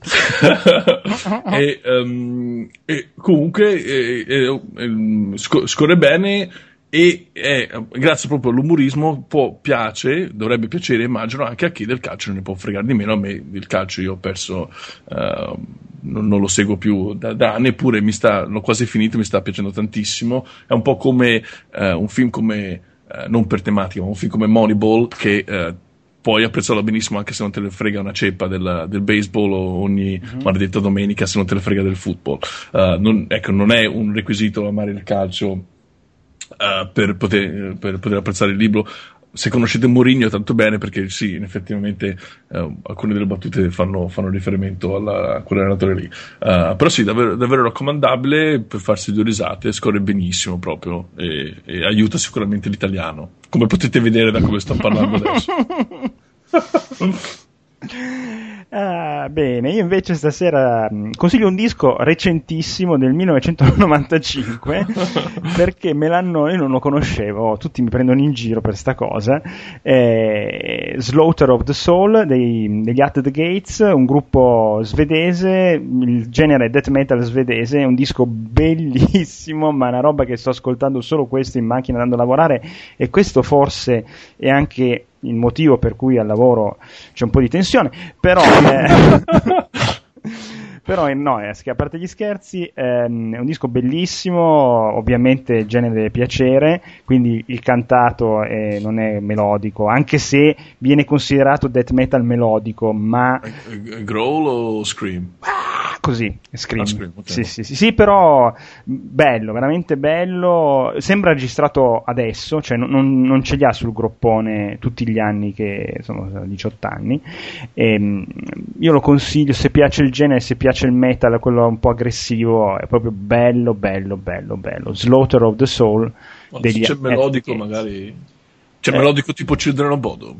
e, um, e comunque e, e, e, sc- scorre bene e è, grazie proprio all'umorismo può, piace, dovrebbe piacere, immagino, anche a chi del calcio non ne può fregare di meno. A me il calcio io ho perso, uh, non, non lo seguo più da, da anni, eppure mi sta, l'ho quasi finito, mi sta piacendo tantissimo. È un po' come uh, un film come Uh, non per tematica, ma un film come Moneyball che uh, puoi apprezzarlo benissimo anche se non te ne frega una ceppa del, del baseball o ogni mm-hmm. maledetta domenica se non te ne frega del football. Uh, non, ecco, non è un requisito amare il calcio uh, per, poter, per poter apprezzare il libro. Se conoscete Mourinho tanto bene, perché sì, effettivamente uh, alcune delle battute fanno, fanno riferimento alla, a quell'allenatore lì. Uh, però sì, davvero, davvero raccomandabile per farsi due risate, scorre benissimo proprio e, e aiuta sicuramente l'italiano, come potete vedere da come sto parlando adesso. Ah, bene, io invece stasera consiglio un disco recentissimo del millenovecentonovantacinque perché me l'hanno, io non lo conoscevo, tutti mi prendono in giro per sta cosa. eh, Slaughter of the Soul dei, degli At the Gates, un gruppo svedese, il genere death metal svedese, è un disco bellissimo, ma una roba che sto ascoltando solo questo in macchina andando a lavorare, e questo forse è anche il motivo per cui al lavoro c'è un po' di tensione, però eh, però eh, no, eh, a parte gli scherzi, ehm, è un disco bellissimo, ovviamente genere deve piacere, quindi il cantato eh, non è melodico, anche se viene considerato death metal melodico, ma growl o scream? Così, Scream. Ah, Scream, okay. Sì, sì, sì, sì, però bello, veramente bello. Sembra registrato adesso, cioè non, non ce li ha sul groppone tutti gli anni, che sono diciotto anni. E, io lo consiglio, se piace il genere, se piace il metal, quello un po' aggressivo, è proprio bello, bello, bello, bello. Slaughter of the Soul. Ma degli c'è melodico, magari. C'è eh. melodico tipo Children of Bodom?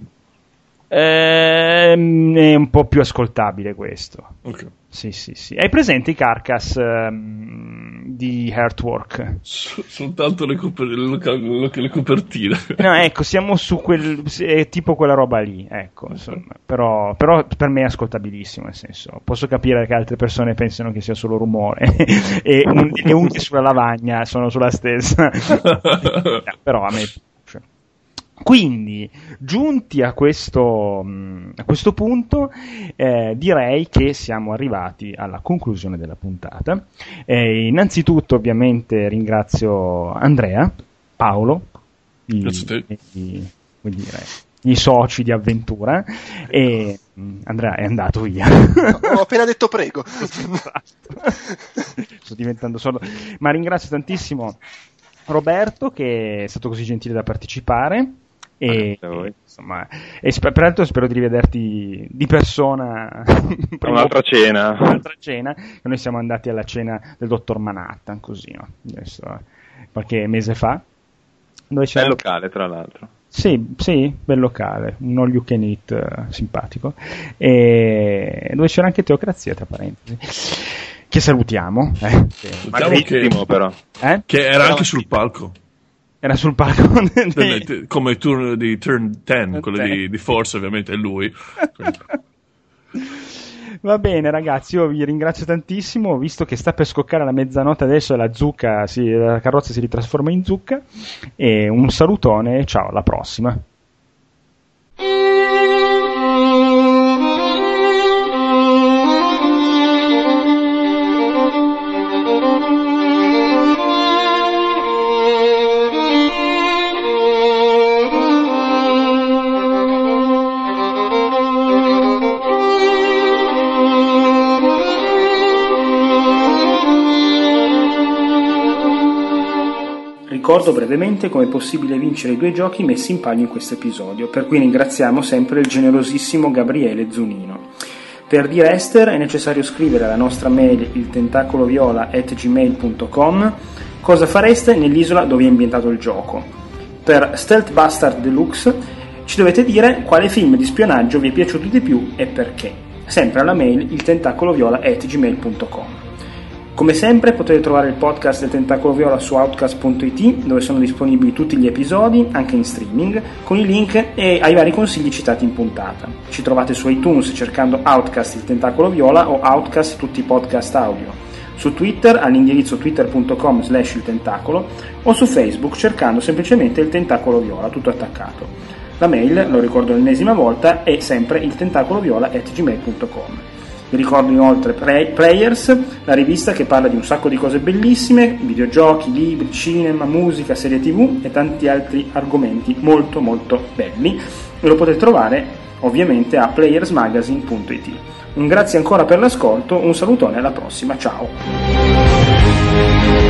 Ehm, è un po' più ascoltabile questo. Ok. Sì, sì, sì. Hai presente i Carcass um, di Heartwork? S- soltanto le, coper- le, le copertine. No, ecco, siamo su quel, è tipo quella roba lì, ecco, insomma. Però, però per me è ascoltabilissimo, nel senso, posso capire che altre persone pensano che sia solo rumore e un, le unghie sulla lavagna sono sulla stessa. Però a me... Quindi, giunti a questo, a questo punto, eh, direi che siamo arrivati alla conclusione della puntata. Eh, innanzitutto, ovviamente, ringrazio Andrea, Paolo, i, i, vuol dire, i soci di avventura, e Andrea è andato via. Ho appena detto prego. Sto diventando sordo. Ma ringrazio tantissimo Roberto, che è stato così gentile da partecipare. E, e, insomma, e sp- peraltro spero di rivederti di persona un'altra cena un'altra cena che noi siamo andati alla cena del dottor Manhattan, così, no? Adesso, qualche mese fa, dove c'era bel locale, tra l'altro. Sì, sì, bel locale, un all you can eat uh, simpatico, e dove c'era anche Teocrazia, tra parentesi, che salutiamo, eh, che, però. Eh? Che era anche sul palco. Era sul palco delle, come i turn di Turn dieci, quello di, di Force, ovviamente è lui. Va bene ragazzi, io vi ringrazio tantissimo, visto che sta per scoccare la mezzanotte adesso, la zucca, si, la carrozza si ritrasforma in zucca, e un salutone e ciao, alla prossima. Ricordo brevemente come è possibile vincere i due giochi messi in palio in questo episodio, per cui ringraziamo sempre il generosissimo Gabriele Zunino. Per D-Rester è necessario scrivere alla nostra mail il tentacoloviola at gmail punto com cosa fareste nell'isola dove è ambientato il gioco. Per Stealth Bastard Deluxe ci dovete dire quale film di spionaggio vi è piaciuto di più e perché, sempre alla mail il tentacoloviola at gmail punto com. Come sempre potete trovare il podcast del Tentacolo Viola su outcast punto it, dove sono disponibili tutti gli episodi, anche in streaming, con i link e ai vari consigli citati in puntata. Ci trovate su iTunes cercando Outcast il Tentacolo Viola o Outcast tutti i podcast audio. Su Twitter all'indirizzo twitter punto com slash il tentacolo o su Facebook cercando semplicemente il Tentacolo Viola, tutto attaccato. La mail, lo ricordo l'ennesima volta, è sempre il tentacoloviola at gmail punto com. Vi ricordo inoltre Players, la rivista che parla di un sacco di cose bellissime, videogiochi, libri, cinema, musica, serie tv e tanti altri argomenti molto molto belli, e lo potete trovare ovviamente a players magazine punto it. Un grazie ancora per l'ascolto, un salutone, alla prossima, ciao!